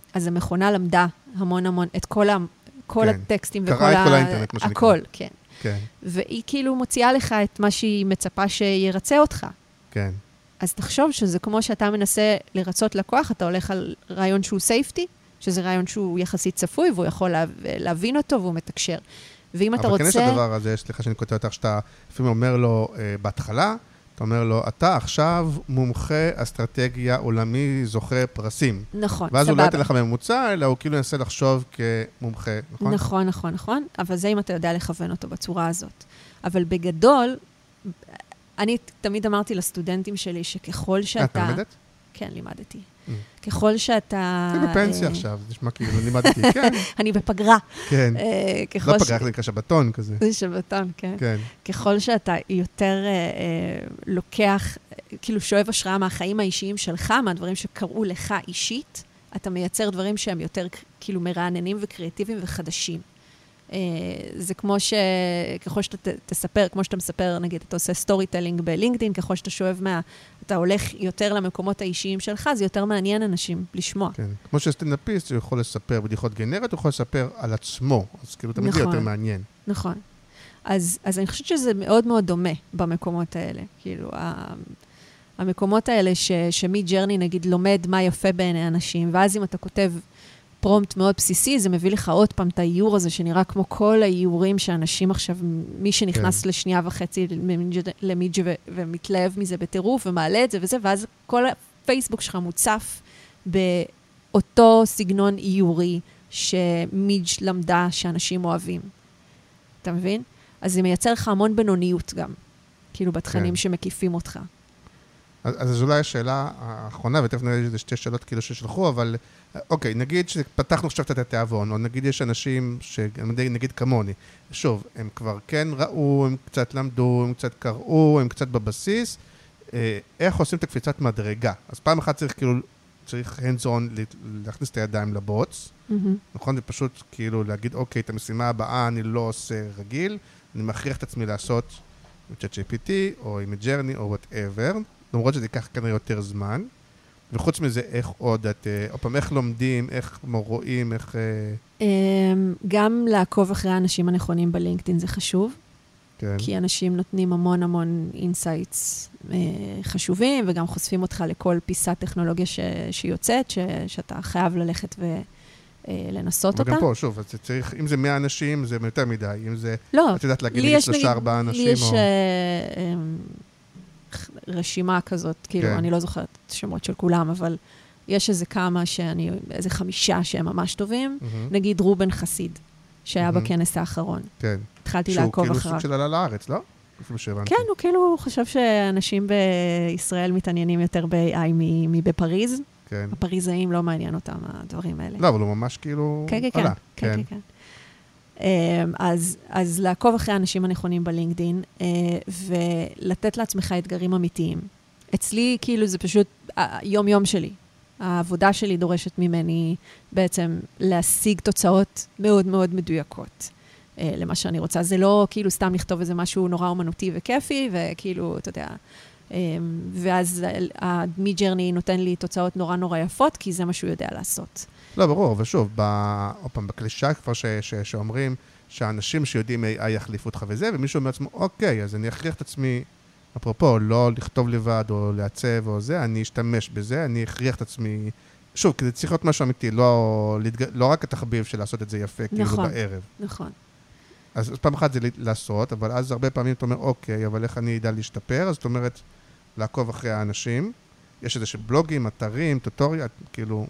אז המכונה למדה המון המון, את כל, ה, כל כן. הטקסטים קראה וכל את ה... כל האינטרנט, מה שנקרא. הכל, כן. כן, והיא כאילו מוציאה לך את מה שהיא מצפה שירצה אותך. כן. אז תחשוב שזה כמו שאתה מנסה לרצות לקוח, אתה הולך על רעיון שהוא סייפטי, שזה רעיון שהוא יחסית צפוי, והוא יכול לה, להבין אותו והוא מתקשר. ואם אתה רוצה... אבל כן יש הדבר הזה, סליחה שאני כותב אותך, שאתה לפעמים אומר לו אה, בהתחלה, אתה אומר לו, אתה עכשיו מומחה אסטרטגיה עולמי זוכה פרסים. נכון, ואז סבבה. הוא לא ייתן לך ממוצע, אלא הוא כאילו ינסה לחשוב כמומחה, נכון? נכון, נכון, נכון. אבל זה אם אתה יודע לכוון אותו בצורה הזאת. אבל בגדול, אני תמיד אמרתי לסטודנטים שלי שככל שאתה... את מלמדת? כן, לימדתי. ככל שאתה... אני בפנסיה עכשיו, זה נשמע כאילו, לימדתי, כן. אני בפגרה. כן. ככל לא ש- פגרה, זה נקרא שבתון כזה. זה שבתון, כן. כן. ככל שאתה יותר אה, אה, לוקח, כאילו שואב השראה מהחיים האישיים שלך, מהדברים שקראו לך אישית, אתה מייצר דברים שהם יותר כאילו מרעננים וקריאטיביים וחדשים. אה, זה כמו שככל שאתה ת- תספר, כמו שאתה מספר, נגיד, אתה עושה סטורי טלינג בלינקדין, ככל שאתה שואב מה... אתה הולך יותר למקומות האישיים שלך, זה יותר מעניין אנשים לשמוע. כן. כמו שסטנדאפיסט, הוא יכול לספר בדיחות גנריות, הוא יכול לספר על עצמו. אז כאילו, תמיד זה נכון. יותר מעניין. נכון. אז, אז אני חושבת שזה מאוד מאוד דומה במקומות האלה. כאילו, ה- המקומות האלה ש, שמי ג'רני, נגיד, לומד מה יפה בעיני אנשים, ואז אם אתה כותב פרומפט מאוד בסיסי, זה מביא לך עוד פעם את האיור הזה, שנראה כמו כל האיורים שאנשים עכשיו, מי שנכנס כן. לשנייה וחצי למידג' ו- ומתלהב מזה בטירוף, ומעלה את זה וזה, ואז כל הפייסבוק שלך מוצף באותו סגנון איורי, שמידג' למדה שאנשים אוהבים. אתה מבין? אז זה מייצר לך המון בינוניות גם, כאילו בתכנים כן. שמקיפים אותך. אז, אז אולי השאלה האחרונה, ותכף נראה שזה שתי שאלות כאילו ששלחו, אבל אוקיי, נגיד שפתחנו עכשיו את התיאבון, או נגיד יש אנשים שנגיד כמוני, שוב, הם כבר כן ראו, הם קצת למדו, הם קצת קראו, הם קצת בבסיס, אה, איך עושים את הקפיצת מדרגה? אז פעם אחת צריך כאילו, צריך hands on להכניס את הידיים לבוץ, Mm-hmm. נכון? זה פשוט כאילו להגיד, אוקיי, את המשימה הבאה אני לא עושה רגיל, אני מכריח את עצמי לעשות עם צ'אט ג'י פי טי, או עם ג'רני, או whatever, למרות שזה ייקח כנראה יותר זמן, וחוץ מזה, איך עוד את, או פעם, איך לומדים, איך רואים, איך... גם לעקוב אחרי האנשים הנכונים בלינקדאין זה חשוב, כן. כי אנשים נותנים המון המון אינסייטס חשובים, וגם חושפים אותך לכל פיסת טכנולוגיה ש, שיוצאת, ש, שאתה חייב ללכת ולנסות אותה. וגם פה, שוב, אז צריך, אם זה מאה אנשים, זה יותר מדי, אם זה... לא, את יודעת להגיד לי לי יש, שלושה, ארבעה אנשים, לי יש או... אה, אה, רשימה כזאת, כאילו, כן. אני לא זוכרת שמות של כולם, אבל יש איזה כמה שאני, איזה חמישה שהם ממש טובים, מהמם. נגיד רובן חסיד, שהיה מהמם. בכנס האחרון. כן. התחלתי שהוא לעקוב כאילו אחריו. סוג של עלה לארץ, לא? לפי שהבנתי. כן, הוא כאילו חושב שאנשים בישראל מתעניינים יותר ב-איי איי מבפריז. כן. הפריזאים לא מעניין אותם, הדברים האלה. לא, אבל הוא ממש כאילו... כן, כן, כן. עלה. כן, כן, כן. אמ, אז, אז לעקוב אחרי האנשים הנכונים בלינקדין, אה, ולתת לעצמך אתגרים אמיתיים. אצלי, כאילו, זה פשוט היום-יום שלי. העבודה שלי דורשת ממני בעצם להשיג תוצאות מאוד מאוד מדויקות. אה, למה שאני רוצה. זה לא כאילו סתם לכתוב איזה משהו נורא אומנותי וכיפי, וכאילו, אתה יודע, אה, ואז מי-ג'רני נותן לי תוצאות נורא נורא יפות, כי זה מה שהוא יודע לעשות. לא, ברור, ושוב, עוד פעם, בקלישה כבר ש, ש, שאומרים שהאנשים שיודעים איי איי יחליפו אותך וזה, ומישהו אומר לעצמו, אוקיי, אז אני אכריח את עצמי, אפרופו, לא לכתוב לבד או לעצב או זה, אני אשתמש בזה, אני אכריח את עצמי, שוב, כי זה צריך להיות משהו אמיתי, לא, לא רק התחביב של לעשות את זה יפה, כאילו נכון, בערב. נכון. אז פעם אחת זה לעשות, אבל אז הרבה פעמים אתה אומר, אוקיי, אבל איך אני אדע להשתפר? אז זאת אומרת, לעקוב אחרי האנשים, יש איזה שבלוגים, אתרים, טוטוריה, כאילו...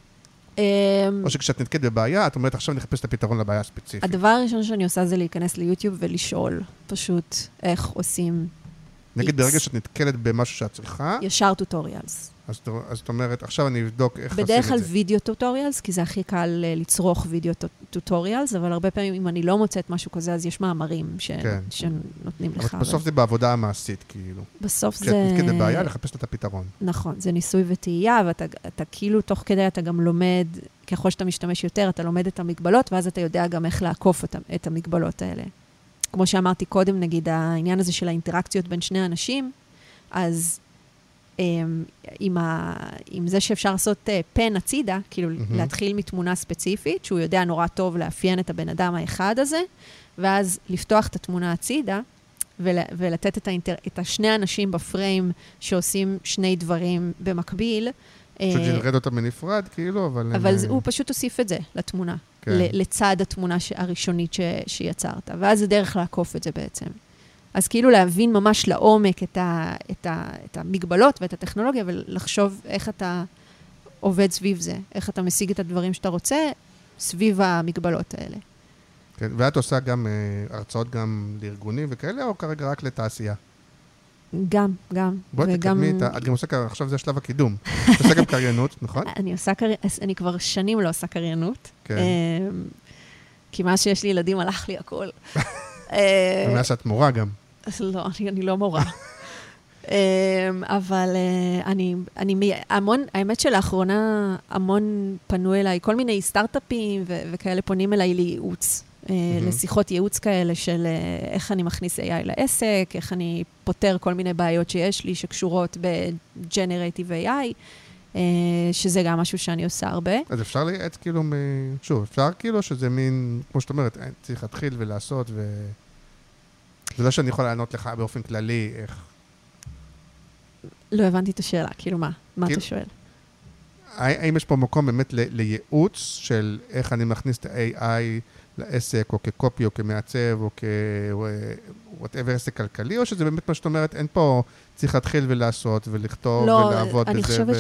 או שכשאת נתקעת בבעיה, את אומרת, עכשיו נחפש את הפתרון לבעיה הספציפית. הדבר הראשון שאני עושה זה להיכנס ליוטיוב ולשאול פשוט איך עושים נגיד ברגע שאת נתקלת במשהו שאת צריכה, ישר טוטוריאלס. אז זאת אומרת, עכשיו אני אבדוק איך עושים את זה. בדרך כלל וידאו טוטוריאלס, כי זה הכי קל לצרוך וידאו טוטוריאלס, אבל הרבה פעמים אם אני לא מוצאת משהו כזה, אז יש מאמרים שנותנים לך. אבל בסוף זה בעבודה המעשית, כאילו. בסוף זה... כשאת נתקלת בבעיה, לחפש את הפתרון. נכון, זה ניסוי וטעייה, ואתה כאילו תוך כדי אתה גם לומד, ככל שאתה משתמש יותר, אתה לומד את המגבלות, ואז אתה יודע גם איך לעקוף את המגבלות האלה. כמו שאמרתי קודם, נגיד, העניין הזה של האינטראקציות בין שני אנשים, אז עם, ה, עם זה שאפשר לעשות פן הצידה, כאילו mm-hmm. להתחיל מתמונה ספציפית, שהוא יודע נורא טוב לאפיין את הבן אדם האחד הזה, ואז לפתוח את התמונה הצידה, ול, ולתת את, האינטר, את השני אנשים בפריים שעושים שני דברים במקביל. פשוט ילרד אותם בנפרד, כאילו, אבל... אבל הם... הוא פשוט הוסיף את זה לתמונה, כן. לצד התמונה הראשונית ש, שיצרת, ואז זה דרך לעקוף את זה בעצם. אז כאילו להבין ממש לעומק את, ה, את, ה, את המגבלות ואת הטכנולוגיה, ולחשוב איך אתה עובד סביב זה, איך אתה משיג את הדברים שאתה רוצה, סביב המגבלות האלה. כן, ואת עושה גם uh, הרצאות גם לארגונים וכאלה, או כרגע רק לתעשייה? גם, גם. בואי תקדמי את ה... את גם עושה, עכשיו זה שלב הקידום. את עושה גם קריינות, נכון? אני עושה קריינות, אני כבר שנים לא עושה קריינות. כן. כי מה שיש לי ילדים הלך לי הכל. ומאז שאת מורה גם. לא, אני לא מורה. אבל אני, אני המון, האמת שלאחרונה המון פנו אליי, כל מיני סטארט-אפים וכאלה פונים אליי לייעוץ, לשיחות ייעוץ כאלה של איך אני מכניס איי איי לעסק, איך אני פותר כל מיני בעיות שיש לי שקשורות ב-Generative איי איי, שזה גם משהו שאני עושה הרבה. אז אפשר לייעץ כאילו, שוב, אפשר כאילו שזה מין, כמו שאת אומרת, צריך להתחיל ולעשות, ו... זה לא שאני יכול לענות לך באופן כללי, איך... לא הבנתי את השאלה, כאילו מה? מה אתה שואל? האם יש פה מקום באמת לייעוץ של איך אני מכניס את ה-איי איי לעסק, או כקופי, או כמעצב, או כ-whatever עסק כלכלי, או שזה באמת מה שאת אומרת, אין פה צריך להתחיל ולעשות, ולכתוב ולעבוד בזה. לא, אני חושבת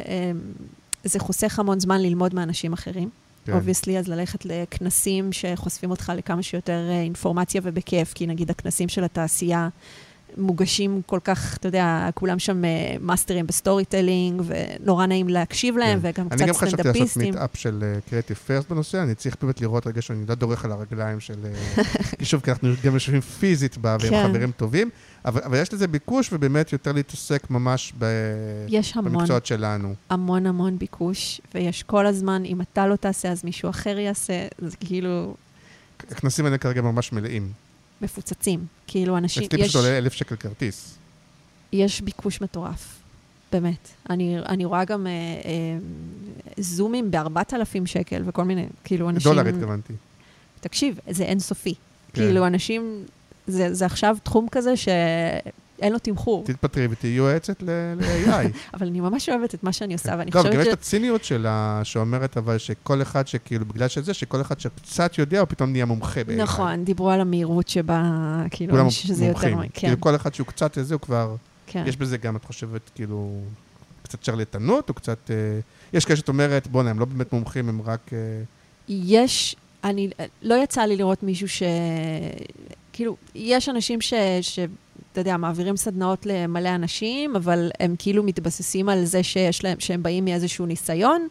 שזה חוסך המון זמן ללמוד מאנשים אחרים. obviously, אז ללכת לכנסים שחושפים אותך לכמה שיותר אינפורמציה ובכיף, כי נגיד הכנסים של התעשייה מוגשים כל כך, אתה יודע, כולם שם מאסטרים בסטורי טלינג, ונורא נעים להקשיב להם, וגם קצת סטנדאפיסטים. אני גם חשבתי לעשות מיטאפ של Creative First בנושא, אני צריך באמת לראות רגע שאני לא דורך על הרגליים של... כי שוב, כי אנחנו גם יושבים פיזית בה, והם חברים טובים, אבל יש לזה ביקוש, ובאמת יותר להתעסק ממש במקצועות שלנו. המון המון ביקוש, ויש כל הזמן, אם אתה לא תעשה, אז מישהו אחר יעשה, זה כאילו... הכנסים האלה כרגע ממש מלאים. מפוצצים, כאילו אנשים... אצלי פשוט עולה אלף שקל כרטיס. יש ביקוש מטורף, באמת. אני, אני רואה גם אה, אה, זומים בארבעת אלפים שקל, וכל מיני, כאילו אנשים... דולר התכוונתי. תקשיב, זה אינסופי. כן. כאילו אנשים, זה, זה עכשיו תחום כזה שאין לו תמחור. תתפטרי ותהיי יועצת ל-איי איי. אבל אני ממש אוהבת את מה שאני עושה, ואני טוב, חושבת גם ש... יש את הציניות שלה, שאומרת אבל שכל אחד שכאילו, בגלל שזה, שכל אחד שקצת יודע, הוא פתאום נהיה מומחה ב-איי איי. נכון, דיברו על המהירות שבה, כאילו, שזה יותר... כולם מומחים. כאילו כל אחד שהוא קצת איזה, הוא כבר... יש בזה גם, את חושבת, כאילו, קצת שרלטנות, או קצת... יש כאלה שאת אומרת, בוא'נה, הם לא באמת מומחים, הם רק... יש... אני... לא יצא לי לראות מישהו ש... כאילו, יש אנשים ש... ש... אתה יודע, מעבירים סדנאות למלא אנשים, אבל הם כאילו מתבססים על זה שיש להם, שהם באים מאיזשהו ניסיון,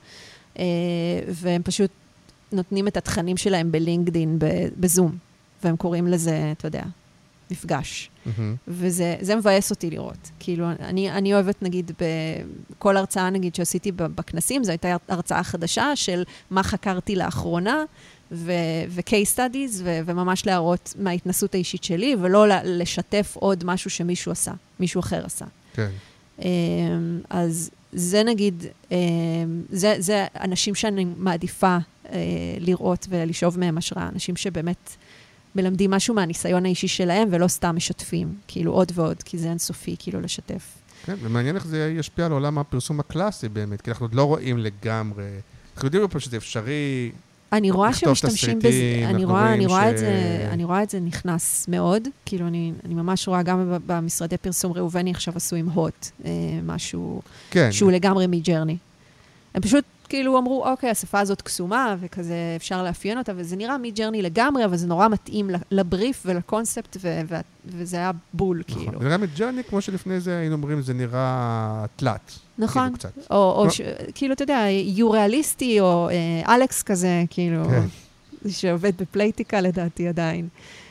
והם פשוט נותנים את התכנים שלהם בלינקדין, בזום, והם קוראים לזה, אתה יודע, מפגש. וזה זה מבאס אותי לראות. כאילו, אני, אני אוהבת, נגיד, בכל הרצאה, נגיד, שעשיתי בכנסים, זו הייתה הרצאה חדשה של מה חקרתי לאחרונה, ו-case studies, ו- וממש להראות מההתנסות האישית שלי, ולא לשתף עוד משהו שמישהו עשה, מישהו אחר עשה. כן. אז זה נגיד, זה, זה אנשים שאני מעדיפה לראות ולשאוב מהם השראה, אנשים שבאמת מלמדים משהו מהניסיון האישי שלהם, ולא סתם משתפים, כאילו עוד ועוד, כי זה אינסופי, כאילו לשתף. כן, ומעניין איך זה ישפיע על עולם הפרסום הקלאסי באמת, כי אנחנו עוד לא רואים לגמרי, אנחנו יודעים פה שזה אפשרי... אני רואה שמשתמשים בזה, אני רואה, אני רואה את זה, אני רואה את זה נכנס מאוד, כאילו אני, אני ממש רואה גם במשרדי פרסום ראובני עכשיו עשו עם הוט, משהו שהוא לגמרי מג'רני. הם פשוט כאילו אמרו, אוקיי, השפה הזאת קסומה, וכזה אפשר לאפיין אותה, וזה נראה מג'רני לגמרי, אבל זה נורא מתאים לבריף ולקונספט, וזה היה בול, כאילו. זה נראה מג'רני, כמו שלפני זה היינו אומרים, זה נראה תלת. נכון, או כאילו, אתה יודע, יוריאליסטי, או אלכס כזה, כאילו, שעובד בפלייטיקה לדעתי עדיין.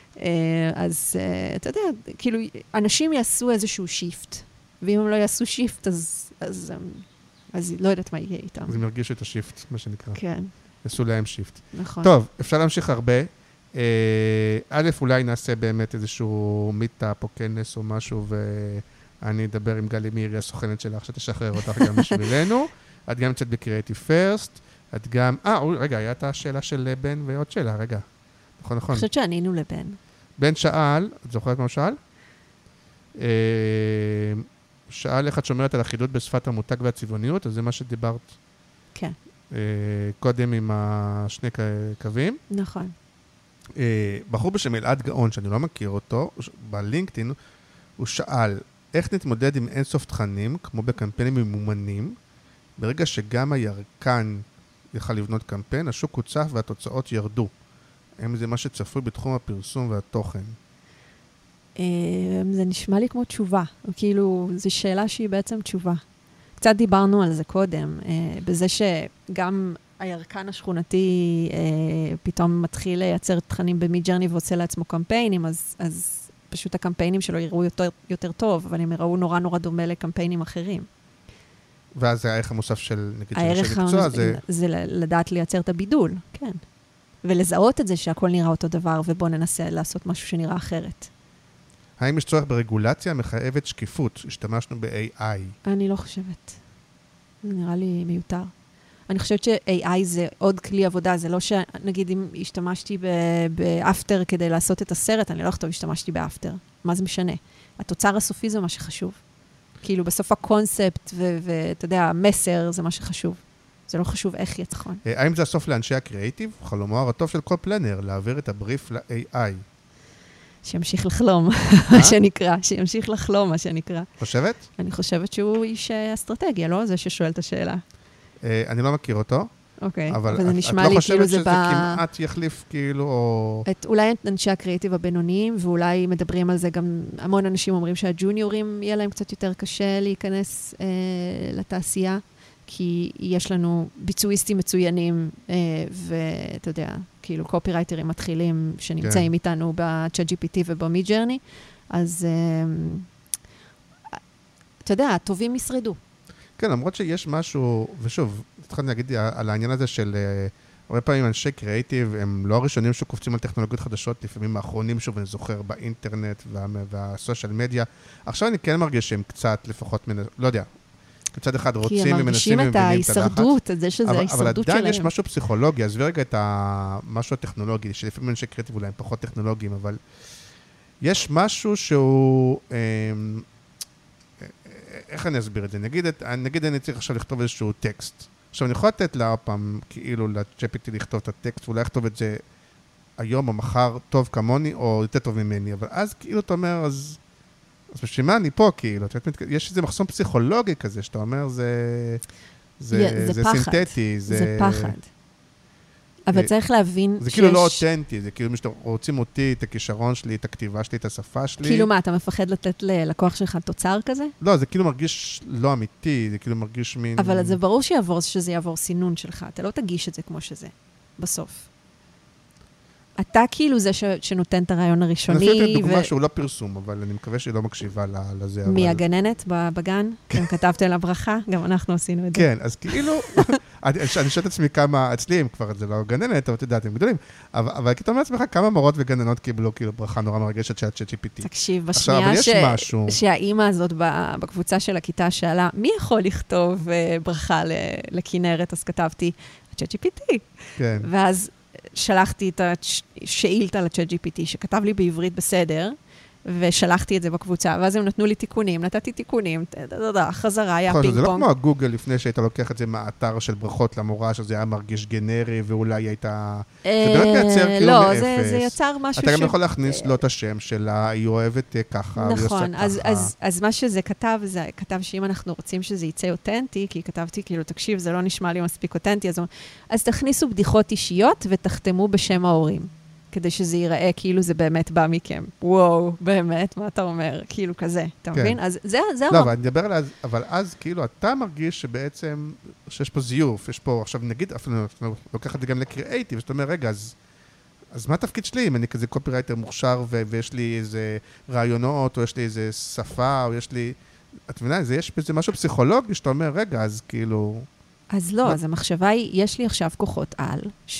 אז אתה יודע, כאילו, אנשים יעשו איזשהו שיפט, ואם הם לא יעשו שיפט, אז... אז לא יודעת מה יהיה איתם. אז הם ירגישו את השיפט, מה שנקרא. כן. יעשו להם שיפט. נכון. טוב, אפשר להמשיך הרבה. א', אולי נעשה באמת איזשהו מיטאפ או כנס או משהו, אני אדבר עם גלי מירי, הסוכנת שלך, שתשחרר אותך גם בשבילנו. את גם יוצאת בקריאטיב פרסט. את גם... אה, רגע, הייתה השאלה של בן ועוד שאלה, רגע. נכון, נכון. אני חושבת שענינו לבן. בן שאל, את זוכרת מה הוא שאל? שאל איך את שומרת על אחידות בשפת המותג והצבעוניות, אז זה מה שדיברת. כן. קודם עם השני קווים. נכון. בחור בשם אלעד גאון, שאני לא מכיר אותו, בלינקדאין, הוא שאל, איך נתמודד עם אינסוף תכנים, כמו בקמפיינים ממומנים, ברגע שגם הירקן יכל לבנות קמפיין, השוק הוצף והתוצאות ירדו. האם זה מה שצפוי בתחום הפרסום והתוכן? זה נשמע לי כמו תשובה, כאילו, זו שאלה שהיא בעצם תשובה. קצת דיברנו על זה קודם, בזה שגם הירקן השכונתי פתאום מתחיל לייצר תכנים במידג'רני ועושה לעצמו קמפיינים, אז, אז פשוט הקמפיינים שלו יראו יותר, יותר טוב, אבל הם יראו נורא נורא דומה לקמפיינים אחרים. ואז הערך המוסף של, נגיד, הערך של מקצוע, זה... זה לדעת לייצר את הבידול, כן. ולזהות את זה שהכל נראה אותו דבר, ובוא ננסה לעשות משהו שנראה אחרת. האם יש צורך ברגולציה מחייבת שקיפות? השתמשנו ב-איי איי. אני לא חושבת. זה נראה לי מיותר. אני חושבת ש-איי איי זה עוד כלי עבודה, זה לא שנגיד אם השתמשתי באפטר כדי לעשות את הסרט, אני לא אכתוב השתמשתי באפטר. מה זה משנה? התוצר הסופי זה מה שחשוב. כאילו בסוף הקונספט ואתה יודע, המסר זה מה שחשוב. זה לא חשוב איך יהיה נכון. האם זה הסוף לאנשי הקריאיטיב? חלומו הרטוב של כל פלנר, להעביר את הבריף ל-איי איי. שימשיך לחלום, מה שנקרא. שימשיך לחלום, מה שנקרא. חושבת? אני חושבת שהוא איש אסטרטגיה, לא זה ששואל את השאלה. אני לא מכיר אותו. אוקיי, אבל וזה את נשמע לא לי חושבת כאילו זה שזה בא... כמעט יחליף כאילו, או... את, אולי את אנשי הקריאיטיב הבינוניים, ואולי מדברים על זה גם, המון אנשים אומרים שהג'וניורים יהיה להם קצת יותר קשה להיכנס אה, לתעשייה, כי יש לנו ביצועיסטים מצוינים, אה, ואתה יודע, כאילו קופירייטרים מתחילים שנמצאים כן. איתנו ב-צ'אט ג'י פי טי ובמידג'רני, אז אה, אתה יודע, הטובים ישרדו. כן, למרות שיש משהו, ושוב, התחלתי להגיד על העניין הזה של הרבה פעמים אנשי קריאיטיב, הם לא הראשונים שקופצים על טכנולוגיות חדשות, לפעמים האחרונים שוב, אני זוכר, באינטרנט וה, והסושיאל מדיה. עכשיו אני כן מרגיש שהם קצת, לפחות, לא יודע, קצת אחד רוצים ומנסים ומבינים את הלחץ. כי הם מרגישים את ההישרדות, את זה שזה ההישרדות שלהם. אבל עדיין יש משהו פסיכולוגי, אז ורגע את המשהו הטכנולוגי, שלפעמים אנשי קריאיטיב אולי הם פחות טכנולוגיים, אבל יש משהו שהוא... איך אני אסביר את זה? נגיד, נגיד אני צריך עכשיו לכתוב איזשהו טקסט. עכשיו אני יכול לתת לה פעם, כאילו, ל-ג'י פי טי לכתוב את הטקסט, ואולי לכתוב את זה היום או מחר טוב כמוני, או יותר טוב ממני, אבל אז כאילו אתה אומר, אז, אז בשביל מה אני פה, כאילו? יש איזה מחסום פסיכולוגי כזה, שאתה אומר, זה, זה, זה, זה פחד. סינתטי. זה, זה פחד. אבל צריך להבין זה כאילו לא אותנטי, זה כאילו רוצים אותי, את הכישרון שלי, את הכתיבה שלי, את השפה שלי. כאילו מה, אתה מפחד לתת ללקוח שלך תוצר כזה? לא, זה כאילו מרגיש לא אמיתי, זה כאילו מרגיש מין... אבל זה ברור שיעבור, שזה יעבור סינון שלך, אתה לא תגיש את זה כמו שזה, בסוף. אתה כאילו זה ש, שנותן את הרעיון הראשוני. אני נתתי דוגמה ו... שהוא לא פרסום, אבל אני מקווה שהיא לא מקשיבה לזה. מי אבל... הגננת בגן? כן, כתבתם לה ברכה, גם אנחנו עשינו את זה. כן, אז כאילו, אני, אני שואל את עצמי כמה, אצלי הם כבר, זה לא גננת, אבל תדעת, הם גדולים, אבל, אבל כתוב לעצמך כמה מורות וגננות קיבלו כאילו ברכה נורא מרגשת של צ'אט ג'י פי טי. תקשיב, בשנייה ש... משהו... שהאימא הזאת בקבוצה של הכיתה שאלה, מי יכול לכתוב ברכה לכנרת? אז כתבתי, צ'אט ג'י פי טי. כן. ואז שלחתי את השאילתה לצ'אט ג'י פי טי, שכתב לי בעברית בסדר, ושלחתי את זה בקבוצה, ואז הם נתנו לי תיקונים, נתתי תיקונים, חזרה, היה פינג פונג. זה לא כמו הגוגל לפני שהיית לוקח את זה מהאתר של ברכות למורה, שזה היה מרגיש גנרי, ואולי הייתה... זה באמת מייצר כאילו מאפס. לא, זה יצר משהו ש... אתה גם יכול להכניס לו את השם שלה, היא אוהבת ככה, היא עושה ככה. אז מה שזה כתב, זה כתב שאם אנחנו רוצים שזה יצא אותנטי, כי כתבתי כאילו, תקשיב, זה לא נשמע לי מספיק אותנטי, אז תכניסו בדיחות אישיות ותחתמו בשם ההורים. כדי שזה ייראה כאילו זה באמת בא מכם. וואו, באמת, מה אתה אומר? כאילו כזה, אתה מבין? אז זה... לא, אבל אני מדבר על... אבל אז כאילו אתה מרגיש שבעצם, שיש פה זיוף, יש פה, עכשיו נגיד, אפילו לוקח את זה גם לקריאייטיב, שאתה אומר, רגע, אז מה התפקיד שלי? אם אני כזה קופירייטר מוכשר ויש לי איזה רעיונות, או יש לי איזה שפה, או יש לי... את מבינה, יש בזה משהו פסיכולוגי שאתה אומר, רגע, אז כאילו... אז לא, אז המחשבה היא, יש לי עכשיו כוחות על,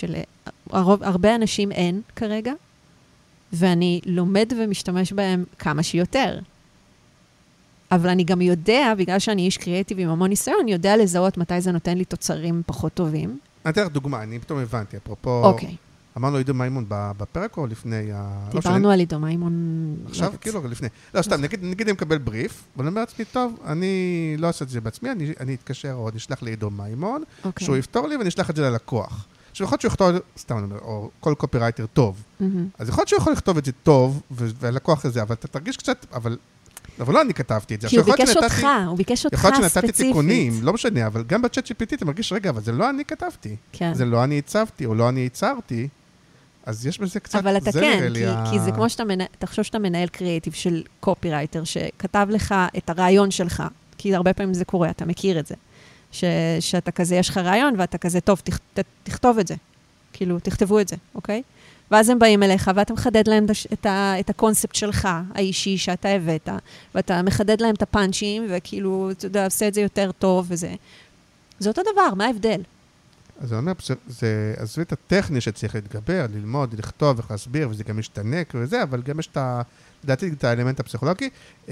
שלהרבה אנשים אין כרגע, ואני לומד ומשתמש בהם כמה שיותר. אבל אני גם יודע, בגלל שאני איש קריאטיבי עם המון ניסיון, אני יודע לזהות מתי זה נותן לי תוצרים פחות טובים. אני אתן לך דוגמה, אני פתאום הבנתי, אפרופו... אוקיי. אמרנו עידו מימון בפרק או לפני ה... דיברנו על עידו מימון... עכשיו, כאילו, לפני. לא, סתם, נגיד אני מקבל בריף, ואני אומר לעצמי, טוב, אני לא אעשה את זה בעצמי, אני אתקשר או נשלח לעידו מימון, שהוא יפתור לי ואני אשלח את זה ללקוח. עכשיו, יכול להיות שהוא יכתוב, סתם אני אומר, או כל קופירייטר טוב. אז יכול להיות שהוא יכול לכתוב את זה טוב, והלקוח הזה, אבל אתה תרגיש קצת, אבל... אבל לא אני כתבתי את זה. כי הוא ביקש אותך, הוא ביקש אותך ספציפית. יכול להיות שנתתי תיקונים, לא משנה, אבל גם בצ'אט ג'י פי טי אתה מרגיש, רגע, אבל זה לא אני כתבתי. זה לא אני הצבתי, או לא אני ייצרתי. אז יש בזה קצת... אבל אתה כן, כי זה כמו שאתה תחשוב שאתה מנהל קריאטיב של קופירייטר, שכתב לך את הרעיון שלך, כי הרבה פעמים זה קורה, אתה מכיר את זה. שאתה כזה, יש לך רעיון, ואתה כזה, טוב, תכתוב את זה. כאילו, תכתבו את זה, אוקיי? ואז הם באים אליך, ואתה מחדד להם את, ה, את הקונספט שלך, האישי שאתה הבאת, ואתה מחדד להם את הפאנצ'ים, וכאילו, אתה יודע, עושה את זה יותר טוב, וזה. זה אותו דבר, מה ההבדל? אז אני אומר, זה הסביב הטכני שצריך להתגבר, ללמוד, לכתוב ולהסביר, וזה גם משתנה וזה, אבל גם יש את ה... לדעתי, את האלמנט הפסיכולוגי.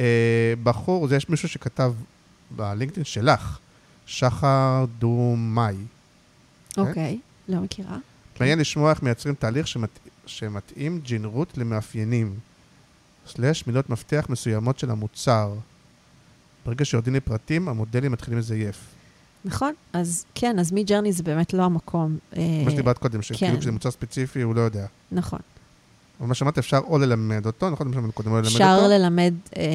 בחור, זה יש מישהו שכתב בלינקדאין שלך, שחר דומאי. אוקיי, לא מכירה. מעניין לשמוע איך מייצרים תהליך שמת... שמתאים ג'ינרות למאפיינים, סלש מילות מפתח מסוימות של המוצר. ברגע שיורדים לפרטים, המודלים מתחילים לזייף. נכון, אז כן, אז מי ג'רני זה באמת לא המקום. מה שדיברת קודם, שכאילו כשזה מוצר ספציפי, הוא לא יודע. נכון. אבל מה שאמרת, אפשר או ללמד אותו, נכון? קודם או ללמד אותו? אפשר ללמד,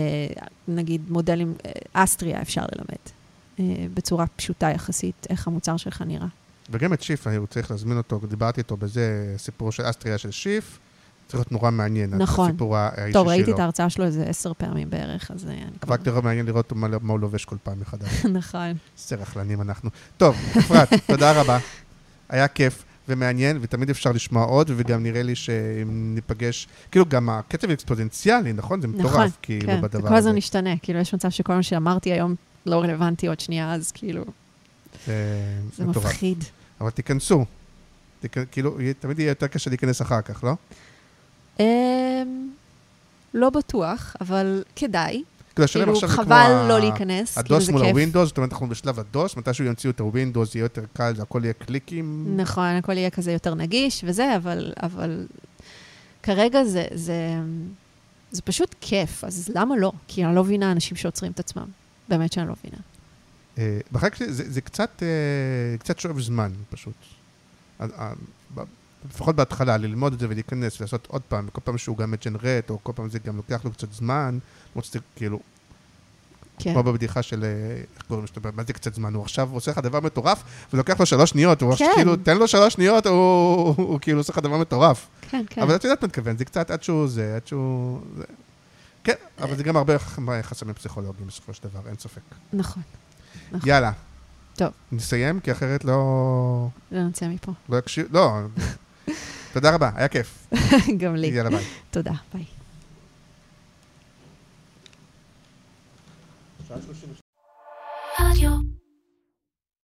נגיד מודלים, אסטריה אפשר ללמד, בצורה פשוטה יחסית, איך המוצר שלך נראה. וגם את שיף, אני צריך להזמין אותו, דיברתי איתו בזה סיפור של אסטריה של שיף, צריך להיות נורא מעניין. נכון. הסיפור האישי טוב, שלו. ראיתי את ההרצאה שלו איזה עשר פעמים בערך, אז אני כבר... רק נורא מעניין לראות מה הוא לובש כל פעם מחדש. נכון. סרחלנים אנחנו. טוב, אפרת, תודה רבה. היה כיף ומעניין, ותמיד אפשר לשמוע עוד, וגם נראה לי שאם ניפגש, כאילו גם הקצב אקספוזנציאלי, נכון? זה מטורף, כאילו, בדבר הזה. זה כל הזמן משתנה, כאילו יש מצב שכל מה שאמרתי היום לא רלוונטי עוד שנייה, אז כאילו... זה מפחיד. אבל תיכנסו. כאילו, תמיד יהיה יותר קשה להיכנס אחר כך, לא? לא בטוח, אבל כדאי. כאילו, חבל לא להיכנס, כאילו זה כיף. הדוס מול הווינדוס, זאת אומרת, אנחנו בשלב הדוס, מתי שהוא ימציאו את הווינדוס, יהיה יותר קל, זה הכל יהיה קליקים. נכון, הכל יהיה כזה יותר נגיש וזה, אבל כרגע זה פשוט כיף, אז למה לא? כי אני לא מבינה אנשים שעוצרים את עצמם. באמת שאני לא מבינה. בחלק זה קצת שואב זמן, פשוט. לפחות בהתחלה, ללמוד את זה ולהיכנס ולעשות עוד פעם, כל פעם שהוא גם מג'נרט, או כל פעם זה גם לוקח לו קצת זמן, כאילו, כמו בבדיחה של, איך קוראים שאתה, מה זה קצת זמן? הוא עכשיו עושה לך דבר מטורף, ולוקח לו שלוש שניות, הוא כאילו, תן לו שלוש שניות, הוא כאילו עושה לך דבר מטורף. כן, כן. אבל את יודעת מה מתכוון, זה קצת עד שהוא זה, עד שהוא... כן, אבל זה גם הרבה חסמים פסיכולוגיים בסופו של דבר, אין ספק. נכון. יאללה. טוב. נסיים, כי אחרת לא... לא נצא מפה. לא יקשיב, לא. תודה רבה, היה כיף. גם לי. יאללה, ביי. תודה, ביי.